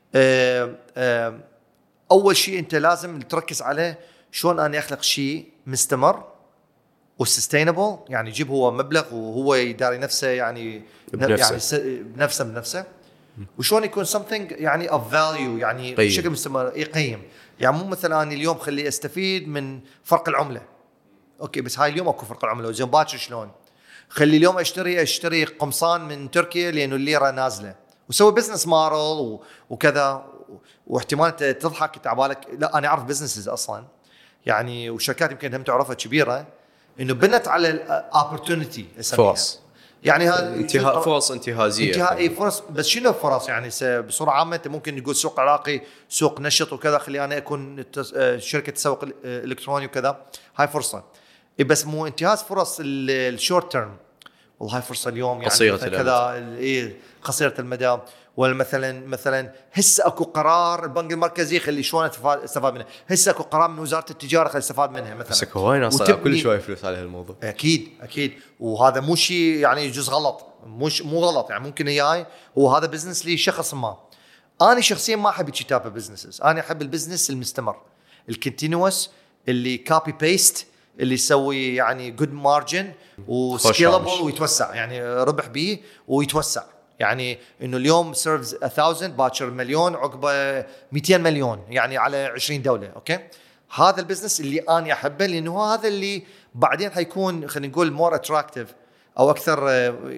اول شيء انت لازم تركز عليه شلون أنا أخلق شيء مستمر وسستينبل، يعني يجيب هو مبلغ وهو يداري نفسه يعني بنفسه وشلون يكون something يعني of value يعني بشكل مستمر يقيم. يعني مو مثلا أنا اليوم خلي أستفيد من فرق العملة، أوكي بس هاي اليوم أكو فرق العملة وزين باكر شلون خلي اليوم أشتري قمصان من تركيا لأنه الليرة نازلة وسوي بزنس مارل وكذا واحتمال انت تضحك انت عبالك لا انا اعرف بزنسز اصلا يعني وشركات يمكن هم تعرفها كبيره انه بنت على الاوبورتونيتي فرص يعني هذا فرص انتهازيه اي فرص. بس شنو فرص يعني بصوره عامه انت ممكن تقول سوق عراقي سوق نشط وكذا خلي انا اكون شركه تسوق الكتروني وكذا هاي فرصه بس مو انتهاز فرص الشورت تيرم والله هاي فرصه اليوم يعني قصيره كذا قصيره المدى ولا مثلا هسه اكو قرار البنك المركزي خلي شلون استفاد منه هسه اكو قرار من وزاره التجاره خلي استفاد منها مثلا بس اكو هواي ناس كل شوي فلوس على هالموضوع اكيد وهذا مو شيء يعني يجوز غلط مو غلط يعني ممكن هي هو هذا بزنس لشخص ما. انا شخصيا ما احب كتابه بزنسز انا احب البزنس المستمر الكونتينوس اللي كوبي بيست اللي يسوي يعني جود مارجن وسكيلبل ويتوسع يعني ربح به ويتوسع يعني انه اليوم سيرفز 1000 باكر مليون عقبه 200 مليون يعني على 20 دوله اوكي. هذا البزنس اللي انا احبه لانه هذا اللي بعدين حيكون خلينا نقول مور اتراكتيف او اكثر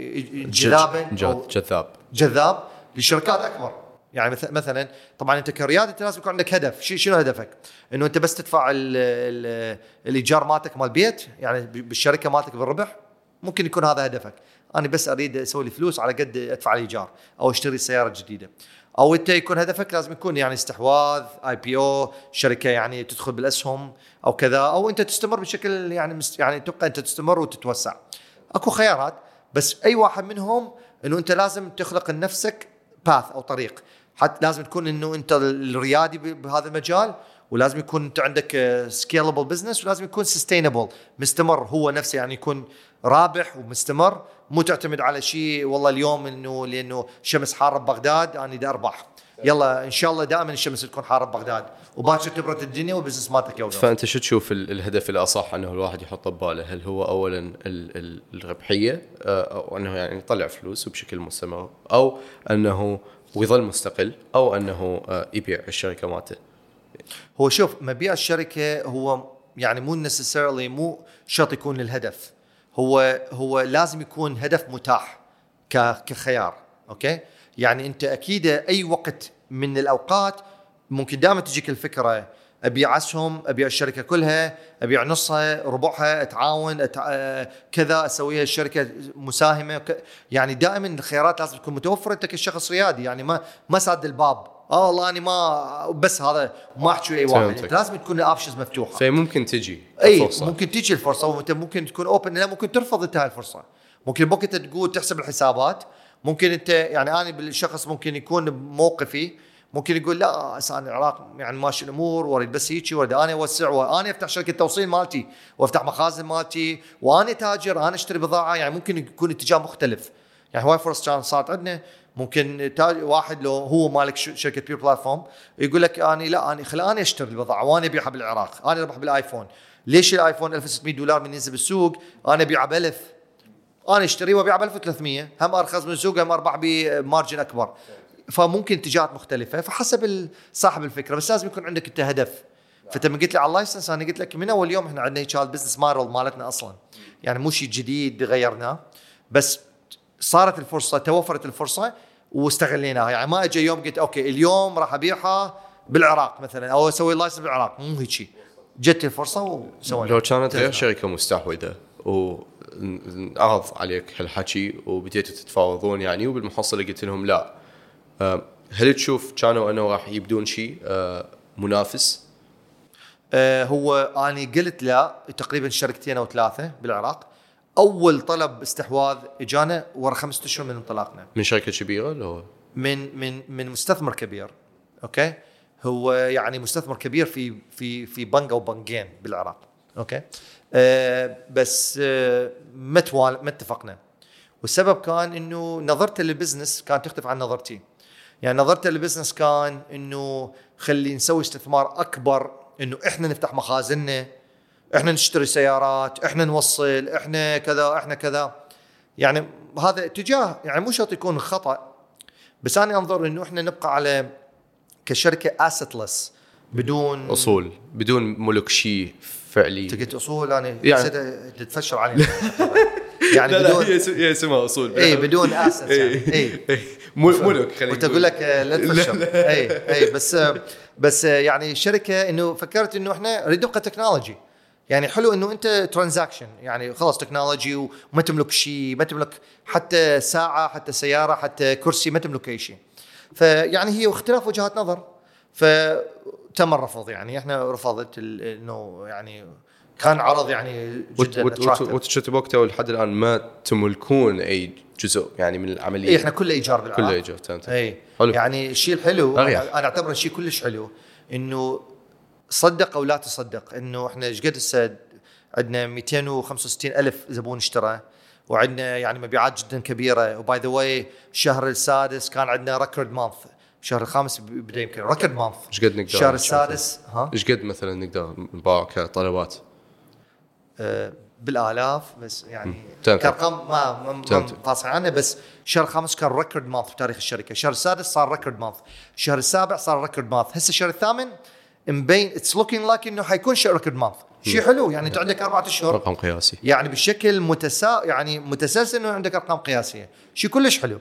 جذابا جذاب لشركات اكبر. يعني مثلا طبعا انت كريادي انت لازم يكون عندك هدف شنو هدفك انه انت بس تدفع الايجار مالتك مال بيت يعني بالشركه مالتك بالربح ممكن يكون هذا هدفك انا بس اريد اسوي لي فلوس على قد ادفع الايجار او اشتري سياره جديده او انت يكون هدفك لازم يكون يعني استحواذ IPO شركه يعني تدخل بالاسهم او كذا او انت تستمر بشكل يعني تبقى انت تستمر وتتوسع. اكو خيارات بس اي واحد منهم انه انت لازم تخلق لنفسك باث او طريق حتى لازم تكون انه انت الريادي بهذا المجال ولازم يكون انت عندك سكيلبل بزنس ولازم يكون سستينبل مستمر هو نفسه يعني يكون رابح ومستمر مو تعتمد على شيء والله اليوم انه لانه شمس حاره ببغداد انا بدي اربح يلا ان شاء الله دائما الشمس تكون حاره ببغداد وباكر تبرد الدنيا والبزنس مالتك يوقف. فانت شو تشوف الهدف الاصح انه الواحد يحط بباله هل هو اولا الربحيه او انه يعني يطلع فلوس بشكل مستمر او انه ويظل مستقل او انه يبيع الشركه مالته؟ هو شوف مبيع الشركه هو يعني مو necessarily مو شرط يكون الهدف هو لازم يكون هدف متاح كخيار اوكي. يعني انت اكيد اي وقت من الاوقات ممكن دائما تجيك الفكره ابيع اسهم ابيع الشركه كلها ابيع نصها ربعها اتعاون كذا اسويها الشركه مساهمه يعني دائما الخيارات لازم تكون متوفره انت كشخص ريادي يعني ما ساد الباب والله اني ما بس هذا ما احكي اي واحد انت لازم تكون الاوبشنز مفتوحه فممكن تجي الفرصه ممكن تجي الفرصه وانت ممكن تكون اوبن لا ممكن ترفض انت الفرصه ممكن انت تقول تحسب الحسابات ممكن انت يعني انا بالشخص ممكن يكون موقفي ممكن يقول لا أنا العراق يعني ماشي الامور واريد بس هيك واريد انا اوسع وانا افتح شركه توصيل مالتي وافتح مخازن مالتي وانا تاجر انا اشتري بضاعه يعني ممكن يكون اتجاه مختلف. يعني هواي فرص كان صارت عندنا ممكن واحد لو هو مالك شركه بيور بلاتفورم يقول لك انا خلاني اشتري البضاعه وانا ابيعها بالعراق انا اربح بالايفون ليش الايفون $1600 من ينزل بالسوق انا ابيعه ب1000 انا اشتريه وابيعه ب 1300 هم ارخص من السوق هم اربح بمارجن اكبر. فممكن اتجاهات مختلفه فحسب صاحب الفكره بس لازم يكون عندك انت هدف. فانت لما قلت لي على اللايسنس انا قلت لك من اول يوم احنا عندنا هيك البزنس موديل مالتنا اصلا يعني مو شيء جديد غيرناه بس صارت الفرصه توفرت الفرصه واستغليناها. يعني ما اجى يوم قلت اوكي اليوم راح ابيعها بالعراق مثلا او اسوي لايسنس بالعراق مو هيك شيء جت الفرصه وسوينا. لو كانت غير شركه مستحوذه وعرض عليك هالحكي وبديتوا تتفاوضون يعني وبالمحصله قلت لهم لا هل تشوف كانوا انه راح يبدون شيء منافس؟ هو أنا قلت لا تقريبا شركتين أو 3 بالعراق أول طلب استحواذ إجانا ورا 5 أشهر من انطلاقنا من شركة كبيرة ولا هو؟ من مستثمر كبير أوكي. هو يعني مستثمر كبير في بنك أو بنكين بالعراق أوكي. بس ما اتفقنا والسبب كان إنه نظرته للبزنس كانت تختلف عن نظرتي. يعني نظرته للبزنس كان إنه خلي نسوي استثمار أكبر إنه إحنا نفتح مخازننا إحنا نشتري سيارات إحنا نوصل إحنا كذا إحنا كذا. يعني هذا اتجاه يعني مو شرط يكون خطأ بس أنا أنظر إنه إحنا نبقى على كشركة assetless بدون أصول بدون ملك شيء فعلي. تقول أصول أنا يعني تتفشل علينا يعني لا بدون هي اسمها اصول اي بدون اسس يعني اي ملك خلينا وتقول لك لا تفشل. اي بس يعني الشركه انه فكرت انه احنا نريد نبقى تكنولوجي. يعني حلو انه انت ترانزاكشن، يعني خلاص تكنولوجي وما تملك شيء، ما تملك حتى ساعه، حتى سياره، حتى كرسي، ما تملك اي شيء. فيعني هي اختلاف وجهات نظر، فتم الرفض. يعني احنا رفضت انه يعني كان عرض يعني جدا وتشتري وقتها ولحد الان ما تملكون اي جزء يعني من العمليه. اي احنا كله ايجار بالعراق، كله ايجار. تمام. اي حلو. يعني الشيء الحلو أريح. انا اعتبره شيء كلش حلو، انه صدق او لا تصدق انه احنا ايش قد هسه عندنا 265 الف زبون اشترى، وعندنا يعني مبيعات جدا كبيره. وباي ذا واي الشهر السادس كان عندنا ريكورد مانث، الشهر الخامس بدا يمكن ريكورد مانث. ايش قد نقدر الشهر السادس ايش قد مثلا نقدر نباع كطلبات؟ بالالاف، بس يعني تمت. كارقام ما فاصل عنه. بس الشهر الخامس كان ريكورد مانث في تاريخ الشركه، الشهر السادس صار ريكورد مانث، الشهر السابع صار ريكورد مانث، هسه الشهر الثامن مبين اتس لوكينج لايك انه حيكون شهر ريكورد مانث. شيء حلو يعني انت عندك 4 اشهر رقم قياسي يعني بشكل يعني متسلسل، انه عندك ارقام قياسيه، شيء كلش حلو.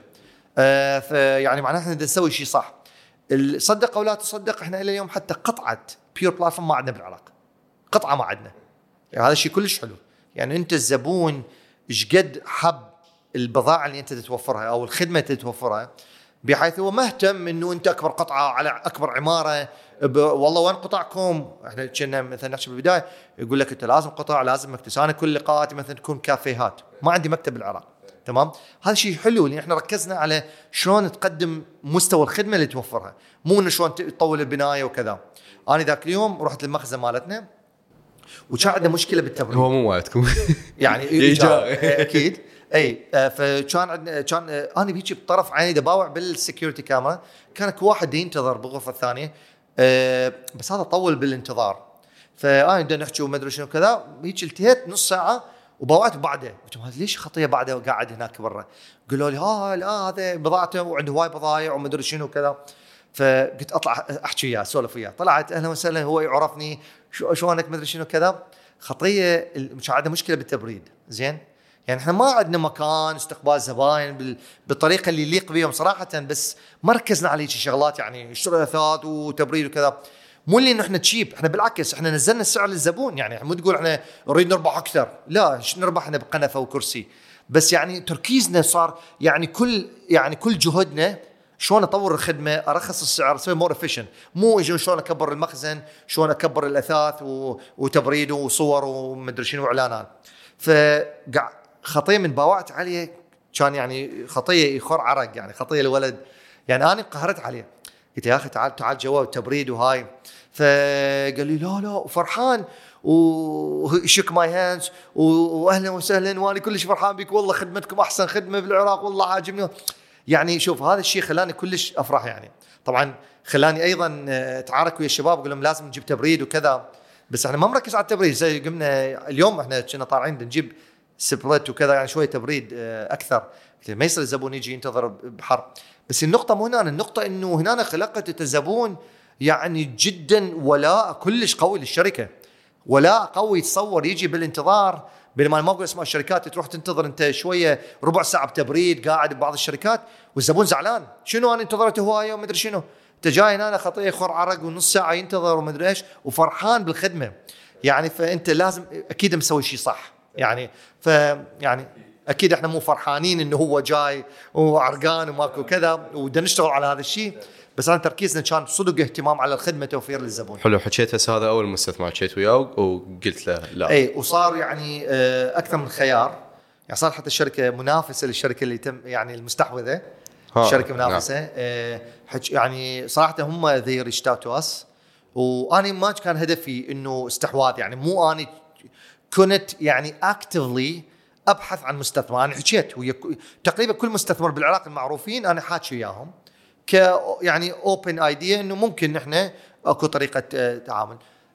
يعني معناته احنا نسوي شيء صح. صدق او لا تصدق احنا الى اليوم حتى قطعه بيور بلاتفورم ما عندنا بالعراق، قطعه ما عندنا. يعني هذا شيء كلش حلو. يعني انت الزبون ايش قد حب البضاعه اللي انت تتوفرها او الخدمه اللي تتوفرها، بحيث هو مهتم انه انت اكبر قطعه على اكبر عماره. والله وين قطعكم؟ احنا كنا مثلا نحكي بالبدايه يقول لك انت لازم قطع، لازم مكتب. انا كل لقاءاتي مثلا تكون كافيهات، ما عندي مكتب بالعراق. تمام، هذا شيء حلو لان احنا ركزنا على شلون تقدم مستوى الخدمه اللي توفرها، مو انه شلون تطول البنايه وكذا. انا ذاك اليوم رحت للمخزن مالتنا وكان عندنا مشكله بالتبريد. هو مو مالتكم يعني ايجار اكيد. اي فكان عندنا انا بيجي بطرف عيني دباوع بالسكيورتي كاميرا، كان اكو واحد ينتظر بالغرفه الثانيه، بس هذا طول بالانتظار. فانا بدنا نحكي وما ادري شنو كذا، هيك التهيت نص ساعه وبوعت بعده. قلت لهم ليش خطيه بعده وقاعد هناك برا؟ قالوا لي لا هذا بضاعته وعنده هواي بضايع وما ادري شنو كذا. فقلت اطلع احكي وياه اسولف وياه. طلعت اهلا وسهلا، هو يعرفني شلونك ما ادري شنو كذا. خطيه مش عندنا مشكله بالتبريد. زين، يعني احنا ما عندنا مكان استقبال زباين بالطريقه اللي يليق بهم صراحه، بس ما ركزنا على هيك شغلات يعني اشتراء اثاث وتبريد وكذا. مو اللي انه احنا تشيب، احنا بالعكس احنا نزلنا السعر للزبون. يعني مو تقول احنا نريد نربح اكثر، لا نربح احنا بقنفه وكرسي. بس يعني تركيزنا صار يعني كل جهدنا شلون اطور الخدمه، ارخص السعر، اسوي مور افيشنت. مو شلون اكبر المخزن، شلون اكبر الاثاث وتبريد وصور ومدري شنو واعلانات. فقع خطيه من باوعت عليه، كان يعني خطيه يخر عرق، يعني خطيه الولد. يعني انا انقهرت عليه، قلت يا اخي تعال جوا التبريد وهاي. فقال لي لا وفرحان وشك ماي هاندز واهلا وسهلا وانا كلش فرحان بك، والله خدمتكم احسن خدمه بالعراق، والله عاجبني. يعني شوف هذا الشيء خلاني كلش افرح. يعني طبعا خلاني ايضا اتعارك ويا الشباب اقول لهم لازم نجيب تبريد وكذا. بس احنا ما مركز على التبريد زي قمنا اليوم، احنا كنا طالعين نجيب سبلت وكذا، يعني شويه تبريد اكثر. ما يصير الزبون يجي ينتظر بحر. بس النقطه مو هنا، النقطه انه هنا خلقت الزبون يعني جدا ولاء كلش قوي للشركه، ولاء قوي. تصور يجي بالانتظار، بينما ما اقول اسماء الشركات، تروح تنتظر انت شويه ربع ساعه بتبريد قاعد ببعض الشركات والزبون زعلان، شنو انا انتظرت هوايه وما ادري شنو. انت جاي هنا خطيه خر عرق ونص ساعه ينتظر وما ادري ايش وفرحان بالخدمه. يعني فانت لازم اكيد مسوي شيء صح. يعني يعني اكيد احنا مو فرحانين انه هو جاي وعرقان وماكو كذا، وبدنا نشتغل على هذا الشيء. بس انا تركيزنا كان صدق اهتمام على الخدمه، توفير للزبون. حلو، حكيت هسه هذا اول مستثمر حكيت وياه وقلت له لا. اي وصار يعني اكثر من خيار. يعني صار حتى الشركه منافسه للشركه اللي تم يعني المستحوذه، شركه منافسه. نعم. يعني صراحه هم they reached out to us، واني ما كان هدفي انه استحواذ. يعني مو اني كنت يعني actively ابحث عن مستثمر. انا حكيت ويا تقريبا كل مستثمر بالعراق المعروفين، انا حاكي وياهم يعني اوبن ايديا انه ممكن نحن اكو طريقه تعامل.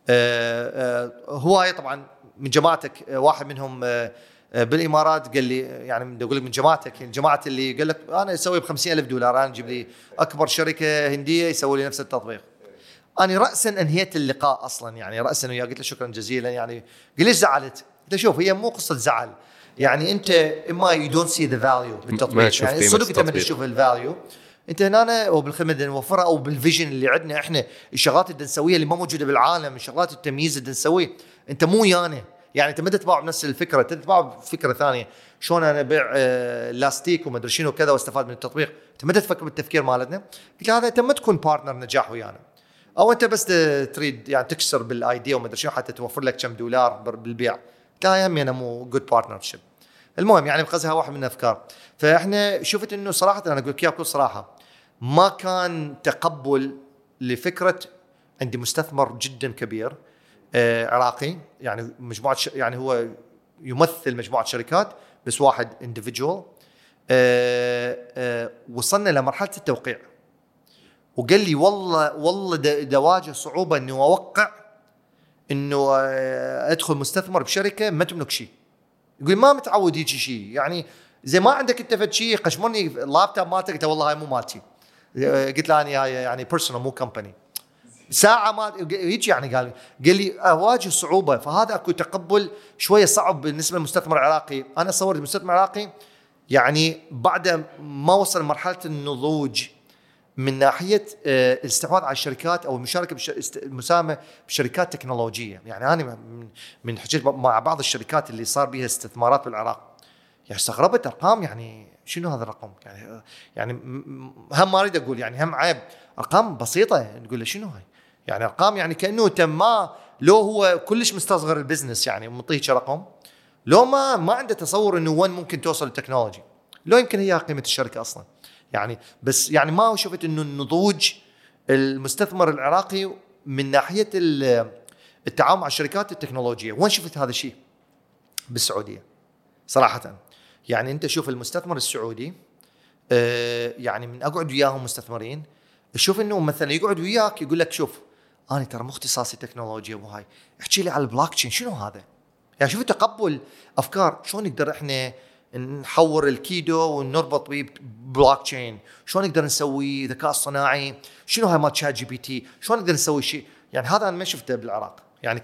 هوايه طبعا من جماعتك، واحد منهم بالامارات قال لي، يعني بدي اقول لك من جماعتك، الجماعه اللي قال لك انا اسوي ب$50,000، انا اجيب لي اكبر شركه هنديه يسوي لي نفس التطبيق. انا راسا انهيت اللقاء اصلا، يعني راسا وياه قلت له شكرا جزيلا. يعني قال لي زعلت؟ قلت له شوف هي مو قصه زعل، يعني انت اما you don't see the value بالتطبيق، يعني صدق انت ما تشوف الفاليو انت هنا او بالخدمه اللي نوفرها او بالفيجن اللي عندنا احنا، الشغلات اللي نسويها اللي ما موجوده بالعالم، الشغلات التمييز اللي نسويه. انت مو يعني انت ما تتباع بنفس الفكره، تتباع بفكره ثانيه. شلون انا ابيع لاستيك وما ادري شنو كذا واستفاد من التطبيق، انت ما تفكر بالتفكير مالتنا. هذا انت ما تكون بارتنر نجاح ويانا، او انت بس تريد يعني تكسر بالايديا وما ادري شنو حتى توفر لك كم دولار بالبيع. لا يهمني، انا مو جود بارتنرشيب. المهم يعني بقصها واحد من الافكار. فاحنا شفت انه صراحه انا اقول لك بكل صراحه ما كان تقبل لفكره. عندي مستثمر جدا كبير عراقي، يعني مجموعه يعني هو يمثل مجموعه شركات بس واحد individual. وصلنا لمرحله التوقيع وقال لي والله دواجه صعوبه انه اوقع انه ادخل مستثمر بشركه ما تملك شيء. يقول ما متعود يجي شيء، يعني زي ما عندك انت فد شيء قشمرني اللابتوب مالتك، قلت والله هاي مو مالتي. قلت له انا يعني بيرسونال مو كمباني. ساعه ما يجي يعني قال لي اواجه صعوبه. فهذا اكو تقبل شويه صعب بالنسبه للمستثمر العراقي. انا صورت المستثمر العراقي يعني بعد ما وصل مرحله النضوج من ناحيه الاستحواذ على الشركات او المشاركه المساهمه بشركات تكنولوجيه. يعني انا من حكيت مع بعض الشركات اللي صار بها استثمارات بالعراق، يعني استغربت ارقام. يعني شنو هذا الرقم؟ يعني هم ما اريد اقول يعني هم عيب، ارقام بسيطه نقول له شنو هاي؟ يعني ارقام يعني كانه تم لو هو كلش مستصغر البزنس يعني مطيك رقم، لو ما عنده تصور انه وين ممكن توصل التكنولوجي، لو يمكن هي قيمه الشركه اصلا. يعني بس يعني ما شفت انه النضوج المستثمر العراقي من ناحيه التعامل مع الشركات التكنولوجيه. وين شفت هذا الشيء؟ بالسعوديه صراحه. يعني انت شوف المستثمر السعودي، يعني من اقعد وياهم مستثمرين شوف انه مثلا يقعد وياك يقول لك شوف انا ترى مو اختصاصي تكنولوجيا وهاي، احكي لي على البلوك تشين شنو هذا. يعني شوف تقبل افكار، شلون نقدر احنا نحور الكيدو ونربط به بلوك تشين، شلون نقدر نسوي ذكاء صناعي، شنو هاي مال شات جي بي تي، شلون نقدر نسوي شيء. يعني هذا انا ما شفته بالعراق. يعني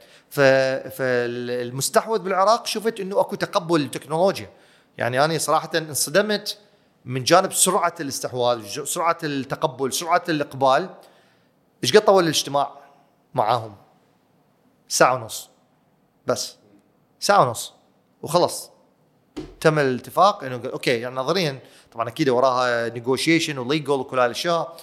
فالمستحوذ بالعراق شفت انه اكو تقبل للتكنولوجيا. يعني انا صراحه انصدمت من جانب سرعه الاستحواذ، سرعه التقبل، سرعه الاقبال. ايش قد طول الاجتماع معاهم؟ ساعه ونص بس، ساعه ونص وخلص تم الاتفاق انه اوكي. يعني نظريا طبعا اكيد وراها نيغوشيشن وليجل وكل هالاشياء،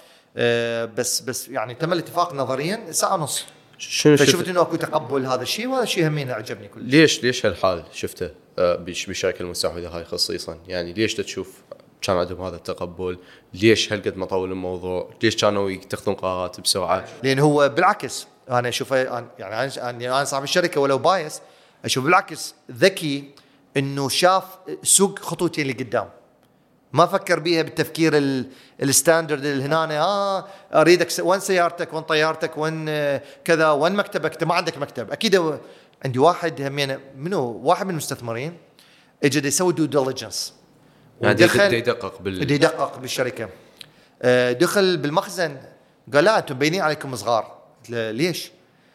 بس يعني تم الاتفاق نظريا ساعه ونص. فشفت انه اكو تقبل هذا الشيء، وهذا الشيء همين عجبني كل. ليش هالحال شفته بالشركه المستحوذه هاي خصيصا؟ يعني ليش تشوف كان عندهم هذا التقبل؟ ليش هالقد ما طول الموضوع؟ ليش كانوا يتخذون قرارات بسرعه؟ لان هو بالعكس انا اشوفه يعني انا صاحب الشركه ولو بايس اشوف بالعكس ذكي، انه شاف سوق خطوتين لقدام، ما فكر بيها بالتفكير الستاندرد اللي هنا اريدك وين سيارتك وين طيارتك وين كذا وين مكتبك. انت ما عندك مكتب. اكيد عندي واحد همين منو واحد من المستثمرين اجى يسوي دو ديليجنس، يعني يدقق بالشركه. دخل بالمخزن قال لا انتم باينين عليكم صغار. قلت له ليش؟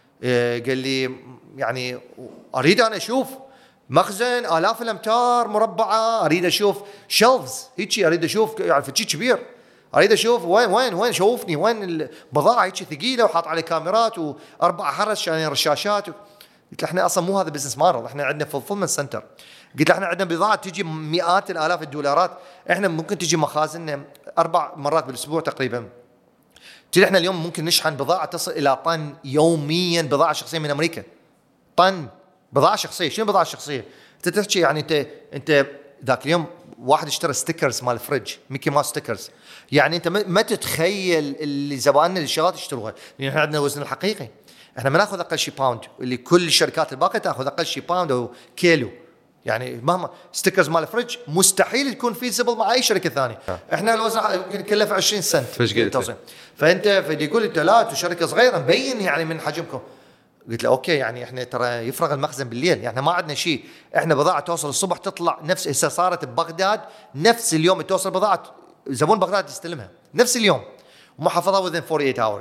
قال لي يعني اريد انا اشوف مخزن آلاف الأمتار مربعة، أريد أشوف شيلفز هيك، أريد أشوف يعني شيء كبير، أريد أشوف وين شوفني وين البضاعة هيك ثقيلة وحاط عليه كاميرات وأربع حرس يعني رشاشات. قلت له إحنا أصلا مو هذا بزنس مارل، إحنا عندنا فولفلمنت سنتر. قلت له إحنا عندنا بضاعة تجي مئات الآلاف الدولارات، إحنا ممكن تجي مخازننا 4 مرات بالأسبوع تقريبا. تجي إحنا اليوم ممكن نشحن بضاعة تصل إلى طن يوميا، بضاعة شخصية من أمريكا، طن بضاعة شخصية. شنو بضاعة شخصية؟ انت تحكي يعني انت ذاك اليوم واحد اشترى ستيكرز مال فريج ميكي ماوس ستيكرز. يعني انت ما تتخيل اللي زبائننا الشغلات يشتروها، لان احنا عندنا الوزن الحقيقي. احنا ما ناخذ اقل شيء باوند، اللي كل الشركات الباقيه تاخذ اقل شيء باوند او كيلو. يعني مهما ستيكرز مال فريج مستحيل تكون فيزبل مع اي شركه ثانيه. احنا الوزن يكلف 20 سنت فانت يقول انت لا انتم شركه صغيره مبين يعني من حجمكم. قلت له اوكي يعني احنا ترى يفرغ المخزن بالليل، يعني ما عندنا شيء. احنا بضاعه توصل الصبح تطلع نفس هسه صارت ببغداد نفس اليوم توصل بضاعه زبون بغداد يستلمها نفس اليوم، ومحافظه within 48 hours.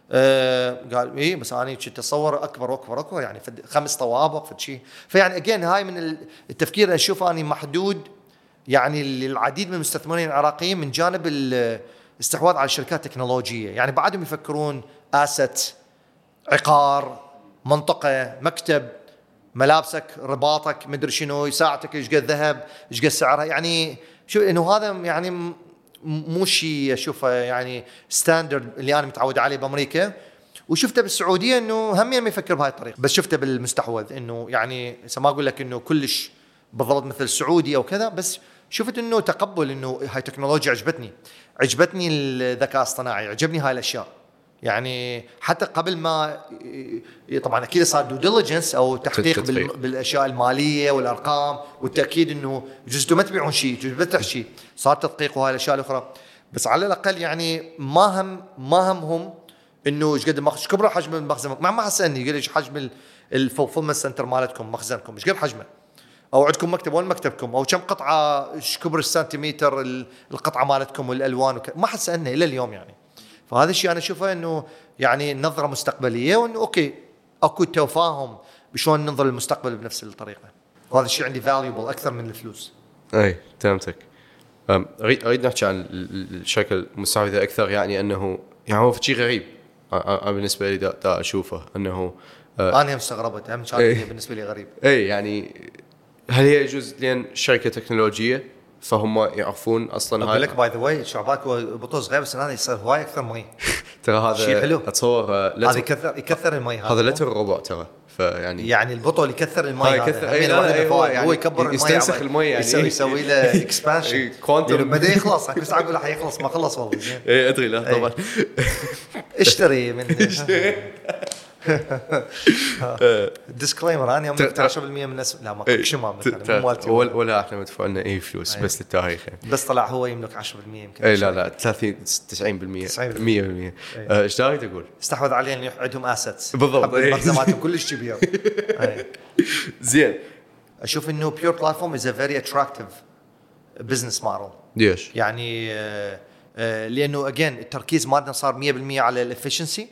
قال ايه بس انا كنت اتصور اكبر يعني 5 طوابق في شيء. فيعني اجين هاي من التفكير اللي اشوفه اني محدود يعني للعديد من المستثمرين العراقيين من جانب الاستحواذ على الشركات التكنولوجيه، يعني بعدهم يفكرون اسيت، عقار، منطقه، مكتب، ملابسك، رباطك، مدري شنو، ساعتك ايش قد ذهب، ايش قد سعرها. يعني شو انه هذا يعني مو شيء اشوفه يعني ستاندرد اللي انا متعود عليه بامريكا، وشفته بالسعوديه انه هم ما يفكر بهاي الطريقه. بس شفته بالمستحوذ انه يعني ما اقول لك انه كلش بالضبط مثل السعودي او كذا، بس شفت انه تقبل انه هاي تكنولوجيا عجبتني الذكاء الاصطناعي، عجبني هاي الاشياء. يعني حتى قبل ما طبعا اكيد صار دو ديليجنس او تحقيق بالاشياء الماليه والارقام والتاكيد انه جزء ما تبيعون شيء، جزء بتفتح شيء، صار تدقيق وهاي الاشياء الاخرى. بس على الاقل يعني ما همهم انه ايش قد ايش كبر حجم المخزن. ما حسني يقول ايش حجم الفولفلمنت سنتر مالتكم، مخزنكم ايش قد حجمه، او عندكم مكتب وين مكتبكم، او كم قطعه ايش كبر السنتيمتر القطعه مالتكم والالوان ما حد سالنا الى اليوم يعني. فهذا الشيء انا اشوفه انه يعني نظره مستقبليه، وانه اوكي اكو تفاهم بشلون ننظر للمستقبل بنفس الطريقه، وهذا الشيء عندي valuable اكثر من الفلوس. اي تمامتك. اريد نحكي عن الشركه المستحوذه اكثر، يعني انه يعني هو شيء غريب. انا بالنسبه لي دا اشوفه انه انا مستغربت هم كان بالنسبه لي غريب. اي يعني هل هي يجوز لين شركه تكنولوجيه فهم يعرفون اصلا؟ اقول لك باي ذا واي شعباك بطل صغير بس هذا يصير هواي اكثر مي. ترى هذا شيء حلو، اتصور هذا يكثر المي. هذا لتر الربع ترى، فيعني البطل يكثر المي، هذا هو يكبر المي، يستنسخ المي، يعني يسوي له اكسبانشن كوانتم. بدا يخلص كنت اقول له حيخلص ما خلص والله. اي ادري لا طبعا اشتري من ديسكليمر انا يوم 10% من الناس لا ما شو مالتي ولا احنا مدفوع لنا اي فلوس بس للتاريخ يعني. بس طلع هو يملك 10% يمكن. اي لا 30 90% 100%. ايش داري تقول؟ استحوذ عليهم عندهم اسيتس بالضبط، مخزناتهم كلش كبير. زين اشوف انه بيور بلاتفورم از ا فيري اتراكتيف بزنس موديل. ليش؟ يعني لانه اجين التركيز مالنا صار 100% على الافشنسي.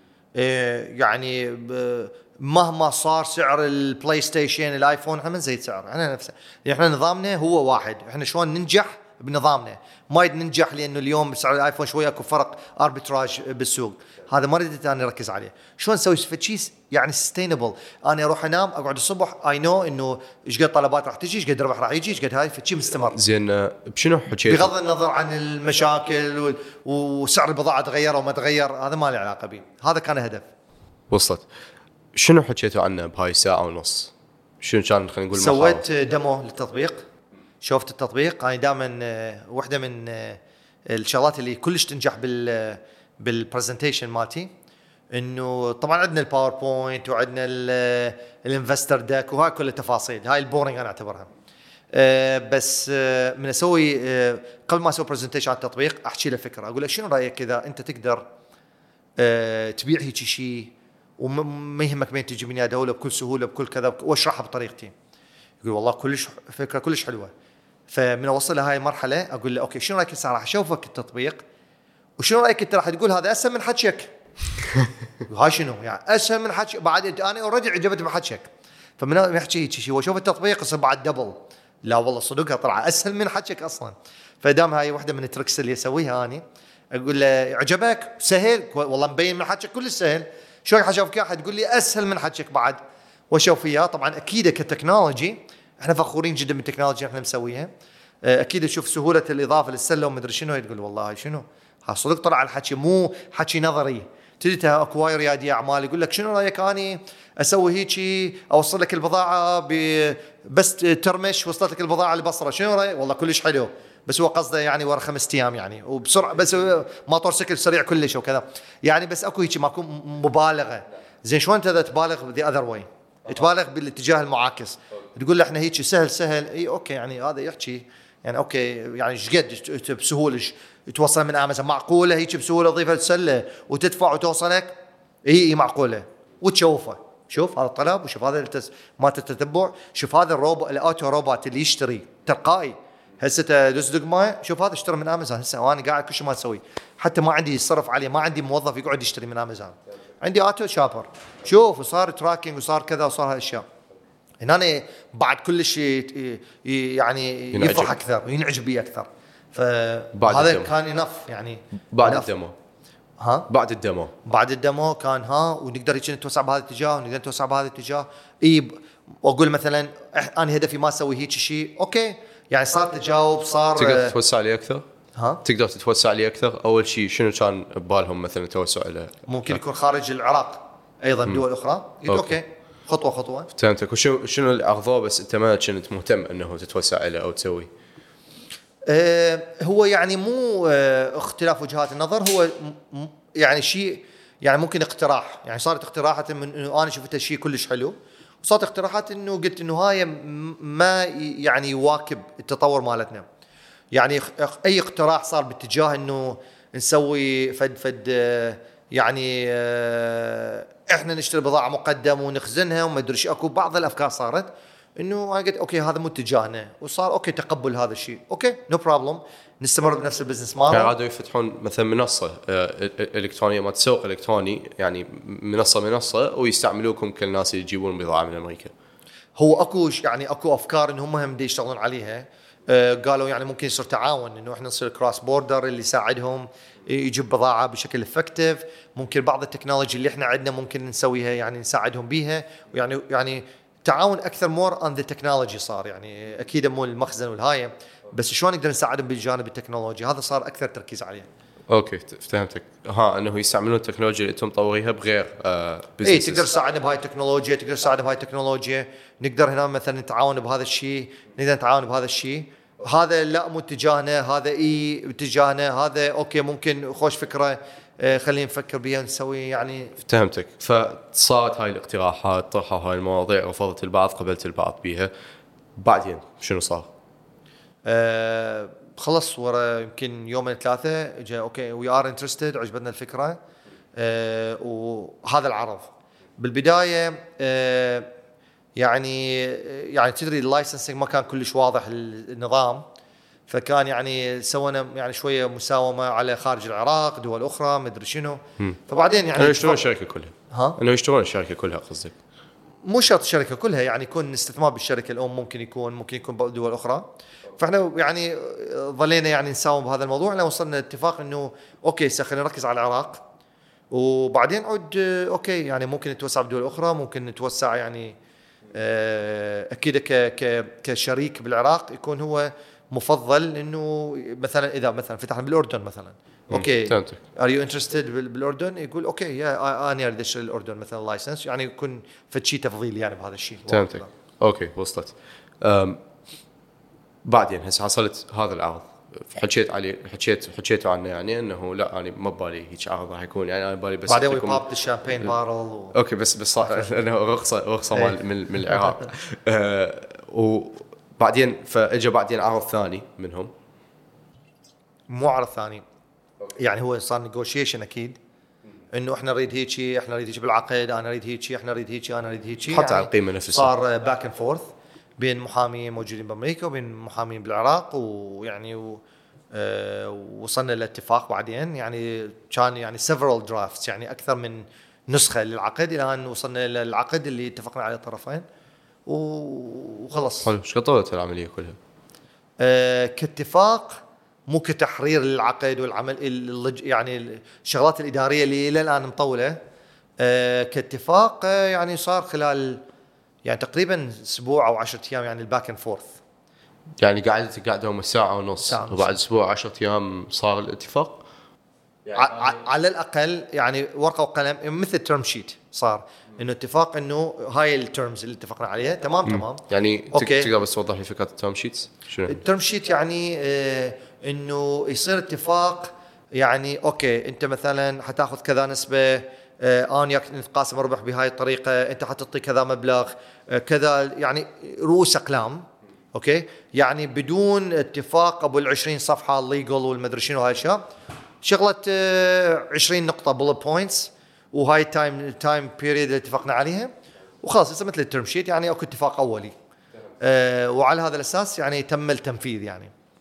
يعني مهما صار سعر البلاي ستيشن الايفون احنا نزيد سعره احنا نفسه، احنا نظامنا هو واحد. احنا شلون ننجح بنظامنا، ما ننجح لانه اليوم سعر الايفون شويه اكو فرق اربيتراج بالسوق، هذا ما ردت انا اركز عليه. شلون نسوي شيء يعني سستينبل، انا اروح انام اقعد الصبح اي نو انه ايش قد طلبات راح تجي، ايش قد ربح راح يجي، ايش قد هاي شيء مستمر. زين بشنو حكيت؟ بغض النظر عن المشاكل وسعر البضاعه تغير او ما تغير، هذا ما له علاقه به، هذا كان هدف. وصلت. شنو حكيتوا عنه بهاي ساعه ونص؟ شنو كان خلينا نقول سويت ديمو للتطبيق، شفت التطبيق. انا دائما واحده من الشغلات اللي كلش تنجح بالبرزنتيشن مالتي انه طبعا عندنا الباوربوينت وعندنا الانفستر داك وهاي كل التفاصيل، هاي البورينج انا اعتبرها. بس من اسوي قبل ما اسوي برزنتيشن على التطبيق احكي له فكره، اقول له شنو رايك اذا انت تقدر تبيع هيك شيء وما يهمك بين تجيب لي دوله بكل سهوله بكل كذا واشرحها بطريقتي. يقول والله كلش فكره كلش حلوه. فمن اوصل لهاي المرحله اقول له اوكي شنو رايك هسه راح اشوفك التطبيق وشنو رايك انت راح تقول هذا اسهل من حكيك. هاي شنو يعني اسهل من حكي، بعد انا اوريدي عجبت بحكيك. فمن يحكي هيك شيء واشوف التطبيق يصير بعد دبل، لا والله صدقها طلع اسهل من حكيك اصلا. فدام هاي واحده من التركس اللي اسويها اني، اقول له عجبك سهل والله مبين من حكيك كل سهل، شو راح اشوفك احد تقول لي اسهل من حكيك بعد واشوف فيها. طبعا اكيد كتكنولوجي احنا فخورين جدا بالتكنولوجيا احنا مسويها، اكيد تشوف سهوله الاضافه للسله ومدري شنو، تقول والله هاي شنو صدق طلع الحكي مو حكي نظري. تجي اكو وايد ريادي اعمال يقول لك شنو رايك اني اسوي هيجي اوصل لك البضاعه بس ترمش وصلت لك البضاعه لبصره، شنو رايك والله كلش حلو، بس هو قصده يعني ورا 5 ايام يعني وبسرعه، بس موتور سيكل سريع كلش وكذا يعني، بس اكو هيك ماكو مبالغه. زين شلون انت تبالغ ذا اذر واي، تبالغ بالاتجاه المعاكس، تقول له احنا هيك سهل اي اوكي يعني هذا يحكي يعني اوكي يعني ايش قد بسهوله توصل من امازون معقوله هيك بسهوله تضيفها تسله وتدفع وتوصلك اي معقوله وتشوفه. شوف هذا الطلب وشوف هذا ما تتتبع، شوف هذا الروبوت الاوتو روبوت اللي يشتري تلقائي هسه دوس دقمه شوف هذا اشتري من امازون هسه، وانا قاعد كل شيء ما اسوي، حتى ما عندي صرف عليه، ما عندي موظف يقعد يشتري من امازون، عندي اوتو شابر شوف، وصار تراكنج وصار كذا وصار هالاشياء. هنا بعد كل شيء يعني يفرح اكثر وينعجب بي اكثر. فهذا كان ينف يعني بعد الديمو. بعد الديمو كان ونقدر نتوسع بهذا الاتجاه ونقدر نتوسع بهذا الاتجاه. واقول مثلا انا هدفي ما اسوي هيك شيء، اوكي يعني صار تجاوب، صار تقدر تتوسع لي اكثر. تقدر تتوسع لي اكثر. اول شيء شنو كان ببالهم مثلا توسع له؟ ممكن يكون خارج العراق ايضا دول اخرى. اوكي خطوه. فهمتك. وشنو العرضه بس انت ما كنت مهتم انه تتوسع له او تسوي؟ هو يعني مو اختلاف وجهات النظر، هو يعني شيء يعني ممكن اقتراح، يعني صارت اقتراحات من انه انا شفت شيء كلش حلو، وصارت اقتراحات انه قلت انه هاي ما يعني يواكب التطور مالتنا. يعني اي اقتراح صار باتجاه انه نسوي فد يعني احنا نشتري بضاعه مقدم ونخزنها وما ادري شيء، اكو بعض الافكار صارت انه انا قلت اوكي هذا مو اتجاهنا، وصار اوكي تقبل هذا الشيء، اوكي نو بروبلم نستمر بنفس البزنس موديل. قاعدوا يفتحون مثلا منصه الكترونيه ما تسوق الكتروني، يعني منصه ويستعملوكم كالناس اللي يجيبون بضاعه من امريكا. هو اكو افكار ان هم يشتغلون عليها. قالوا يعني ممكن يصير تعاون انه احنا نصير كروس بوردر اللي يساعدهم يجيب بضاعه بشكل افكتيف. ممكن بعض التكنولوجي اللي احنا عندنا ممكن نسويها يعني نساعدهم بيها، يعني تعاون اكثر مور اون ذا تكنولوجي صار. يعني اكيد مو المخزن والهايه، بس شلون نقدر نساعدهم بالجانب التكنولوجي، هذا صار اكثر تركيز عليه. اوكي فهمتك. انه يستعملون التكنولوجيا اللي انتم مطوريها بغير اي تقدر تساعدنا بهاي التكنولوجيا، تقدر تساعدنا بهاي التكنولوجيا، نقدر هنا مثلا نتعاون بهذا الشيء، نقدر نتعاون بهذا الشيء. هذا لا مو اتجاهنا، هذا اتجاهنا، هذا اوكي ممكن خوش فكره، خلينا نفكر بها ونسوي يعني. فهمتك. فصارت هاي الاقتراحات، طرحوا هاي المواضيع، رفضت البعض قبلت البعض بيها. بعدين شنو صار؟ خلص ورا يمكن يومين ثلاثه جاء اوكي وي ار انترستد، عجبتنا الفكره. وهذا العرض بالبدايه يعني تدري اللايسنسنج ما كان كلش واضح النظام، فكان يعني سوينا يعني شويه مساومه على خارج العراق، دول اخرى ما ادري شنو. فبعدين يعني يشترون الشركه كلها. انه يشترون الشركه كلها قصدك؟ مو شرط الشركه كلها، يعني يكون استثمار بالشركه الام، ممكن يكون دول اخرى. فاحنا يعني ظلينا يعني نساوم بهذا الموضوع لين وصلنا اتفاق انه اوكي خلينا نركز على العراق، وبعدين عود اوكي يعني ممكن نتوسع بدول اخرى، ممكن نتوسع يعني اكيد كشريك بالعراق يكون هو مفضل. انه مثلا اذا مثلا فتحنا بالاردن مثلا، اوكي ار يو انترستد بالاردن، يقول اوكي يا انا اريد اشتري الاردن مثلا لايسنس، يعني يكون فشي تفضيل يعني بهذا الشيء. فهمتك. اوكي وصلت. بعدين هسه حصلت هذا العرض، حكيت عليه، حكيتوا عنه، يعني انه لا انا ما ببالي هيك عرض راح يكون، يعني انا ببالي بس بعدين وي بوب الشامبين بارل اوكي بس صار انه رخصه من العراق. وبعدين فاجى بعدين عرض ثاني منهم. مو عرض ثاني يعني هو صار نيغوشيشن اكيد، انه احنا نريد هيك، احنا نريد هيك بالعقد، انا اريد هيك، احنا نريد هيك، انا اريد هيك، حتى يعني على القيمه نفسها صار باك اند فورث بين محامين موجودين بامريكا وبين محامين بالعراق، ويعني وصلنا لاتفاق. بعدين يعني كان يعني several drafts، يعني اكثر من نسخه للعقد الى ان وصلنا للعقد اللي اتفقنا عليه الطرفين وخلص. حلو. ايش طولت العمليه كلها؟ كاتفاق، مو كتحرير للعقد والعمل يعني الشغلات الاداريه اللي الى الان مطوله. كاتفاق يعني صار خلال يعني تقريبا اسبوع او 10 ايام، يعني الباك اند فورث. يعني قعدوا ساعه ونص، وبعد اسبوع 10 ايام صار الاتفاق. يعني على الاقل يعني ورقه وقلم مثل تيرم شيت، صار انه اتفاق انه هاي التيرمز اللي اتفقنا عليها تمام. يعني تقدر بس توضح لي فكره التيرم شيتس؟ شنو التيرم شيت؟ يعني انه يصير اتفاق، يعني اوكي انت مثلا حتاخذ كذا نسبه، انا نتقاسم الربح بهاي الطريقه، انت حتعطي كذا مبلغ كذا، يعني رؤوس اقلام. اوكي يعني بدون اتفاق ابو ال20 صفحه الليجل والمدري شنو هاي الاشياء، شغله 20 نقطه بولت بوينتس، وهاي تايم بيريد اللي اتفقنا عليها، وخلاص يصير مثل التيرم شيت، يعني اكو اتفاق اولي. وعلى هذا الاساس يعني تم التنفيذ يعني.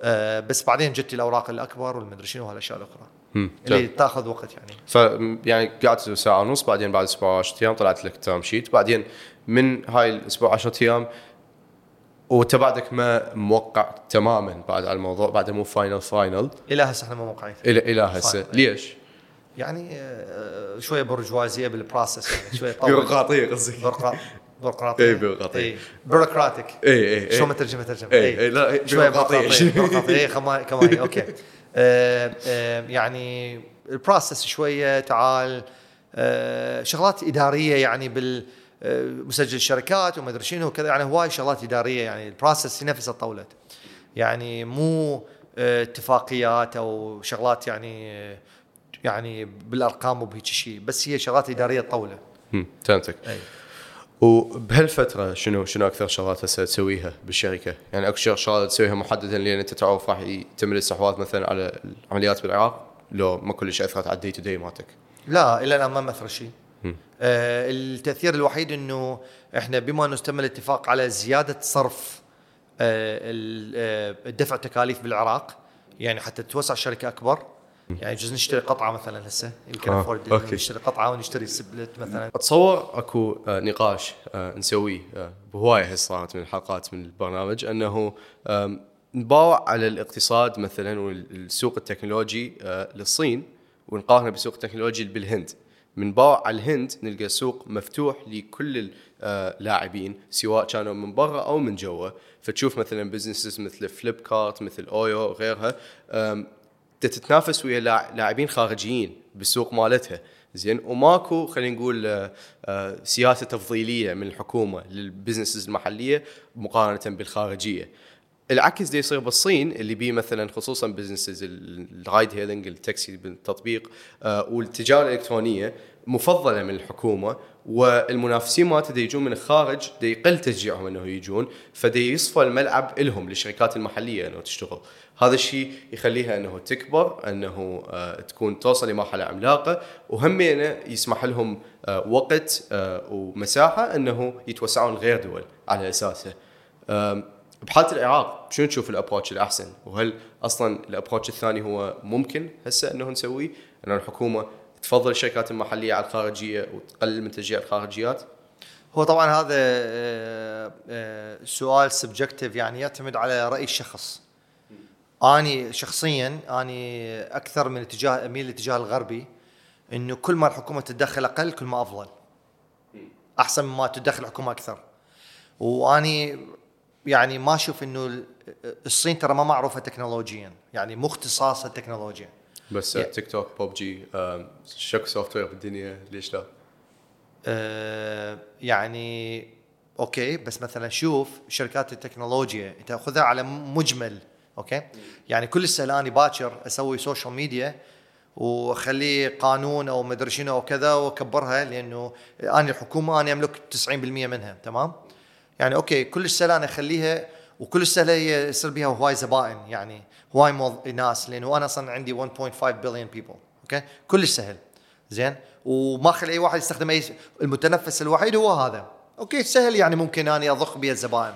بس بعدين جت الاوراق الاكبر والمدري شنو وهالاشياء الاخرى اللي طيب. تاخذ وقت يعني. يعني قعدت ساعه ونص، بعدين بعد اسبوع 10 ايام طلعت لك تيرم شيت، بعدين من هاي الاسبوع 10 ايام وتبعدك ما موقع تماما بعد على الموضوع، بعد مو فاينل الى هسه احنا مو موقعين الى هسه. ليش؟ يعني شويه برجوازيه بالبروسس، يعني شويه بيروقراطيه قصدك؟ بيروقراطيه بيروقراطيك شو ما ترجمه لا شويه بيروقراطيه كمان اوكي. يعني البروسس شويه تعال شغلات اداريه يعني مسجل الشركات وما ادري شنو وكذا، يعني هواي شغلات اداريه، يعني البروسس نفسها طولت، يعني مو اتفاقيات او شغلات يعني بالارقام وبهيك شيء، بس هي شغلات اداريه طوله. فهمتك. وبهالفتره شنو اكثر شغلات هسه تسويها بالشركه؟ يعني اكثر شغلات تسويها محددا لان انت تعرف راح يتم الاستحواذ مثلا على العمليات بالعراق، لو ما كلش اثرت على الدي تو دي مالتك؟ لا الى الان ما مثل شيء. التاثير الوحيد انه احنا بما انه تم الاتفاق على زياده صرف الدفع تكاليف بالعراق، يعني حتى توسع الشركه اكبر، يعني جزء نشتري قطعه مثلا هسه يمكن افورد نشتري قطعه ونشتري سبلت مثلا. اتصور اكو نقاش نسويه بهوايه هي صارت من الحلقات من البرنامج، انه نباوع على الاقتصاد مثلا والسوق التكنولوجي للصين ونقارنه بالسوق التكنولوجي بالهند. من باوع على الهند نلقى سوق مفتوح لكل اللاعبين سواء كانوا من برا او من جوا، فتشوف مثلا بزنسز مثل فليب كارت مثل اويو وغيرها تتنافس ويا لاعبين خارجيين بالسوق مالتها، زين، وماكو خلينا نقول سياسه تفضيليه من الحكومه للبزنسز المحليه مقارنه بالخارجيه. العكس دي يصير بالصين اللي بيه مثلا خصوصا بزنسز الرايد هيلينج التاكسي بالتطبيق والتجاره الالكترونيه مفضله من الحكومه، والمنافسين ما يجون من الخارج دي يقل تشجيعهم انه يجون، فدي يصفى الملعب لهم للشركات المحليه انه تشتغل. هذا الشيء يخليها انه تكبر، انه تكون توصل لمرحله عملاقه، وهمينه يسمح لهم وقت ومساحه انه يتوسعون غير دول على اساسه. بحاله العراق شنو تشوف الابروتش الاحسن؟ وهل اصلا الابروتش الثاني هو ممكن هسه انه نسويه، انه الحكومه تفضل الشركات المحليه على الخارجيه وتقلل من تشجيع الخارجيات؟ هو طبعا هذا سؤال سبجكتيف، يعني يعتمد على راي الشخص. اني شخصيا اني اكثر من اميل للاتجاه الغربي، انه كل ما الحكومه تتدخل اقل كل ما افضل، احسن مما تتدخل الحكومه اكثر. واني يعني ما اشوف انه الصين ترى ما معروفه تكنولوجيا، يعني مو اختصاصها التكنولوجيا، بس تيك توك ببجي شك سوفت وير بالدنيا، ليش لا؟ يعني اوكي، بس مثلا شوف شركات التكنولوجيا انت خذها على مجمل، اوكي، يعني كل السهلاني باكر اسوي سوشيال ميديا واخليه قانون او مدري شنو او كذا واكبرها، لانه انا الحكومه انا املك 90% منها، تمام؟ يعني اوكي كل السهلانه اخليها، وكل السهله هي يصير بها هواي زبائن، يعني هواي ناس، لانه انا اصلا عندي 1.5 بليون بيبل، اوكي، كل السهل زين، وما اخلي اي واحد يستخدم المتنفس الوحيد هو هذا، اوكي سهل، يعني ممكن اني اضخ به الزبائن.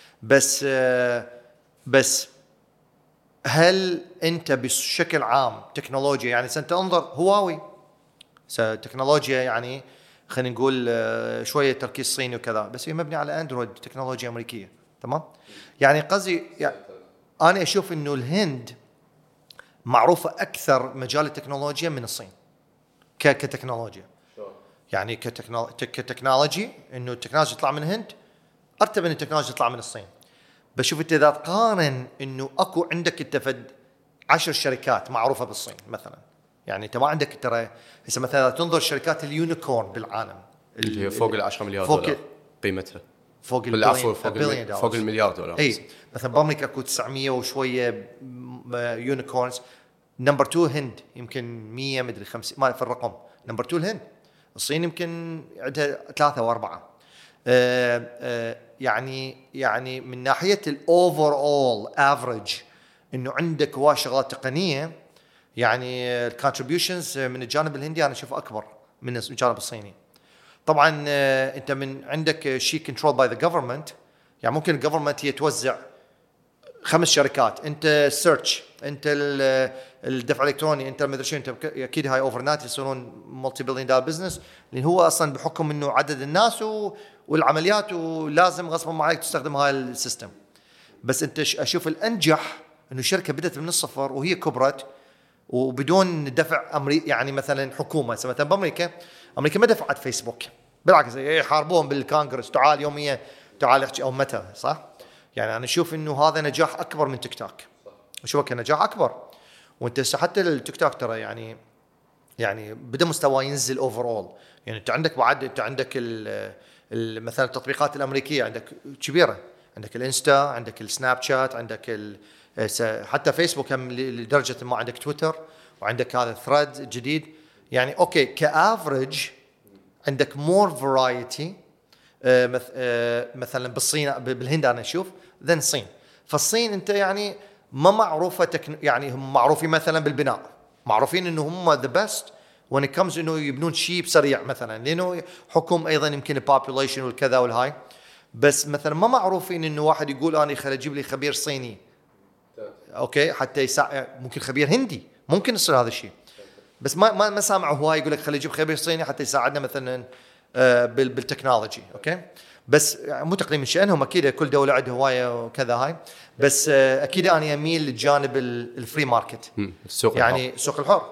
بس هل انت بشكل عام تكنولوجيا، يعني انت انظر هواوي تكنولوجيا، يعني خلينا نقول شويه تركيز صيني وكذا، بس هي مبني على اندرويد تكنولوجيا امريكيه، تمام؟ يعني قصدي يعني انا اشوف انه الهند معروفه اكثر مجال التكنولوجيا من الصين كتكنولوجيا، يعني كتكنولوجي انه التكنولوجيا تطلع من الهند ارتب من التكنولوجيا تطلع من الصين. بشوف انت اذا تقارن انه اكو عندك انت 10 شركات معروفه بالصين مثلا، يعني انت ما عندك ترى هسه مثلا تنظر شركات اليونيكورن بالعالم اللي هي فوق ال10 مليار دولار قيمتها، فوق فوق المليار دولار. اي مثلا بامريكا اكو 900 وشويه يونيكورنز. نمبر 2 هند يمكن 100 مدري 50 ما في الرقم. نمبر 2 الهند. الصين يمكن عندها 3 و4. يعني من ناحيه الاوفر اول افريج انه عندك هواي شغلات تقنيه، يعني الكونتريبيوشنز من الجانب الهندي انا اشوف اكبر من الجانب الصيني. طبعا انت من عندك شيء كنترول باي ذا جفرمنت، يعني ممكن الجفرمنت هي توزع 5 شركات، انت سيرش، انت الدفع الالكتروني، انت ما ادري شو، انت اكيد هاي اوفر نايت يصيرون مالتي بليون دولار بزنس، لان هو اصلا بحكم انه عدد الناس والعمليات ولازم غصبا عليك تستخدم هاي السيستم. بس انت اشوف الانجح انه شركه بدات من الصفر وهي كبرت وبدون دفع يعني مثلا حكومه، مثلا بامريكا ما دفعت فيسبوك، بالعكس يحاربوهم بالكونغرس، تعال يوميا تعال احكي او متى، صح؟ يعني انا اشوف انه هذا نجاح اكبر من تيك توك، اشوفه كنجاح اكبر. وانت حتى التيك توك ترى يعني بدا مستواه ينزل اوفر يعني انت عندك بعد، انت عندك مثلا التطبيقات الامريكيه عندك كبيره، عندك الانستا، عندك السناب شات، عندك حتى فيسبوك هم لدرجه ما عندك تويتر، وعندك هذا ثريد جديد. يعني اوكي كافرج عندك مور فرايتي مثلا بالصين، بالهند انا اشوف ذن الصين. فالصين انت يعني ما معروفه يعني هم معروفين مثلا بالبناء، معروفين انه هم ذا بيست وين كمز انه يبنون شيء بسريع مثلا، لانه حكم ايضا يمكن البوبوليشن والكذا والهاي. بس مثلا ما معروفين انه واحد يقول انا خليني اجيب لي خبير صيني اوكي حتى ممكن خبير هندي، ممكن يصير هذا الشيء. بس ما سامع هواي يقول لك خلي يجيب خبير صيني حتى يساعدنا مثلا بالتكنولوجي. اوكي بس مو تقليل من شأنهم، اكيد كل دوله عندها هوايه وكذا هاي، بس اكيد انا اميل للجانب الفري ماركت، السوق يعني الحر. السوق الحر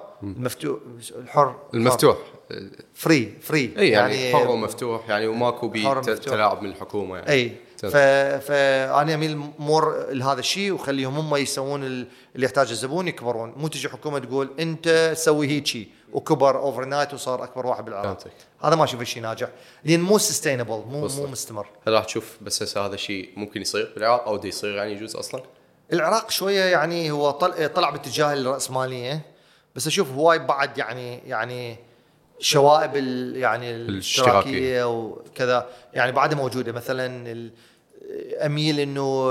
المفتوح فري اي يعني حر ومفتوح يعني وماكو تلاعب من الحكومه يعني. اي فانا اميل مور لهذا الشيء وخليهم هم يسوون اللي يحتاج الزبون يكبرون، مو تجي حكومه تقول انت سوي هيك وكبر اوفر نايت وصار اكبر واحد بالعالم. هذا ما اشوف شيء ناجح لان مو سستينبل، مو مستمر. هل راح تشوف بس هذا الشيء ممكن يصير بالعراق او يصير يعني يجوز اصلا؟ العراق شويه يعني هو طلع باتجاه الراسماليه، بس اشوف هواي بعد يعني شوائب يعني الاشتراكيه وكذا يعني بعدها موجوده. مثلا اميل انه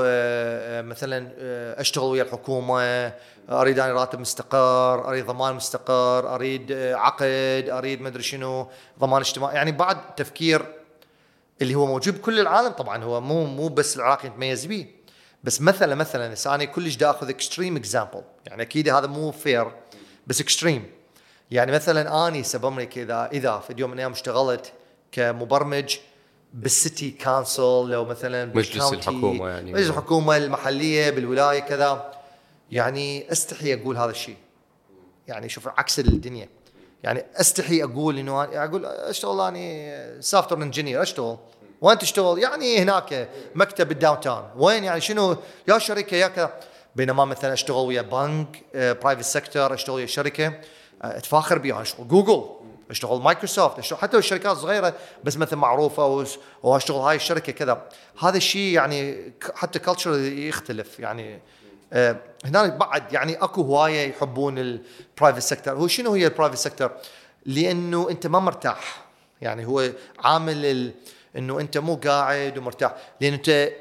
مثلا اشتغل ويا الحكومه، اريد اني راتب مستقر، اريد ضمان مستقر، اريد عقد، اريد ما ادري شنو ضمان اجتماعي، يعني بعد تفكير اللي هو موجود بكل العالم. طبعا هو مو بس العراق يتميز به، بس مثلا انا كلش دا اخذ اكستريم اكزامبل، يعني اكيد هذا مو فير بس اكستريم. يعني مثلا اني بامريكا اذا في يوم من الايام اشتغلت كمبرمج بالسيتي كونسل لو مثلا مجلس الحكومه، يعني مجلس الحكومه المحليه بالولايه كذا، يعني استحي اقول هذا الشيء. يعني شوف عكس الدنيا، يعني استحي اقول انه اقول اشتغل اني سوفت وير انجينير، اشتغل وين تشتغل؟ يعني هناك مكتب الداون تاون، وين يعني شنو يا شركه يا كذا. بينما مثلا اشتغل ويا بنك برايفت سيكتور، اشتغل ويا شركه اتفاخر بها، اشتغل جوجل، اشتغل مايكروسوفت، اشتغل حتى الشركات الصغيره بس مثلا معروفه واشتغل هاي الشركه كذا. هذا الشيء يعني حتى كلتشر يختلف. يعني هنا بعد يعني اكو هوايه يحبون البرايفت سيكتور. هو شنو هي البرايفت سيكتور؟ لانه انت ما مرتاح، يعني هو عامل انه انت مو قاعد ومرتاح، لان انت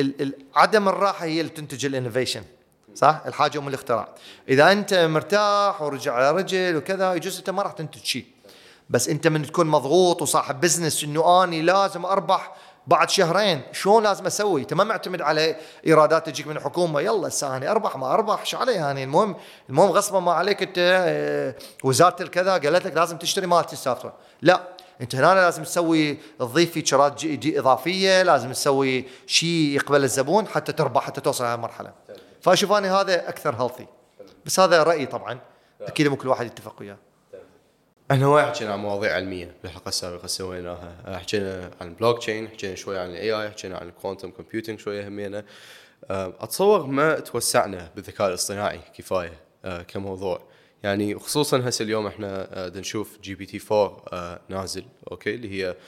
عدم الراحه هي اللي تنتج الانوفيشن، صح؟ الحاجه ام الاختراع. اذا انت مرتاح ورجع على رجل وكذا يجوز انت ما راح تنتج شيء. بس انت من تكون مضغوط وصاحب بزنس انه اني لازم اربح بعد شهرين، شلون لازم اسوي؟ انت ما معتمد على ايرادات تجيك من الحكومه، يلا الساني اربح ما اربحش عليها يعني، المهم غصبا ما عليك انت وزاره الكذا قالت لك لازم تشتري مالتي السوفت وير، لا انت هنا لازم تسوي تضيف فيتشرات اضافيه، لازم تسوي شيء يقبل الزبون حتى تربح، حتى توصل هذه المرحله. فاشوف انا هذا اكثر هيلثي، بس هذا رايي طبعا، اكيد مو كل واحد يتفق وياه. احنا هواي حكينا عن مواضيع علميه بالحلقه السابقه سويناها، حكينا عن البلوك تشين، حكينا شويه عن الاي اي، حكينا عن الكوانتم كومبيوتنج شويه همينا. اتصور ما توسعنا بالذكاء الاصطناعي كفايه كموضوع، يعني خصوصا هسه اليوم احنا نشوف GPT-4 نازل، اوكي، اللي هي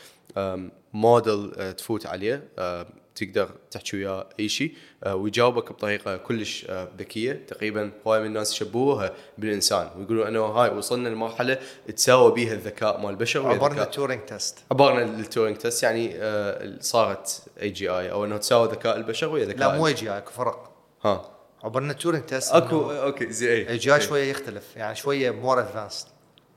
موديل تفوت عليه تقدر تحكي وياه اي شيء ويجاوبك بطريقه كلش ذكيه. تقريبا هواي من الناس يشبهوها بالانسان ويقولوا انه هاي وصلنا لمرحله تساوي بها الذكاء مال البشر. عبرنا التورينج تيست، عبرنا التورينج تيست، يعني صارت AGI او انه تساوي ذكاء البشر ويا ذكاء. لا مو AGI، اكو فرق. عبرنا التورينج تيست اكو اوكي زي AGI شويه يختلف، يعني شويه مور ادفانسد.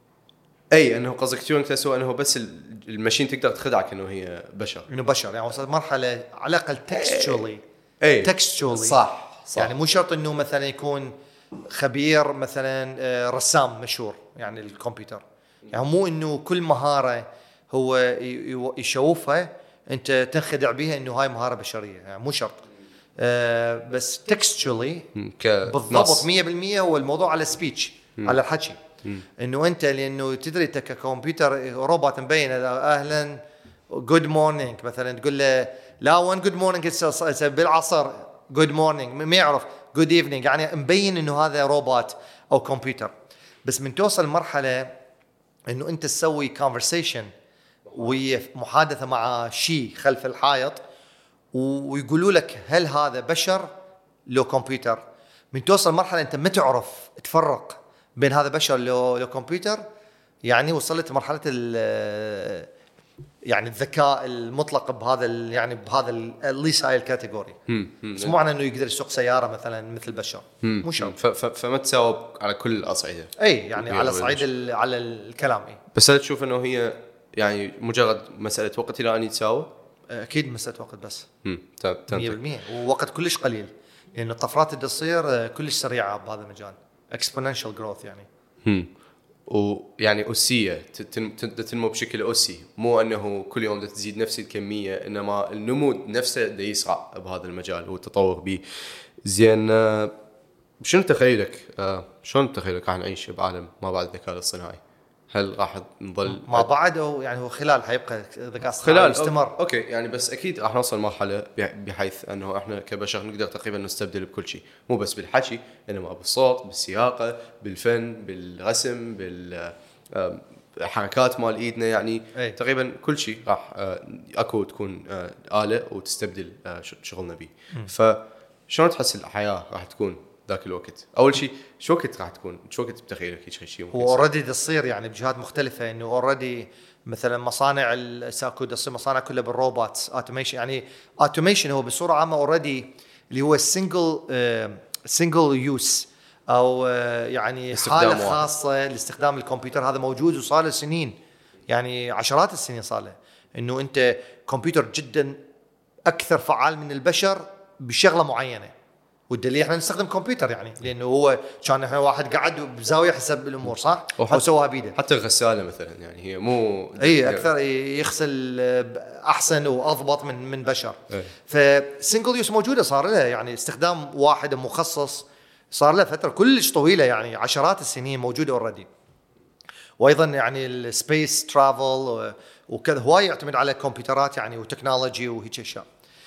اي انه قصدك تيورينج تيست هو انه بس الماشين تقدر تخدعك انه هي بشر، انه بشر، يعني وصلت مرحله على الاقل تكستشولي تكستشولي صح. يعني مو شرط انه مثلا يكون خبير مثلا رسام مشهور يعني الكمبيوتر، يعني مو انه كل مهارة هو يشوفها انت تنخدع بها انه هاي مهارة بشرية، يعني مو شرط. بس تكستشولي بالضبط 100% هو الموضوع على سبيتش، على الحكي. انه انت لانه تدري انت ككمبيوتر روبوت مبين اهلا جود مورنينج مثلا تقول له لا وين جود مورنينج بالعصر جود مورنينج ما يعرف جود ايفنينج، يعني مبين انه هذا روبوت او كمبيوتر. بس من توصل مرحله انه انت تسوي كونفرسيشن ومحادثه مع شيء خلف الحائط ويقولوا لك هل هذا بشر لو كمبيوتر، من توصل مرحله انت ما تعرف تفرق بين هذا بشر لو كمبيوتر، يعني وصلت مرحله يعني الذكاء المطلق بهذا يعني بهذا ليس هاي الكاتيجوري. بس مو معنى انه يقدر يسوق سياره مثلا مثل البشر، مو شرط. فما تساوب على كل الاصعده. اي يعني على صعيد على الكلام. اي بس هل تشوف انه هي يعني مجرد مساله وقت الى ان يتساوى؟ اكيد مساله وقت بس. 100% ووقت كلش قليل، لانه الطفرات اللي تصير كلش سريعه بهذا المجال، اكسبوننشال جروث يعني. ويعني أسية تنمو بشكل أسي، مو أنه كل يوم تزيد نفس الكمية، إنما النمو نفسه دا يسرع بهذا المجال والتطور به. زين شنو تخيلك شلون تخيلك راح نعيش بعالم ما بعد الذكاء الاصطناعي؟ هل راح نظل ما بعد أو يعني هو خلال حيبقى الذكاء الاصطناعي يستمر؟ أوكي يعني بس أكيد راح نوصل مرحلة بحيث أنه إحنا كبشر نقدر تقريبا نستبدل بكل شيء، مو بس بالحكي إنما بالصوت، بالسياقة، بالفن، بالرسم، بالحركات مال إيدنا، يعني تقريبا كل شيء راح أكو تكون آلة وتستبدل شغلنا به. فشلون تحس الحياة راح تكون ذاك الوقت؟ اول شيء شو وقت راح تكون، شو وقت بتخيلك هيك شيء ممكن هو اوريدي تصير يعني بجهات مختلفه، انه اوريدي مثلا مصانع الساكو تصير مصانع كلها بالروبوتس اوتوميشن، يعني اوتوميشن هو بصوره عامه اوريدي اللي هو سنجل يوز او يعني حاله خاصه لاستخدام الكمبيوتر، هذا موجود وصار له سنين، يعني عشرات السنين صار له، انه انت كمبيوتر جدا اكثر فعال من البشر بشغله معينه. والدليل احنا نستخدم كمبيوتر يعني لانه هو كان احنا واحد قاعد بزاويه حسب الامور صح وسواها بيده. حتى الغساله مثلا يعني هي مو اي اكثر يغسل احسن واضبط من بشر. فسنجل يوز موجوده صار لها يعني استخدام واحد مخصص صار لها فتره كلش طويله، يعني عشرات السنين موجوده اوريدي. وايضا يعني السبيس ترافل وكذا هواي يعتمد على كمبيوترات يعني وتكنولوجي وهيك اشياء.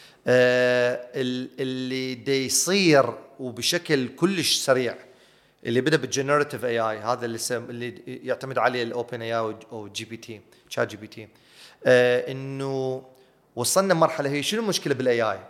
اللي دي يصير وبشكل كلش سريع اللي بدا بالجنراتيف اي اي، هذا اللي يعتمد عليه الاوبن اي اي او جي بي تي شات جي بي تي. انه وصلنا مرحله هي شنو المشكله بالاي اي؟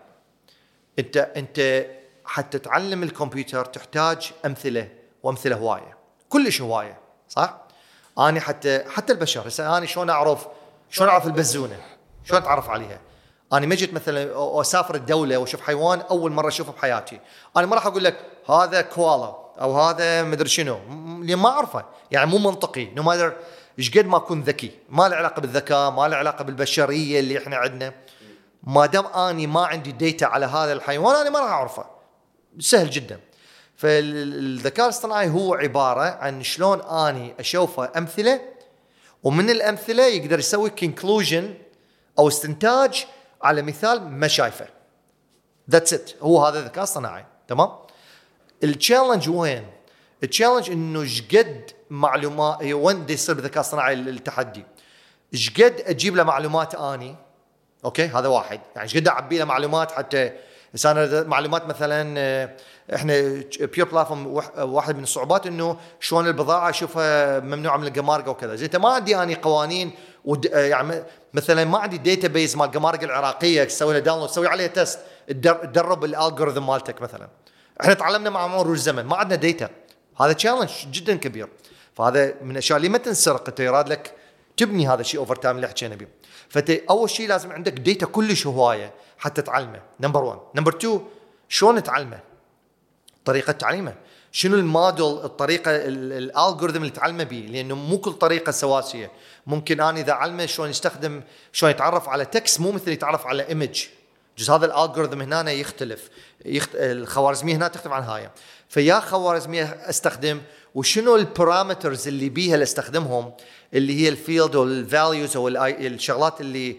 انت حتى تعلم الكمبيوتر تحتاج امثله وامثله هوايه كلش هوايه صح. انا حتى البشر هسه انا شلون اعرف البزونه، شلون اتعرف عليها؟ أنا ما جيت مثلا أسافر الدولة وأشوف حيوان أول مرة أشوفه بحياتي، أنا ما راح أقول لك هذا كوالا أو هذا مدري شنو، اللي ما أعرفه يعني مو منطقي. no matter إيش قد ما أكون ذكي، ما له علاقة بالذكاء، ما له علاقة بالبشرية اللي إحنا عندنا. ما دام أني ما عندي ديتا على هذا الحيوان أنا ما راح أعرفه، سهل جدا. فالذكاء الاصطناعي هو عبارة عن شلون أني أشوفه أمثلة، ومن الأمثلة يقدر يسوي conclusion أو استنتاج على مثال ما شايفه. That's it. هو هذا الذكاء الصناعي. تمام. التشالنج وين؟ التشالنج انه شقد معلومات هي وين دي يصير بالذكاء الصناعي التحدي. شقد اجيب له معلومات اني، اوكي هذا واحد، يعني شقد اعبي له معلومات حتى انا معلومات مثلا احنا بيور بلاتفورم واحد من الصعوبات انه شلون البضاعه اشوفها ممنوعه من القمارقه وكذا. زين انت ما عندي اني قوانين يعني مثلا ما عندي داتا بيز مال القمارقه العراقيه تسوي لها داونلود تسوي عليها تيست تدرب الالجوريثم مالتك مثلا. احنا تعلمنا مع مرور الزمن ما عندنا داتا، هذا تشالنج جدا كبير. فهذا من الاشياء اللي ما تنسرق، انت يراد لك تبني هذا الشيء اوفر تايم اللي حكينا به. فانت اول شيء لازم عندك داتا كلش هوايه حتى تعلمه، نمبر 1. نمبر 2 شلون تعلمه، طريقه تعليمه، شنو الموديل، الطريقه الالجوريثم اللي تعلمه به، لانه مو كل طريقه سواسيه. ممكن انا اذا علمه شلون يستخدم، شلون يتعرف على تكست مو مثل يتعرف على ايمج. جزء هذا الالجوريثم هنا يختلف، الخوارزميه هنا تختلف عن هاي. فيا خوارزميه استخدم وشنو البارامترز اللي بيها اللي استخدمهم، اللي هي الفيلد والفاليوز او الشغلات اللي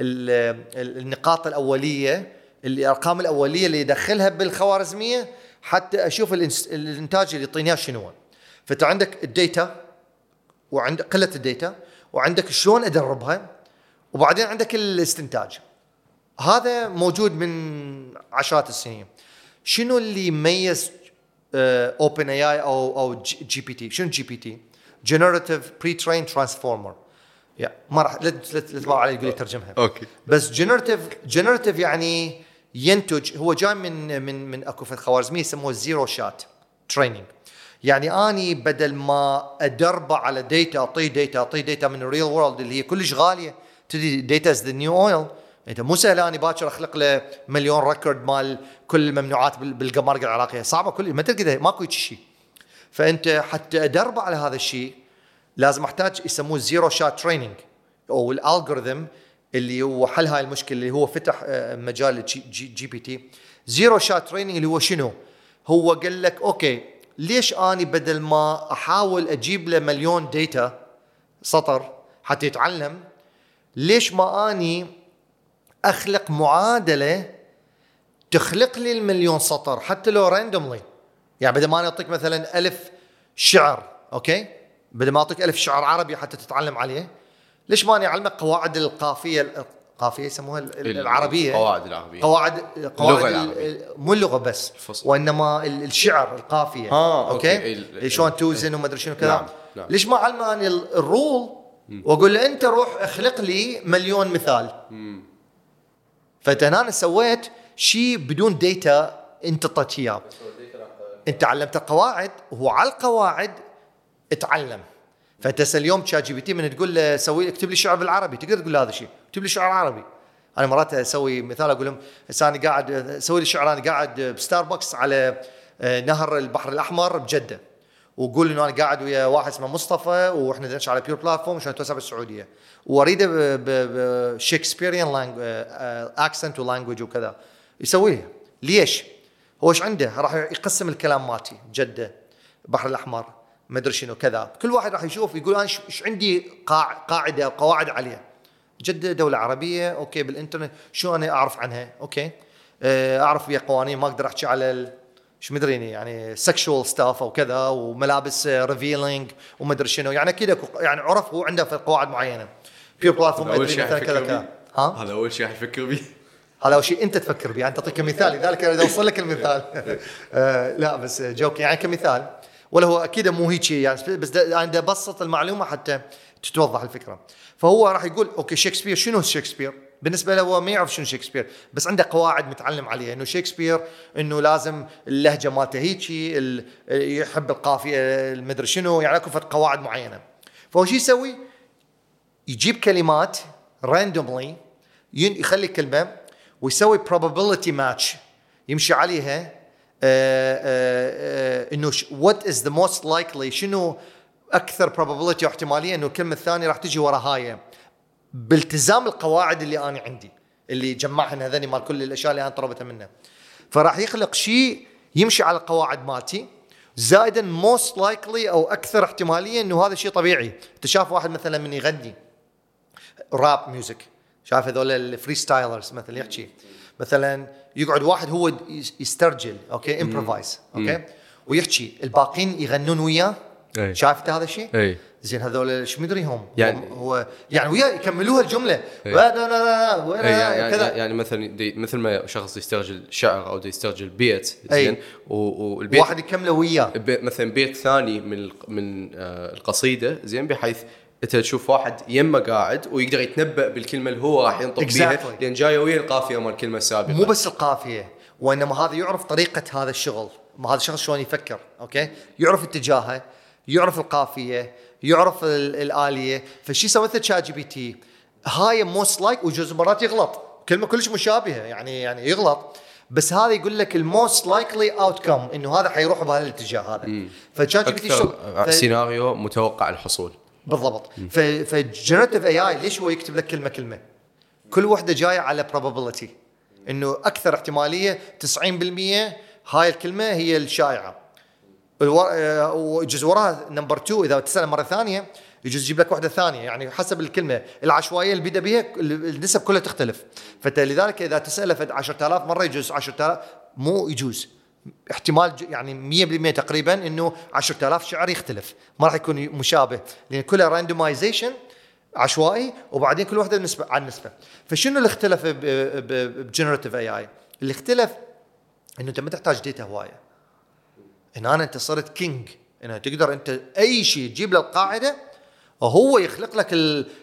النقاط الاوليه، الارقام الاوليه اللي يدخلها بالخوارزميه حتى اشوف الانتاج اللي يعطيني شنو. فانت عندك الداتا وعندك قله الداتا، وعندك شلون ادربها، وبعدين عندك الاستنتاج. هذا موجود من عشرات السنين. شنو اللي يميز اوبن اي اي او جي بي تي؟ شنو جي بي تي؟ جنراتيف بري ترين ترانسفورمر. ما راح لا تبغى علي يقول لي ترجمها. اوكي. بس جنراتيف يعني ينتج. هو جاي من اكو في الخوارزميه يسموه زيرو شات تريننج. يعني اني بدل ما ادربه على داتا، اعطيه داتا من الريل وورلد اللي هي كلش غاليه. تدري داتا از ذا نيو اويل. انت مو سهل اني باكر اخلق له مليون ريكورد مال كل الممنوعات بالقمارقه العراقيه، صعبه كل ما تلقى ماكو شيء. فانت حتى ادربه على هذا الشيء لازم احتاج يسموه زيرو شات تريننج، او الالجوريثم اللي هو حل هاي المشكله، اللي هو فتح مجال جي بي تي. زيرو شات تريننج اللي هو شنو؟ هو قال لك اوكي ليش اني بدل ما احاول اجيب له مليون داتا سطر حتى يتعلم، ليش ما اني اخلق معادله تخلق لي المليون سطر حتى لو راندوملي. يعني بدل ما انا اعطيك مثلا 1000 شعر، اوكي، بدل ما اعطيك 1000 شعر عربي حتى تتعلم عليه، ليش ما اني اعلمك قواعد القافيه يسموها العربيه، قواعد اللغه العربيه، مو اللغه بس الفصل. وانما الشعر القافيه. اوكي شلون توزن وما ادري شنو كذا. نعم. ليش ما علماني الرول واقول له انت روح اخلق لي مليون مثال. فانت هنا سويت شيء بدون داتا انت طيت اياه. انت علمت القواعد وهو على القواعد اتعلم. فانت اليوم شات جي بي تي من تقول له سوي اكتب لي شعر بالعربي، تقدر تقول له هذا الشيء اكتب لي شعر عربي. انا مرات اسوي مثال اقول لهم هسه انا قاعد اسوي لي شعر، انا قاعد بستاربكس على نهر البحر الاحمر بجده، وقول انه انا قاعد ويا واحد اسمه مصطفى واحنا ندش على بيور بلاتفورم عشان نتوسع بالسعوديه، واريده بشكسبيريان اكسنت ولانجوج وكذا، يسويها. ليش؟ هو ايش عنده؟ راح يقسم الكلام مالتي جده البحر الاحمر ما ادري شنو كذا، كل واحد راح يشوف يقول انا ايش عندي قاعده او قواعد عليها. جده دوله عربيه، اوكي، بالانترنت شو انا اعرف عنها؟ اوكي اعرف بيها قوانين، ما اقدر احكي على شو مدريني يعني سكشوال ستاف او كذا، وملابس ريفيلينج وما ادري شنو، يعني اكيد يعني عرف هو عنده في قواعد معينه. بيور بلاتفورم ادري مثلا كذا. هذا اول شيء راح يفكر به. هذا أول شيء أنت تفكر به، أنت تعطيك مثال، لذلك أنا أوصل لك المثال. لا بس جوك يعني كمثال، ولا هو أكيد مو هيك يعني، بس أنا ببسط المعلومة حتى تتوضح الفكرة. فهو راح يقول أوكي شكسبير، شنو شكسبير؟ بالنسبة له هو ما يعرف شنو شكسبير، بس عنده قواعد متعلم عليها، إنه شكسبير إنه لازم اللهجة مالته هيك، يحب القافية المدري شنو، يعني أكو قواعد معينة. فهو شو يسوي؟ يجيب كلمات randomly، يخلي كلمة ويسوي probability match يمشي عليها، انه what is the most likely، شنو اكثر probability واحتماليه انه الكلمه الثانيه راح تجي ورا هاي، بالتزام القواعد اللي انا عندي اللي جمعهن هذني مال كل الاشياء اللي انا طلبتها منه. فراح يخلق شيء يمشي على القواعد مالتي، زائدا most likely او اكثر احتماليه انه هذا شيء طبيعي. انت شاف واحد مثلا من يغني راب ميوزك، شايف هذول الفري ستايلرز مثلا يحكي، مثلا يقعد واحد هو يسترجل، اوكي، امبروفايز، اوكي، ويحكي الباقين يغنون وياه. شايف هذا الشيء؟ زين هذول شو مدري هم يعني هو يعني وياه يكملوها الجمله. يعني مثل ما شخص يسترجل شعر او يسترجل بيت، زين، والبيت واحد يكمله وياه، مثلا بيت ثاني من القصيده، زين، بحيث انت تشوف واحد يمه قاعد ويقدر يتنبأ بالكلمه اللي هو راح ينطق بيها، لان جايه ويا القافيه مال الكلمه السابقه. مو بس القافيه، وانما هذا يعرف طريقه هذا الشغل، هذا الشخص شلون يفكر، اوكي، يعرف اتجاهه، يعرف القافيه، يعرف الآلية. فشي سوته شات جي بي تي هاي موست لايك، وجزء مرات يغلط كلمه كلش مشابهه يعني يغلط، بس هذا يقول لك الموست لايكلي اوتكم انه هذا حيروح بهذا الاتجاه هذا. فشات جي بي تي سيناريو متوقع الحصول بالضبط. فجنراتيف اي اي ليش هو يكتب لك كلمه كل وحده جايه على probability، انه اكثر احتماليه 90% هاي الكلمه هي الشائعه. ويجوز وراها نمبر 2 اذا تسال مره ثانيه يجوز يجيب لك واحده ثانيه، يعني حسب الكلمه العشوائيه اللي بدا بها النسب كلها تختلف. فلذلك اذا تساله فد 10000 مره يجوز 10000 مو يجوز احتمال يعني 100% تقريبا انه 10000 شعر يختلف، ما راح يكون مشابه لان كلها راندومايزيشن عشوائي وبعدين كل واحده نسبه عن نسبه. فشنو اللي اختلف بجنراتيف اي اي؟ اللي اختلف انه انت ما تحتاج ديتا هوايه. هنا انت صرت كينج، انه تقدر انت اي شيء تجيب له القاعده وهو يخلق لك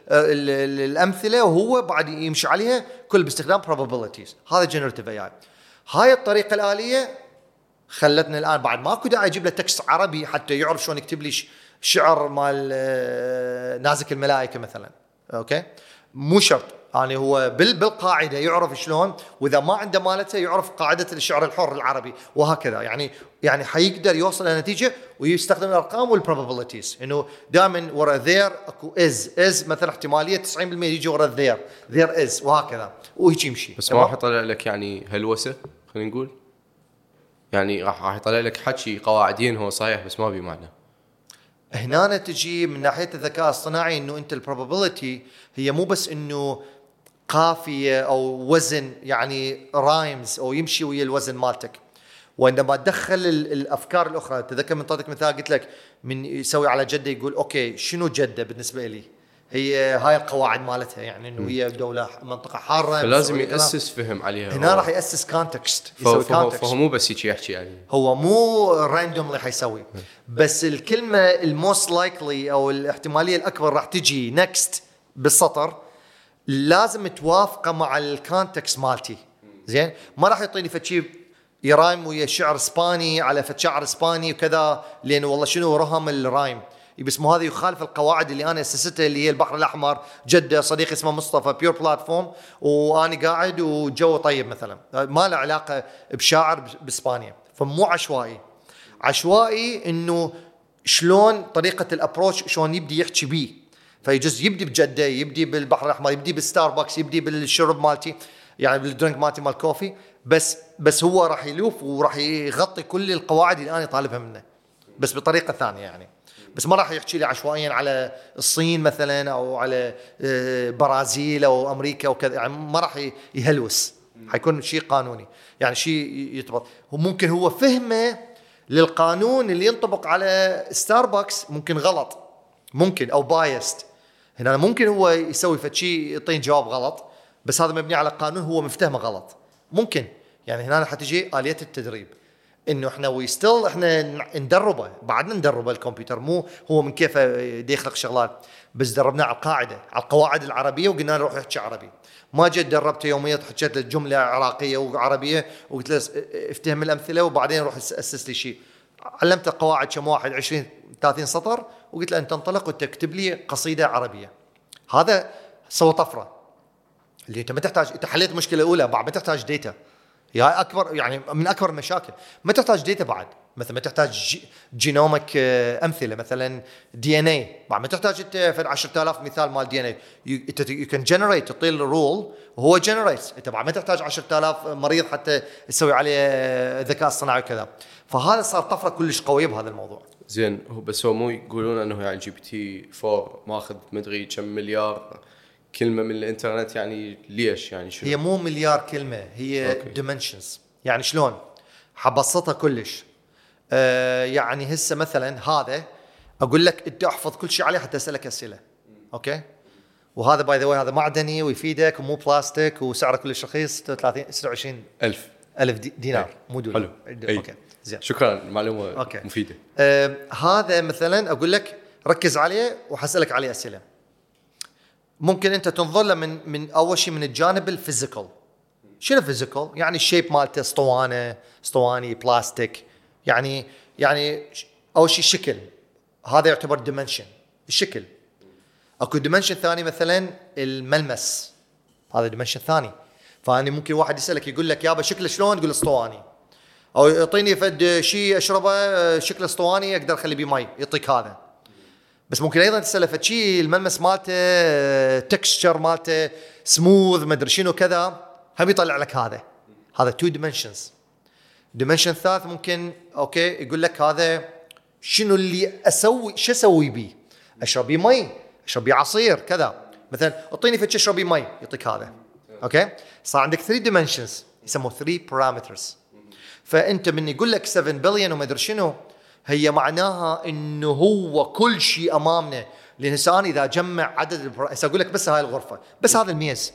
الامثله وهو بعد يمشي عليها كل باستخدام probabilities. هذا جنراتيف اي اي. هاي الطريقه الاليه خلتنا الان بعد ماكو داعي اجيب له تكست عربي حتى يعرف شلون يكتب لي شعر مال نازك الملائكه مثلا. اوكي مو شرط، يعني هو بالقاعده يعرف شلون، واذا ما عنده مالته يعرف قاعده الشعر الحر العربي وهكذا. يعني حيقدر يوصل الى نتيجه ويستخدم الارقام والبروبابيلتيز، انه دائما ورا ذير اكو از مثلا احتماليه 90% يجي ورا ذير از وهكذا وهيك يمشي. بس ما راح يطلع لك يعني هلوسه، خلينا نقول يعني راح يطلع لك حكي قواعدين هو صحيح بس ما بي معنى. هنا تجي من ناحيه الذكاء الاصطناعي انه انت البروبابيلتي هي مو بس انه قافيه او وزن يعني رايمز او يمشي ويا الوزن مالتك، وعندما تدخل الافكار الاخرى. تذكر من طريقه مثال قلت لك من يسوي على جده يقول اوكي شنو جده بالنسبه لي، هي هاي القواعد مالتها، يعني انه هي دوله منطقه حاره فلازم ياسس فهم عليها. هنا راح ياسس كونتكست، يسوي كونتكست. فهو مو بس يحكي يعني هو مو راندوملي حيسوي، بس الكلمه الموست لايكلي او الاحتماليه الاكبر راح تجي نكست بالسطر لازم توافقه مع الكونتكست مالتي. زين ما راح يعطيني فشي يرايم ويا شعر اسباني على شعر اسباني وكذا لانه والله شنو رهم الرايم، بس مو هذا يخالف القواعد اللي انا اسستها اللي هي البحر الاحمر، جده صديقي اسمه مصطفى بيور بلاتفورم وانا قاعد وجو طيب مثلا، ما له علاقه بشاعر باسبانيا. فمو عشوائي انه شلون طريقه الابروش شلون يبدي يحكي بيه. فيجوز يبدي بجده، يبدي بالبحر الاحمر، يبدي بالستاربكس، يبدي بالشرب مالتي يعني بالدرينك مالتي مال كوفي، بس هو راح يلوف وراح يغطي كل القواعد اللي انا طالبها منه بس بطريقه ثانيه يعني. بس ما راح يحكي لي عشوائيا على الصين مثلا او على برازيل او امريكا وكذا، يعني ما راح يهلوس، حيكون شيء قانوني يعني شيء يطبق. وممكن هو فهمه للقانون اللي ينطبق على ستاربكس ممكن غلط، ممكن او بايست. هنا ممكن هو يسوي فشي يعطيني جواب غلط بس هذا مبني على قانون هو مفتهمه غلط ممكن. يعني هنا حتجي آلية التدريب انه احنا ويستل احنا ندربه، بعدنا ندربه الكمبيوتر، مو هو من كيفه يخلق شغلات، بس دربناه على القاعده على القواعد العربيه وقلنا له روح احكي عربي. ما جيت دربته يوميا حكيت له جمله عراقيه وعربيه وقلت له افتهم الامثله وبعدين روح اسس لي شيء. علمته قواعد كم واحد 20 30 سطر وقلت له انت انطلق وتكتب لي قصيده عربيه. هذا سوى طفره اللي انت ما تحتاج، انت حليت المشكله الاولى بعد ما تحتاج ديتا. هي اكبر يعني من اكبر المشاكل، ما تحتاج ديتا بعد، مثلا ما تحتاج جينومك امثله مثلا دي ان اي، بعد ما تحتاج انت في 10000 مثال مال دي ان اي انت يو كان جنريت تعطي له رول وهو جنريت. انت بعد ما تحتاج 10000 مريض حتى تسوي عليه ذكاء اصطناعي وكذا. فهذا صار طفره كلش قويه بهذا الموضوع. زين هو بس هو مو يقولون انه يعني جي بي تي 4 ماخذ مدري كم مليار كلمه من الانترنت، يعني ليش يعني شنو؟ هي مو مليار كلمه، هي ديمنشنز. يعني شلون حبسطها كلش. يعني هسه مثلا هذا اقول لك انت احفظ كل شيء عليه حتى اسالك اسئله. اوكي وهذا باي ذا واي هذا معدني ويفيدك ومو بلاستيك وسعره كلش رخيص 26000 دينار مو دولار. اوكي زين شكرا معلومه أوكي. مفيده. هذا مثلا اقول لك ركز عليه وحسألك عليه اسئله. ممكن انت تنظر له من اول شيء من الجانب الفيزيكال. شنو فيزيكال؟ يعني الشيب مالته اسطواني بلاستيك، يعني اول شيء الشكل، هذا يعتبر ديمنشن الشكل. اكو ديمنشن ثاني مثلا الملمس، هذا ديمنشن ثاني. فاني ممكن واحد يسالك يقول لك يابا شكله شلون، تقول اسطواني، او يعطيني فد شيء اشربه شكله اسطواني اقدر اخلي بيه مي، يعطيك هذا. بس ممكن ايضا تساله فشي الملمس مالته تكستشر مالته سموث ما ادري شنو كذا، هم يطلع لك هذا 2 dimensions. dimension ثالث ممكن اوكي يقول لك هذا شنو اللي اسوي، شو اسوي بيه؟ اشرب بيه مي، اشرب بيه عصير كذا مثلا، اعطيني فتش اشرب بيه مي يعطيك هذا. اوكي صار عندك 3 dimensions يسموه 3 parameters. فانت من يقول لك 7 بليون وما ادري شنو، هي معناها انه هو كل شيء امامنا. لان هسه انا اذا اجمع عدد هسه اقول لك بس هاي الغرفه، بس هذا الميز،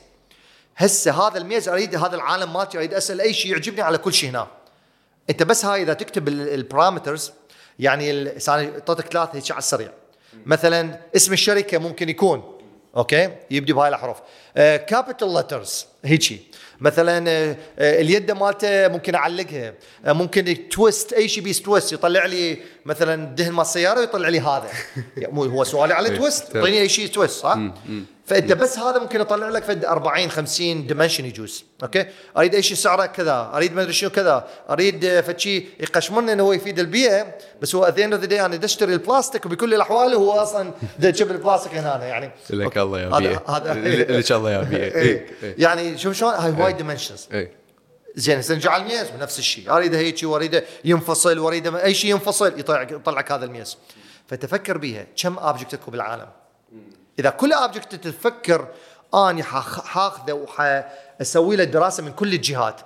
هسه هذا الميز اريد، هذا العالم مالتي اريد اسال اي شيء يعجبني على كل شيء هنا. انت بس هاي اذا تكتب البارامترز، يعني اعطيتك 3 هيك على السريع. مثلا اسم الشركه ممكن يكون اوكي يبدي بهاي الاحرف، كابيتال لترز هيك. مثلا اليد مالته ممكن اعلقها، ممكن تويست اي شيء بيس تويست، يطلع لي مثلا دهن مال السياره ويطلع لي هذا. مو هو سؤالي على تويست، اعطيني اي شيء تويست صح. فانت بس هذا ممكن اطلع لك فد 40 50 ديمنشن يجوز. اوكي اريد اي شيء سعره كذا، اريد ما ادري شنو كذا، اريد فشي يقشمرنا انه هو يفيد البيئه، بس هو ذا اند اوف ذا داي انا بدي اشتري البلاستيك وبكل الاحوال هو اصلا بدي اجيب البلاستيك هنا يعني. لك الله يا بيئه، لك الله يا بيئه. يعني شوف شلون هاي هواي ديمنشنز. زين هسه نرجع على الميز بنفس الشيء، اريد هيك واريد ينفصل واريد اي شيء ينفصل يطلعك هذا الميز. فتفكر بيها كم اوبجكت اكو بالعالم. اذا كل اوبجكت تفكر اني حاخذه وحاسوي له دراسه من كل الجهات،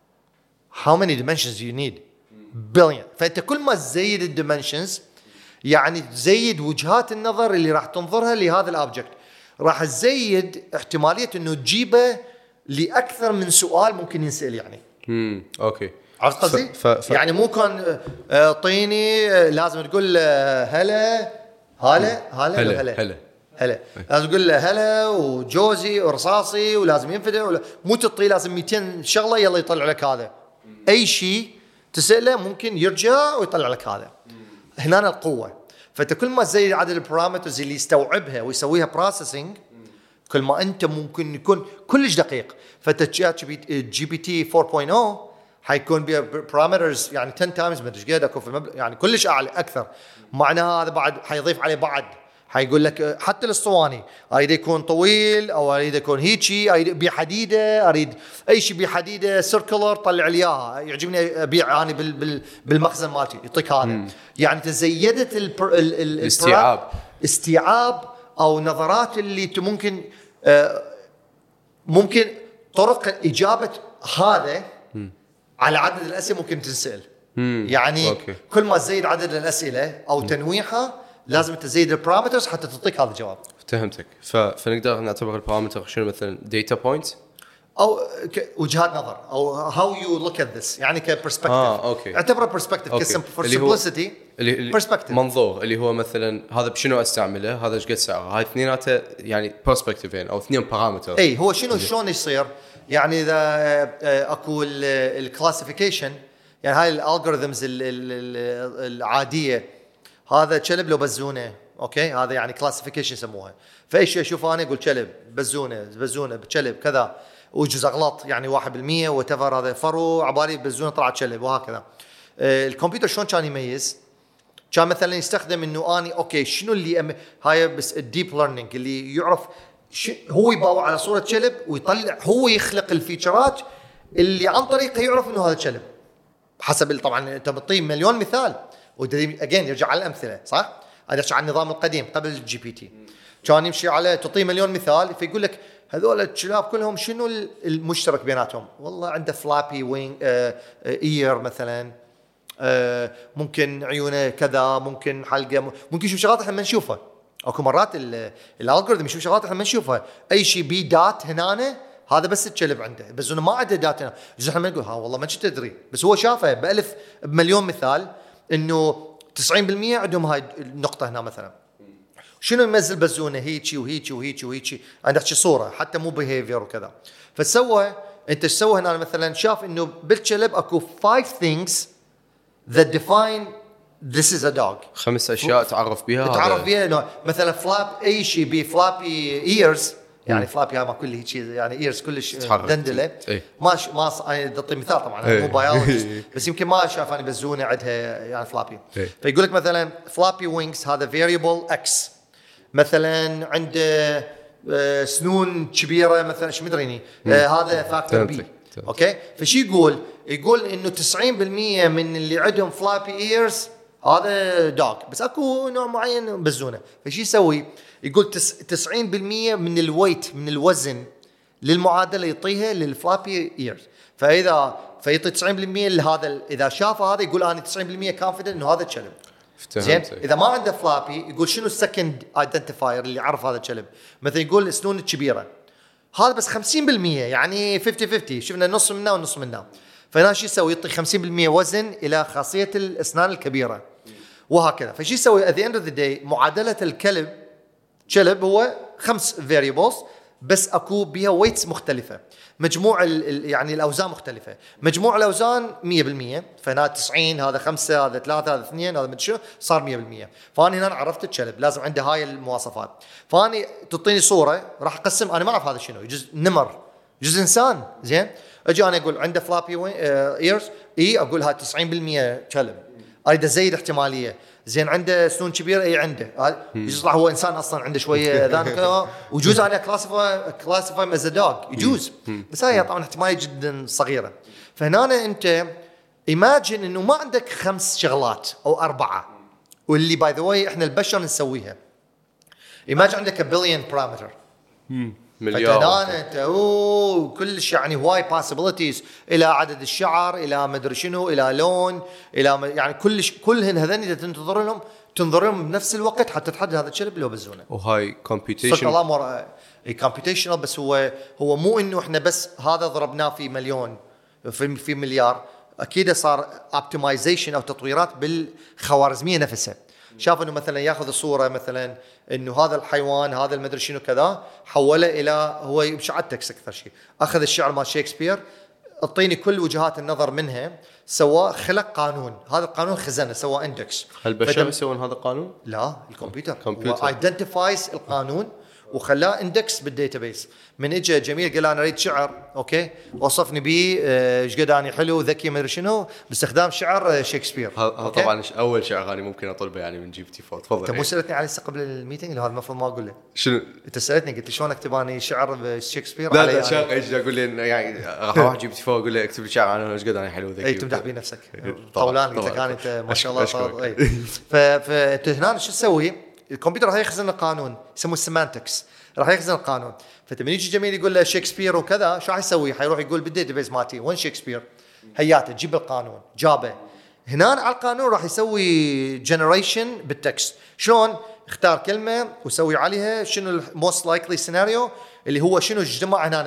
how many dimensions you need billion. فانت كل ما تزيد الديمنشنز يعني تزيد وجهات النظر اللي راح تنظرها لهذا الاوبجكت، راح تزيد احتماليه انه تجيبه لاكثر من سؤال ممكن ينسال يعني. اوكي عرفت قصدي؟ يعني مو كان اعطيني لازم تقول هلا هلا هلا هلا هلا، لازم تقول له هلا وجوزي ورصاصي ولازم ينفدع مو تطي لازم 200 شغله يلا يطلع لك هذا. اي شيء تساله ممكن يرجع ويطلع لك هذا. هنا القوه. فانت كل ما تزيد عدد البارامترز اللي يستوعبها ويسويها بروسيسنج، كل ما انت ممكن يكون كلش دقيق. فانت جي بي تي 4.0 حيكون بها بارامترز يعني 10 تايمز ما ادري ايش قد اكو في يعني كلش اعلى اكثر. معناها هذا بعد حيضيف عليه بعد، حيقول لك حتى الاسطواني اريد يكون طويل او اريد يكون هيجي، اريد بحديده، اريد اي شيء بحديده سيركلر طلع لي اياها، يعجبني ابيع اني بالمخزن مالتي يعطيك هذا. يعني تزيدت استيعاب او نظرات اللي ممكن طرق اجابه هذا على عدد الاسئله ممكن تنسال. يعني أوكي. كل ما تزيد عدد الاسئله او تنويعها لازم تزيد البارامترز حتى تعطيك هذا الجواب. فهمتك. فنقدر نعتبر البارامتر شنو مثلا داتا بوينتس او وجهات نظر او هاو يو لوك ات ذس، يعني كبرسبكتيف. اوكي اعتبره برسبكتيف فور سمبلسيتي برسبكتيف منظور اللي هو مثلا هذا بشنو استعمله، هذا ايش قد سعره، هاي اثنيناته يعني برسبكتيفين او 2 بارامتر. اي هو شلون يصير يعني اذا اكو الكلاسيفيكيشن، يعني هاي الالجوريثمز العاديه، هذا كلب لو بزونه اوكي، هذا يعني كلاسيفيكيشن يسموها. فاي شيء اشوف انا اقول كلب بزونه كلب كذا، وجزء غلط يعني 1% وتفر هذا فرو عبالي بزونه طلعت كلب وهكذا. الكمبيوتر شلون كان يميز؟ كان مثلا يستخدم انه اني اوكي شنو اللي هاي بس الديب ليرنينج اللي يعرف هو يباوع على صوره كلب ويطلع، هو يخلق الفيتشرات اللي عن طريقه يعرف انه هذا كلب حسب طبعا انت بتطي مليون مثال. اجين يرجع على الامثله صح. هذا على النظام القديم قبل الجي بي تي كان يمشي على تعطيه مليون مثال، فيقول لك هذول الكلاب كلهم شنو المشترك بيناتهم؟ والله عنده فلابي وينج اير مثلا، ممكن عيونه كذا، ممكن حلقه، ممكن يشوف شغلات احنا ما نشوفها. اكو مرات الالجوريثم يشوف شغلات احنا ما نشوفها. اي شيء بي دات هنا هذا بس الكلب عنده، بس انه ما عنده دات هنا. احنا ما نقول ها والله ما كنت تدري، بس هو شافه بألف بمليون مثال انه 90% عندهم هاي النقطه هنا مثلا. شنو يمثل بزونه هيجي وهيجي وهيجي وهيجي، عندك شي صوره حتى مو بيهيفير وكذا. فسوى انت ايش سوى هنا مثلا؟ شاف انه بالكلب اكو 5 things that define this is a dog. 5 اشياء تعرف بها انه مثلا فلاب اي شيء بفلابي ايرز، يعني فلابي ما كل هيك يعني ايرز كلش دندله. ما انا اعطي مثال طبعا مو بايولوجي بس يمكن ما شاف انا بزونه عندها يعني فلابي. فيقول لك مثلا فلابي وينجز هذا فيريبل اكس، مثلا عنده سنون كبيره مثلا شو مدريني هذا فاكتور بي. اوكي فشي يقول انه 90% من اللي عندهم فلابي ايرز هذا دوغ، بس اكو نوع معين بزونه. فشي يسوي؟ يقول 90% من الويت من الوزن للمعادله يعطيها للفلابي ايرز. فيعطي 90% لهذا. اذا شافه هذا يقول انا 90% كونفيدنت انه هذا الكلب. زين اذا ما عنده فلابي يقول شنو السكند ايدنتيفاير اللي يعرف هذا الكلب. مثلا يقول السنون الكبيره، هذا بس 50%، يعني 50-50، شفنا نص منه ونص منه. فهنا شو يسوي؟ يعطي 50% وزن الى خاصيه الاسنان الكبيره وهكذا. فشي يسوي at the end of the day معادله الكلب هو 5 variables بس اكو بها ويتس مختلفه، مجموع يعني الاوزان مختلفه، مجموع الاوزان 100%. فهنا 90 هذا 5 هذا 3 هذا 2 هذا مدري شو صار 100%. فاني هنا عرفت الكلب لازم عنده هاي المواصفات. فاني تعطيني صوره راح اقسم، انا ما اعرف هذا شنو، يجوز نمر يجوز انسان. زين اجي انا اقول عنده فلابي ايرز، اقول هذا 90% كلب، اريد ازيد احتماليه. زين عنده سنون كبيره، عنده يطلع هو انسان اصلا عنده شويه اذان وجوز انا كلاسيفاي از دوغ يجوز، بس هاي طبعا احتماليه جدا صغيره. فهنا انت ايماجن انه ما عندك 5 شغلات او 4 واللي باي ذا واي احنا البشر نسويها. ايماجن عندك بليون بارامتر، مليار. انت كلش يعني هواي possibilities، الى عدد الشعر، الى ما ادري شنو، الى لون، الى يعني كلهن هذين اذا تنظر لهم بنفس الوقت حتى تحدد هذا الكلب اللي هو بزونه. وهاي كومبيوتيشن الامر كومبيوتيشنال، بس هو مو انه احنا بس هذا ضربناه في مليون في مليار. اكيد صار اوبتمايزيشن او تطويرات بالخوارزميه نفسها. شاف انه مثلا ياخذ الصوره مثلا انه هذا الحيوان هذا المدري شنو كذا، حوله الى هو يمشي على التكست اكثر شيء. اخذ الشعر مال شكسبير، اعطيني كل وجهات النظر منها، سوى خلق قانون. هذا القانون خزنه، سوى اندكس. هل البشر يسوون هذا القانون؟ لا، الكمبيوتر ايدنتيفايز القانون وخلاه اندكس بالديتابيس. من اجى جميل قال انا اريد شعر، اوكي وصفني به ايش قد اني حلو ذكي ما ادري شنو باستخدام شعر شكسبير. هذا طبعا اول شعر انا ممكن اطلبه يعني من جي بي تي 4. تفضل. انت مو سالتني عليه قبل الميتنج اللي هذا المفروض ما اقول له شنو؟ انت سالتني قلت لي شلون اكتب اني شعر شكسبير. لا شاق ايش اقول لي يعني راح اروح جي بي تي 4 اقول له اكتب لي شعر انا ايش قد اني حلو ذكي. اي تمدح به نفسك طولان قلت لك انت ما شاء الله. فانت هنا شو تسوي؟ الكمبيوتر راح يخزن القانون، يسموه السيمانتكس، راح يخزن القانون. فلما يجي جميل يقول له شكسبير وكذا، شو راح يسوي؟ حيروح يقول بالديتابيس مالتي وين شكسبير، هياته جيب القانون، جابه هنا على القانون، راح يسوي جنريشن بالتكست. شلون؟ اختار كلمه وسوي عليها شنو الموست لايكلي سيناريو اللي هو شنو اجتمع هنا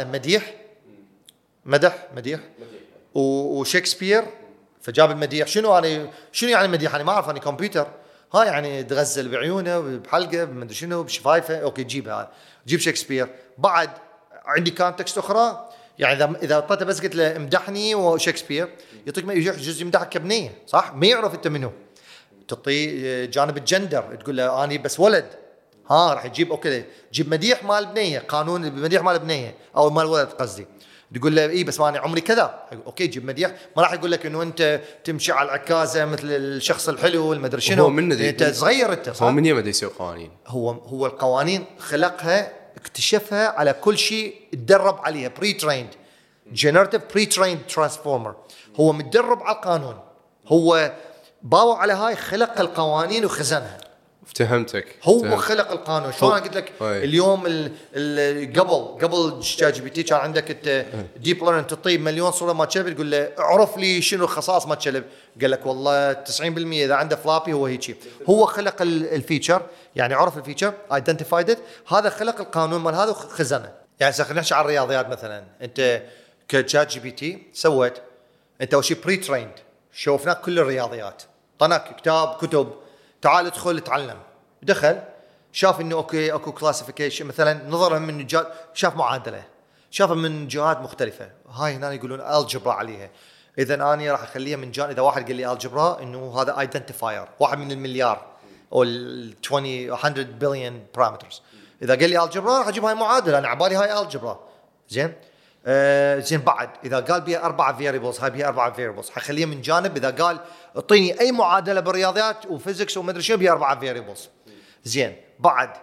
مديح وشكسبير. فجاب المديح. شنو يعني مديح؟ انا ما اعرف، انا كمبيوتر. ها يعني تغزل بعيونه بحلقه بمدري شنو بشفايفه، اوكي جيبها، جيب شكسبير. بعد عندي كونتكست اخرى، يعني اذا اعطيته بس قلت له امدحني وشكسبير يعطيك جزء يمدحك كبنيه، صح؟ ما يعرف انت منو. تعطيه جانب الجندر، تقول له اني بس ولد، راح يجيب اوكي جيب مديح مال بنيه، قانون المديح مال بنيه او مال ولد قصدي. تقول له بس ما انا عمري كذا، اوكي جيب مديح. ما راح يقول لك انه انت تمشي على العكازه مثل الشخص الحلو المدري شنو، انت صغير انت، صح؟ هو من يمدي يسوي قوانين، هو القوانين خلقها اكتشفها على كل شيء تدرب عليها. بري تريند جنراتيف بري تريند ترانسفورمر، هو متدرب على القانون، هو باوع على هاي خلق القوانين وخزنها. افتهمتك. هو خلق القانون. شلون انا قلت لك اليوم قبل شات جي بي تي كان عندك انت ديب ليرن تطيب مليون صوره ما كلب، تقول له اعرف لي شنو الخصائص ما كلب، قال لك والله 90% اذا عنده فلابي هو هيك. هو خلق الفيتشر، يعني عرف الفيتشر ايدنتيفايد، هذا خلق القانون مال هذا وخزنه. يعني خلينا نحكي عن الرياضيات مثلا، انت كشات جي بي تي سويت انت اول شيء بري تريند، شوفناك كل الرياضيات، طناك كتب تعال ادخل اتعلم. دخل شاف انه اوكي اكو كلاسيفيكيشن مثلا، نظرهم من جهات، شاف معادله شافها من جهات مختلفه، هاي هنا يقولون الجبرا عليها. اذا انا راح اخليها من جانب، اذا واحد قال لي الجبرا انه هذا ايدنتيفاير، واحد من المليار او ال 100 بليون بارامترز. اذا قال لي الجبرا راح اجيب هاي معادله، انا عبالي هاي الجبرا. زين زين بعد اذا قال بيها 4 فيريبلز، هاي بيها 4 فيريبلز حخليها من جانب. اذا قال اعطيني اي معادله بالرياضيات وفيزيكس وما ادري شنو بيها 4 فيريبلز. زين بعد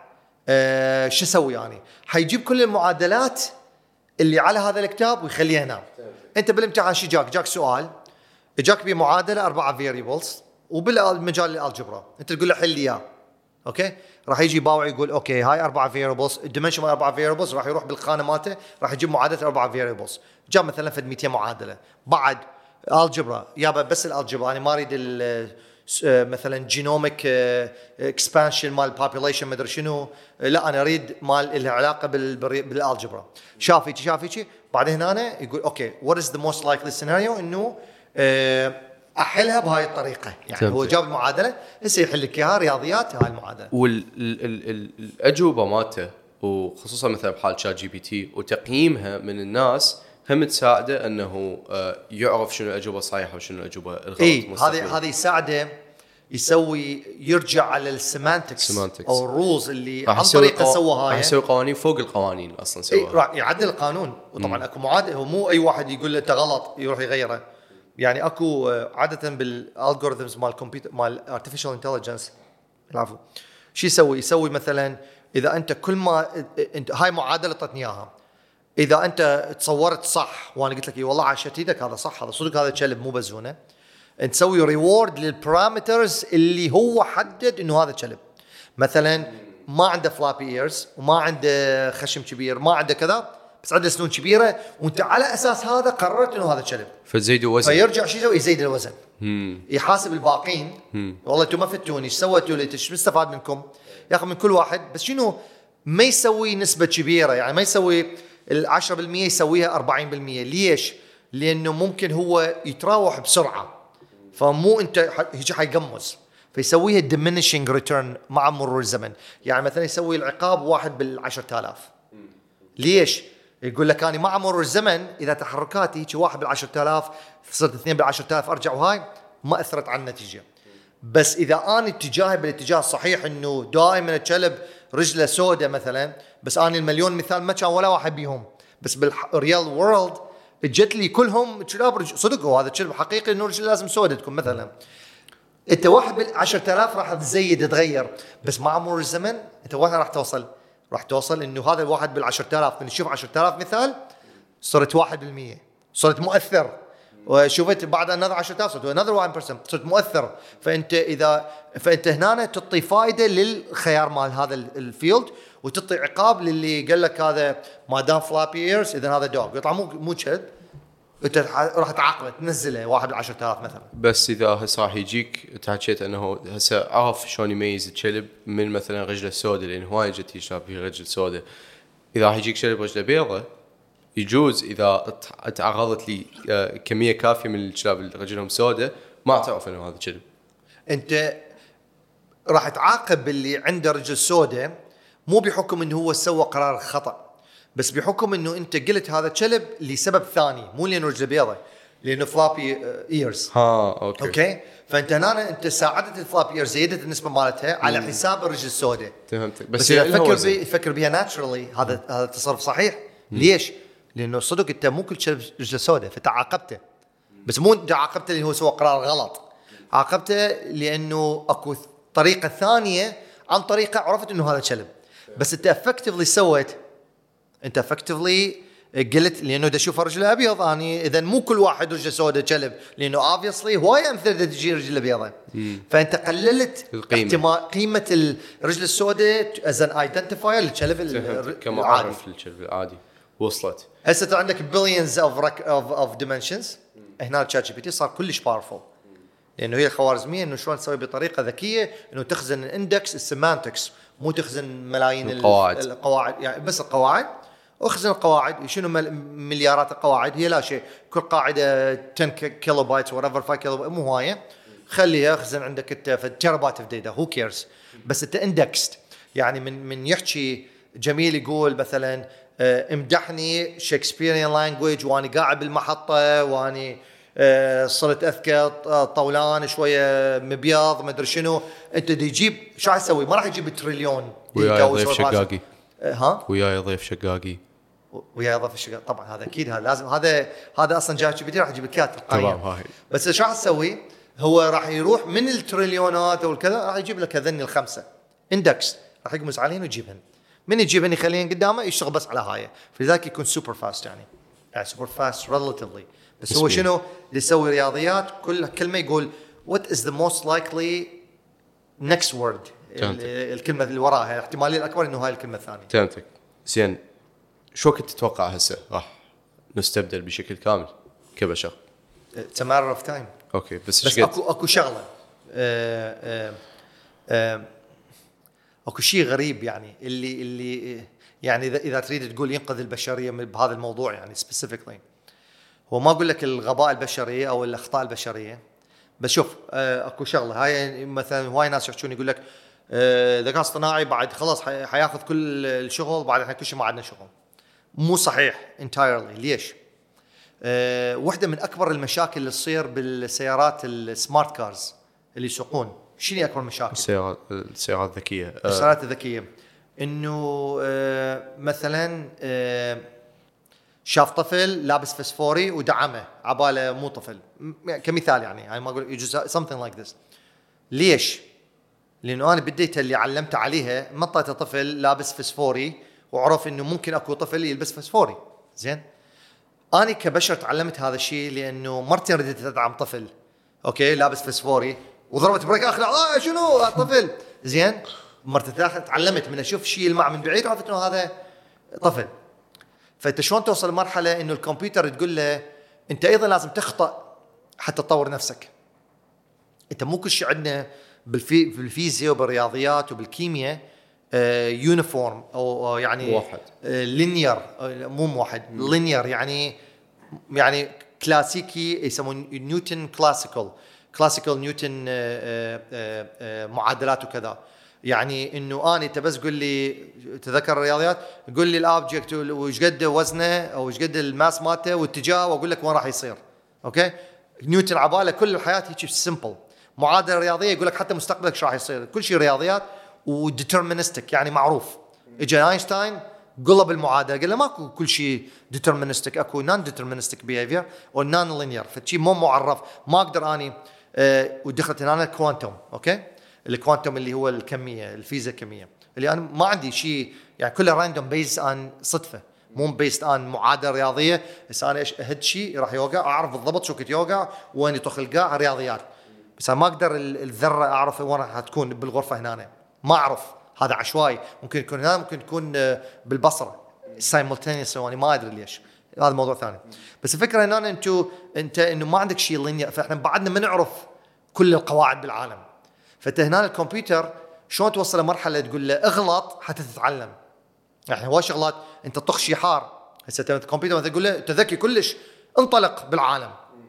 شو يسوي يعني؟ حيجيب كل المعادلات اللي على هذا الكتاب ويخليها هنا. انت بالامتحان شي جاك سؤال، جاك بمعادله 4 variables وبالمجال الالجبرا، انت تقول له حل لي اياه، اوكي؟ راح يجي باوع يقول اوكي هاي 4 variables، الديمنشن مال 4 variables، راح يروح بالخانه مالته راح يجيب معادله 4 variables، جاب مثلا فد 200 معادله. بعد الجبرا يابا بس الالجبرا، انا ما اريد مثلا جينوميك اكسبانشن مال population ما ادري شنو، لا انا اريد مال اللي علاقه بالالجبرا. شافي بعدين هنا يقول اوكي what is the most likely scenario انه احلها بهاي الطريقه، يعني هو جاب المعادله هسه يحل لك اياها رياضيات هاي المعادله. والاجوبه مالته وخصوصا مثلا بحال شات جي بي تي وتقييمها من الناس هم تساعده انه يعرف شنو الاجوبه الصحيحه وشنو الاجوبه الغلط. هذه يساعده يرجع على السيمانتكس او الرولز اللي عن طريقه سوى هاي، يسوي قوانين فوق القوانين اصلا سواها، راح يعدل القانون. وطبعا اكو معادله، هو مو اي واحد يقول له انت غلط يروح يغيره، يعني اكو عاده بالالجوريثمز مال الكمبيوتر مال ارتفيشال انتليجنس العفو، شو يسوي مثلا اذا انت كل ما انت هاي معادله اعطتني اياها، اذا انت تصورت صح وانا قلت لك اي والله عشت ايدك هذا صح هذا صدق هذا كلب مو بزونه، نسوي ريورد للبارامترز اللي هو حدد انه هذا كلب. مثلا ما عنده فلابي ايرز وما عنده خشم كبير ما عنده كذا، بس عنده سنون كبيره، وانت على اساس هذا قررت انه هذا كلب، فتزيد وزن، فيرجع شو يسوي؟ يزيد الوزن. يحاسب الباقين والله انتم ما فتوني، ايش سويتوا لي؟ ايش مستفاد منكم؟ ياخذ من كل واحد، بس شنو ما يسوي نسبه كبيره، يعني ما يسوي 10% يسويها 40%. ليش؟ لانه ممكن هو يتراوح بسرعه، فمو انت هيك حيقمص، فيسويها diminishing return مع مرور الزمن. يعني مثلا يسوي العقاب 1 بال10,000. ليش؟ يقول لك أنا مع مرور الزمن إذا تحركاتي هيك 1 بال10,000 صرت 2 بال10,000 أرجع، وهاي ما أثرت على النتيجة. بس إذا أنا اتجاهي بالاتجاه الصحيح إنه دائما الكلب رجله سودة مثلا، بس أنا المليون مثال ما كان ولا واحد بيهم، بس بالريال وورلد جت لي كلهم كلاب صدق، وهذا الكلب حقيقي إنه رجله لازم سودة تكون مثلا. أنت 1 بال10,000 راح تزيد تغير، بس مع مرور الزمن أنت وين راح توصل؟ راح توصل إنه هذا 1 بال10,000 من نشوف 10,000 مثال صرت 1%، صرت مؤثر، وشوفت بعد another 10,000 صرت another 1%، صرت مؤثر. فأنت هنا تعطي فائدة للخيار مال هذا الفيلد، وتعطي عقاب للي قال لك هذا ما دام فلابي ايرز إذا هذا دوغ، يطلع مو كلب، انت راح تعاقبه تنزله 1 بال10,000 مثلا. بس اذا هسه راح يجيك تحكيت انه هسه عرف شلون يميز الكلب من مثلا رجله سوداء، لان هواي جت يشرب في رجل سوداء. اذا راح يجيك كلب رجله بيضاء، يجوز اذا تعرضت لي كميه كافيه من الكلاب اللي رجلهم سوداء ما تعرف انه هذا كلب، انت راح تعاقب اللي عنده رجل سوداء مو بحكم انه هو سوى قرار خطأ، بس بحكم انه انت قلت هذا كلب لسبب ثاني، مو لانه رجله بيضاء، لانه فلابي ايرز. اوكي فانت هنا انت ساعدت الفلابي ايرز، زيدت النسبه مالتها على حساب الرجل السوداء. فهمتك. بس يفكر بيها ناتشرالي، هذا تصرف صحيح. ليش؟ لانه صدق انت مو كل كلب رجله سوداء فتعاقبته، بس مو انت عاقبته لانه هو سوى قرار غلط، عاقبته لانه اكو طريقه ثانيه عن طريقه عرفت انه هذا كلب. بس انت افكتفلي سويت، انت افكتفلي قلت لانه دا اشوف رجله ابيض اني، اذا مو كل واحد رجله سوداء كلب، لانه obviously هواي امثله تجي رجله بيضاء. فانت قللت قيمه الرجل السوداء as an identifier للكلب كمعرف للكلب العادي. وصلت. هسه عندك billions of dimensions. هنا الشات جي بي تي صار كلش باورفول، لانه هي الخوارزميه انه شلون تسوي بطريقه ذكيه انه تخزن الاندكس السيمانتكس، مو تخزن ملايين القواعد يعني بس القواعد، واخزن القواعد شنو مليارات القواعد، هي لا شيء، كل قاعده 10 كيلو بايتس whatever 5 كيلو بايت مو هوايه، خليها اخزن عندك انت في تيرابايت اوف داتا هو كيرز، بس انت اندكست. يعني من يحكي جميل يقول مثلا امدحني شكسبيريان لانجويج واني قاعد بالمحطه واني صرت اذكى طولان شويه مبيض ما ادري شنو، انت دي يجيب شو راح يسوي؟ ما راح يجيب تريليون وياي ضيف شقاقي. وياي ضيف شقاقي طبعا هذا اكيد، هذا لازم، هذا اصلا جاي جي بي تي راح يجيب لك تمام. بس شو راح تسوي؟ هو راح يروح من التريليونات او الكذا راح يجيب لك هذني الخمسه اندكس، راح يقمص عليهم ويجيبهن. من يجيبني خلينا قدامه يشتغل بس على هاي، فلذلك يكون سوبر فاست يعني سوبر فاست relatively. بس هو شنو اللي يسوي رياضيات كل كلمه يقول what is the most likely next word، الكلمه اللي وراها الاحتماليه الاكبر انه هاي الكلمه الثانيه. فهمتك. زين شو كنت تتوقع هسه راح نستبدل بشكل كامل كبشر؟ It's a matter of time. اوكي بس اكو شغله اكو شيء غريب يعني اللي يعني اذا تريد تقول ينقذ البشريه بهذا الموضوع يعني specifically، هو ما اقول لك الغباء البشريه او الاخطاء البشريه، بس شوف اكو شغله هاي مثلا هواي ناس يحكون يقول لك الذكاء الاصطناعي بعد خلاص حياخذ كل الشغل، بعد احنا كل شيء ما عندنا شغل. مو صحيح entirely. ليش؟ واحدة من أكبر المشاكل اللي تصير بالسيارات السمارت كارز اللي يسوقون، شنو أكبر مشاكل؟ السيارات الذكية. السيارات الذكية إنه مثلا شاف طفل لابس فسفوري ودعمه عباله مو طفل كمثال يعني ما أقول something like this. ليش؟ لأنه أنا بديت اللي علمت عليها مطيته طفل لابس فسفوري وعرف إنه ممكن أكو طفل يلبس فسفوري. زين، أنا كبشر تعلمت هذا الشيء لأنه مرتين رديت أدعم طفل أوكي لابس فسفوري وضربت بريك أخلع شنو طفل. زين، مرتين ثالثة تعلمت من أشوف شيء يلمع من بعيد عرفت إنه هذا طفل. فأنت شلون توصل لمرحلة إنه الكمبيوتر تقول له أنت أيضا لازم تخطأ حتى تطور نفسك. أنت مو كل شيء عندنا بالفيزياء وبالرياضيات وبالكيمياء يونيفورم او يعني واحد لينير، مو موحد لينير يعني كلاسيكي يسمون نيوتن كلاسيكال نيوتن معادلات وكذا. يعني انه انت بس قل لي تذكر الرياضيات قل لي الاوبجكت وش قد وزنه او وش قد الماس مالته واتجاهه واقول لك وين راح يصير. اوكي، نيوتن عباله كل الحياه هيك سمبل. معادله رياضيه يقول لك حتى مستقبلك ايش راح يصير، كل شيء رياضيات وديترمينستيك يعني معروف. اجى اينشتاين قلب المعادله قال له ماكو كل شيء ديترمينستيك، اكو نون ديترمينستيك بيهيفير او نون لينير، فشيء مو معرف ما اقدر اني ودخلت هنا الكوانتوم. اوكي، الكوانتوم اللي هو الكميه الفيزياء الكميه اللي انا ما عندي شيء يعني كله راندوم بيز ان صدفه مو بيست ان معادله رياضيه. بس انا ايش اهد شيء راح يوقع اعرف بالضبط شو كنت يوقع وين يطخ القاع رياضيات. بس أنا ما أقدر الذرة أعرف وين راح تكون بالغرفة هنا، ما أعرف، هذا عشوائي. ممكن يكون هنا ممكن تكون بالبصرة simultaneously يعني ما أدري ليش، هذا موضوع ثاني. بس الفكرة إن أنت إنه ما عندك شيء لينير، فإحنا بعدنا ما نعرف كل القواعد بالعالم. فأنت هنا الكمبيوتر شلون توصل لمرحلة تقول له اغلط حتى تتعلم. يعني هو شغلات أنت طخ شيء حار هسه الكمبيوتر مثلا تقول له تذكي كلش انطلق بالعالم،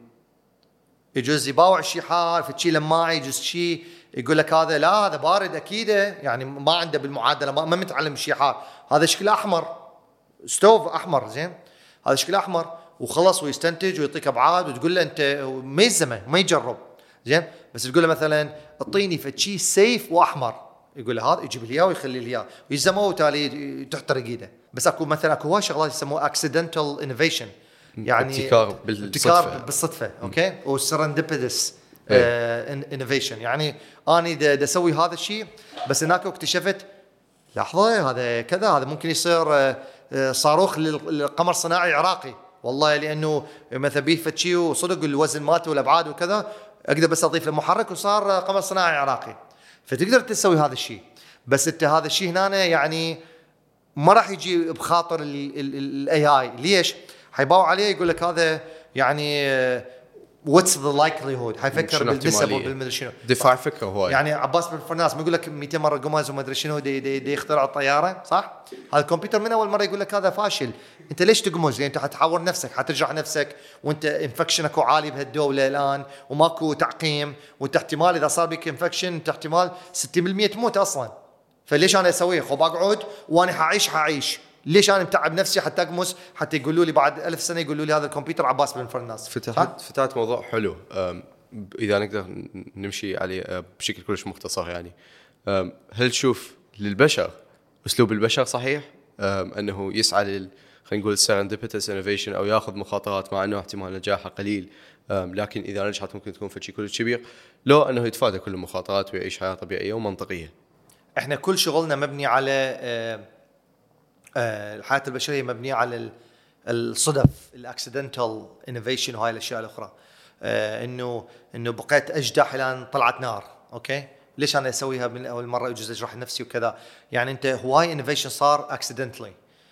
يجوز يباوع شيء حار في شيء لماعي، يجوز شيء يقول لك هذا لا هذا بارد اكيد يعني ما عنده بالمعادله ما متعلم شيء حار، هذا شكله احمر ستوف احمر. زين، هذا شكله احمر وخلص ويستنتج ويعطيك ابعاد وتقول له انت ما يلزمه ما يجرب. زين، بس تقول له مثلا اعطيني فشي سيف واحمر يقول له هذا يجيب لي اياه ويخلي لي اياه ويلزمه وتالي تحترق ايده. بس اكو مثلا اكو شغلات يسموها اكسيدنتال انوفيشن يعني ابتكار بالصدفه. اوكي، والسرندبيتس انوفيشن يعني اني دا اسوي هذا الشيء بس هناك اكتشفت لحظه هذا كذا هذا ممكن يصير صاروخ للقمر الصناعي عراقي والله لانه مثلا بيه فتشي وصدق الوزن مالته والابعاد وكذا اقدر بس اضيف له محرك وصار قمر صناعي عراقي. فتقدر تسوي هذا الشيء بس انت هذا الشيء هنا يعني ما راح يجي بخاطر الاي اي. ليش؟ حيباوع عليه يقول لك هذا يعني واتس ذا لايكليهود، حيفكر بالنسب وبالمدري شنو دفاع فكره هو يعني عباس بن فرناس ما يقول لك 200 مره قماز وما ادري شنو دي يخترع الطياره صح؟ هذا الكمبيوتر من اول مره يقول لك هذا فاشل. انت ليش تقمز؟ لان انت حتحور نفسك حترجع نفسك وانت انفكشنك عالي بهالدوله الان وماكو تعقيم وانت احتمال اذا صار بك انفكشن انت احتمال 60% تموت اصلا. فليش انا اسويه؟ خب اقعد وانا حعيش ليش انا متعب نفسي حتى اقمص حتى يقولوا لي بعد 1000 سنه يقولوا لي هذا الكمبيوتر عباس بن فرناس. فتحت موضوع حلو اذا نقدر نمشي عليه بشكل كلش مختصر يعني هل تشوف للبشر اسلوب البشر صحيح انه يسعى خلينا نقول serendipitous innovation او ياخذ مخاطرات مع انه احتمال نجاحها قليل لكن اذا نجحت ممكن تكون شيء كلش كبير لو انه يتفادى كل المخاطرات ويعيش حياه طبيعيه ومنطقيه. احنا كل شغلنا مبني على الحياة البشرية مبنية على الصدف، الاكسيدنتال انوفيشن وهاي الاشياء الاخرى. انه بقيت اجدح الى طلعت نار. اوكي، ليش انا اسويها من اول مره؟ يجوز اجرح نفسي وكذا. يعني انت هواي انوفيشن صار اكسيدنتلي.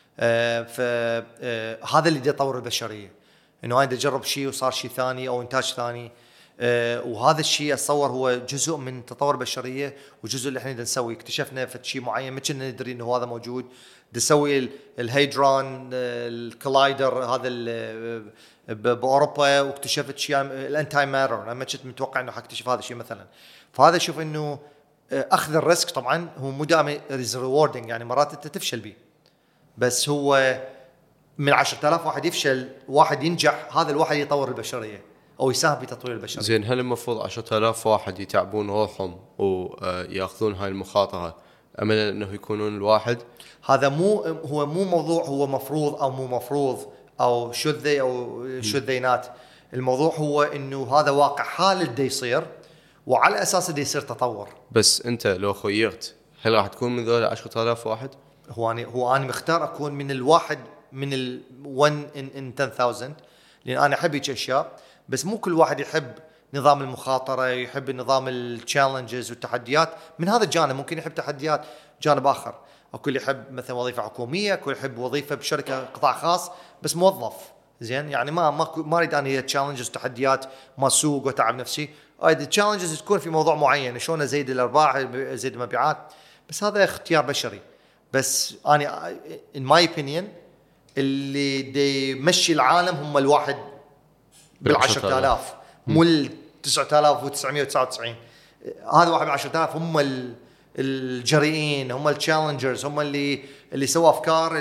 فهذا اللي يطور البشريه، انه انا اجرب شيء وصار شيء ثاني او انتاج ثاني. وهذا الشيء اتصور هو جزء من تطور البشريه، وجزء اللي احنا نسوي. اكتشفنا في شيء معين ما كنا ندري انه هذا موجود. نسوي الهيدرون الكولايدر هذا باوروبا، واكتشفت شيء الانتاي ماتر. انا ما كنت متوقع انه حاكتشف هذا الشيء مثلا. فهذا شوف انه اخذ الريسك طبعا هو مو دائما ريوردنج، يعني مرات انت تفشل به، بس هو من 10,000 واحد يفشل واحد ينجح، هذا الواحد يطور البشريه او يساهم في تطوير البشريه. زين، هل المفروض 10,000 واحد يتعبون روحهم وياخذون هاي المخاطره املا انه يكونون الواحد؟ هذا مو موضوع هو مفروض او مو مفروض او should they او should they not. الموضوع هو انه هذا واقع حال اللي يصير، وعلى اساسه يصير تطور. بس انت لو خيرت هل راح تكون من ذول 10,000 واحد؟ هو انا مختار اكون من الواحد من ال 1 in 10,000، لان انا احب هيك اشياء. بس مو كل واحد يحب نظام المخاطره، يحب نظام التشالنجز والتحديات. من هذا الجانب ممكن يحب تحديات جانب اخر. اكو اللي يحب مثلا وظيفه حكوميه، اكو يحب وظيفه بشركه قطاع خاص بس موظف. زين، يعني ما اريد انا تشالنجز وتحديات ما سوق وتعب نفسي. اريد التشالنجز تكون في موضوع معين، شلون ازيد الارباح، ازيد المبيعات. بس هذا اختيار بشري. بس انا in my opinion اللي دي يمشي العالم هم الواحد بال10,000، مو ال 9,999. هذا واحد ب10,000 هم الجريئين، هم التشالنجرز، هم اللي سووا افكار،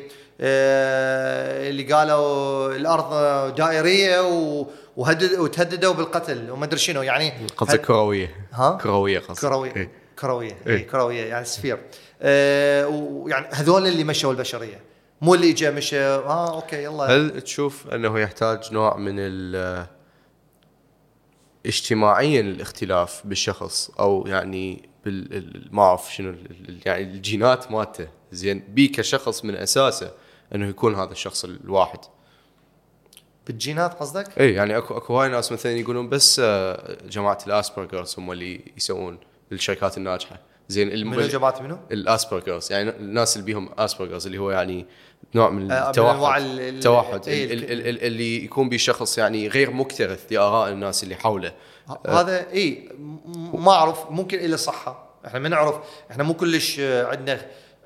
اللي قالوا الارض دائريه وتهددوا بالقتل وما ادري شنو. يعني قصدك كرويه؟ كرويه كرويه يعني سفير. ويعني هذول اللي مشوا البشريه، مو اللي اجى مشى اوكي يلا. هل تشوف انه يحتاج نوع من اجتماعيا الاختلاف بالشخص، او يعني ما اعرف شنو يعني الجينات مالته، زين بي كشخص من اساسه انه يكون هذا الشخص الواحد؟ بالجينات قصدك؟ اي يعني اكو هاي ناس مثلا يقولون بس جماعه الاسبرجرز هم اللي يسوون الشركات الناجحه. زين، منو جماعه منو؟ الاسبرجرز، يعني الناس اللي بيهم اسبرجرز اللي هو يعني نوع من التوحد اللي يكون به شخص يعني غير مكترث لآراء الناس اللي حوله. هذا ما اعرف، ممكن إلى صحة، احنا ما نعرف. احنا مو كلش عندنا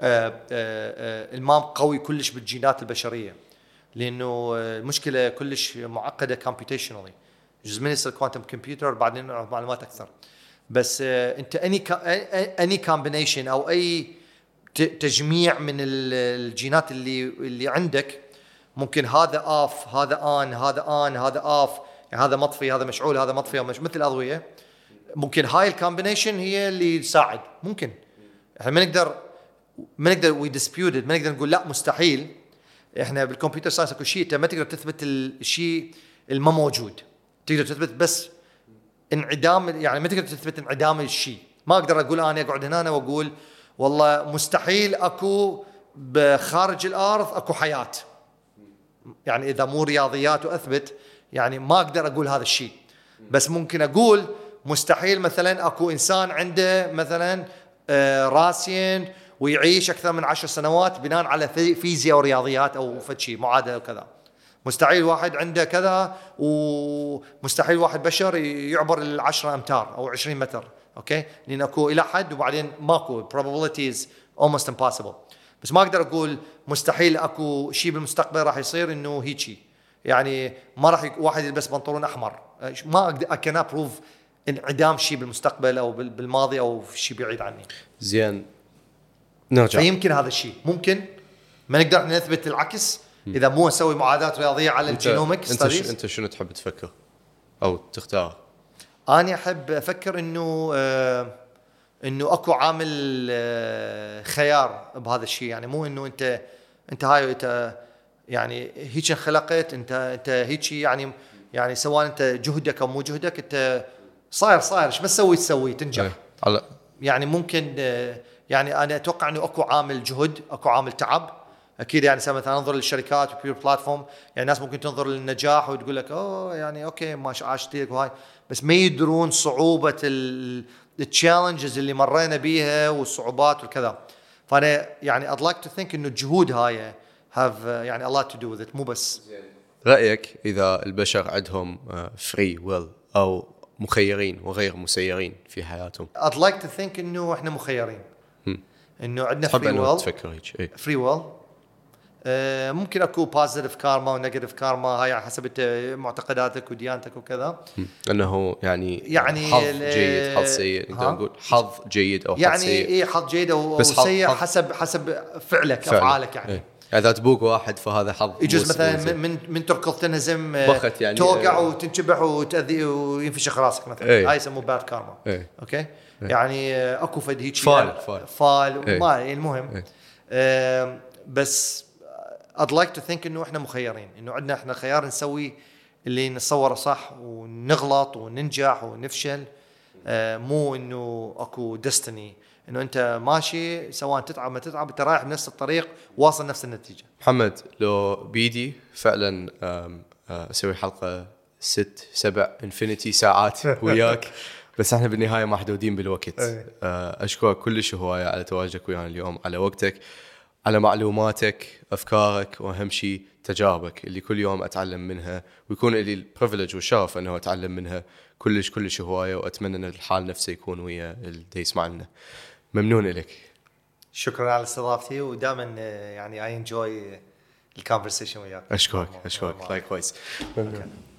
المام قوي كلش بالجينات البشريه، لانه المشكله كلش معقده كمبيوتيشنالي. جزء من الكوانتم كمبيوتر بعدين نعرف معلومات اكثر. بس انت اني كومبينيشن او اي تجميع من الجينات اللي عندك، ممكن هذا اوف، هذا اون، هذا اون، هذا اوف، يعني هذا مطفي، هذا مشعول، هذا مطفي، مش مثل الادويه. ممكن هاي الكومبينيشن هي اللي تساعد. ممكن احنا ما نقدر وي ديسبيوتد، ما نقدر نقول لا مستحيل. احنا بالكمبيوتر ساينس اكو شيء انت ما تقدر تثبت الشيء الما موجود، تقدر تثبت بس انعدام. يعني ما تقدر تثبت انعدام الشيء. ما اقدر اقول انا اقعد هنا واقول والله مستحيل اكو بخارج الارض اكو حياه. يعني اذا مو رياضيات واثبت، يعني ما اقدر اقول هذا الشيء. بس ممكن اقول مستحيل مثلا اكو انسان عنده مثلا راسين ويعيش اكثر من 10 سنوات بناء على فيزياء ورياضيات او فشي معادله وكذا. مستحيل واحد عنده كذا، ومستحيل واحد بشر يعبر 10 امتار او 20 متر. اوكي، لان اكو الى حد وبعدين ماكو probability is almost impossible. بس ما اقدر اقول مستحيل اكو شيء بالمستقبل راح يصير انه هيك شيء. يعني ما راح واحد يلبس بنطلون احمر، ما اقدر اكن بروف انعدام شيء بالمستقبل او بالماضي او شيء بعيد عني. زين، نرجع. فيمكن هذا الشيء ممكن ما نقدر نثبت العكس اذا مو نسوي معادلات رياضيه على الجينوميك ستاديز. انت شنو تحب تفكر او تختار؟ انا احب افكر انه اكو عامل خيار بهذا الشيء. يعني مو انه انت هاي انت يعني هيك انخلقت، انت هيك يعني سواء انت جهدك او مو جهدك، انت صاير ايش ما تسوي تنجح. يعني ممكن يعني انا اتوقع انه اكو عامل جهد، اكو عامل تعب، اكيد يعني مثلا انظر للشركات وبيور بلاتفورم، يعني الناس ممكن تنظر للنجاح وتقول لك يعني اوكي ما عاشتك وهاي، بس ما يدرون صعوبه التشالنجز اللي مرينا بيها والصعوبات وكذا. فانا يعني I'd like to think انه الجهود هاي have يعني a lot to do with it، مو بس. رأيك إذا البشر عندهم free will أو مخيرين وغير مسيرين في حياتهم؟ I'd like to think انه احنا مخيرين، انه عندنا تحب free أنه will. تفكر هيك free will. ممكن اكو بوزيتيف كارما ونيجاتيف كارما، هاي على حسب معتقداتك وديانتك وكذا. انه يعني حظ جيد حظ سيء، نقدر نقول حظ جيد او حظ يعني سيء. ايه حظ جيد او سيء حسب فعلك افعالك يعني. إيه. اذا تبوق واحد فهذا حظ. يجوز مثلا من تركض تنهزم، بخت يعني توقع وتنشبح وتاذي وينفشخ راسك مثلا. إيه. هاي يسموه باد كارما. إيه. اوكي. إيه. يعني اكو فد هيك فال إيه. ما المهم. إيه. بس I'd like to think إنه إحنا مخيرين، إنه عندنا إحنا خيار نسوي اللي نتصوره صح ونغلط وننجح ونفشل. مو إنه أكو destiny إنه أنت ماشي سواء تتعب ما تتعب أنت رايح بنفس الطريق واصل نفس النتيجة. محمد لو بيدي فعلا أسوي حلقة 6-7 انفينيتي ساعات وياك بس احنا بالنهاية محدودين بالوقت. أشكرك كلش هواية على تواجدك ويانا اليوم، على وقتك، على معلوماتك، أفكارك، وأهم شيء تجاربك اللي كل يوم أتعلم منها، ويكون لي البريفليج والشرف أنه أتعلم منها كلش هواية. وأتمنى أن الحال نفسه يكون ويا اللي يسمع لنا. ممنون لك. شكرا على استضافتي، ودائما يعني I enjoy الconversation وياك. أشكرك likewise.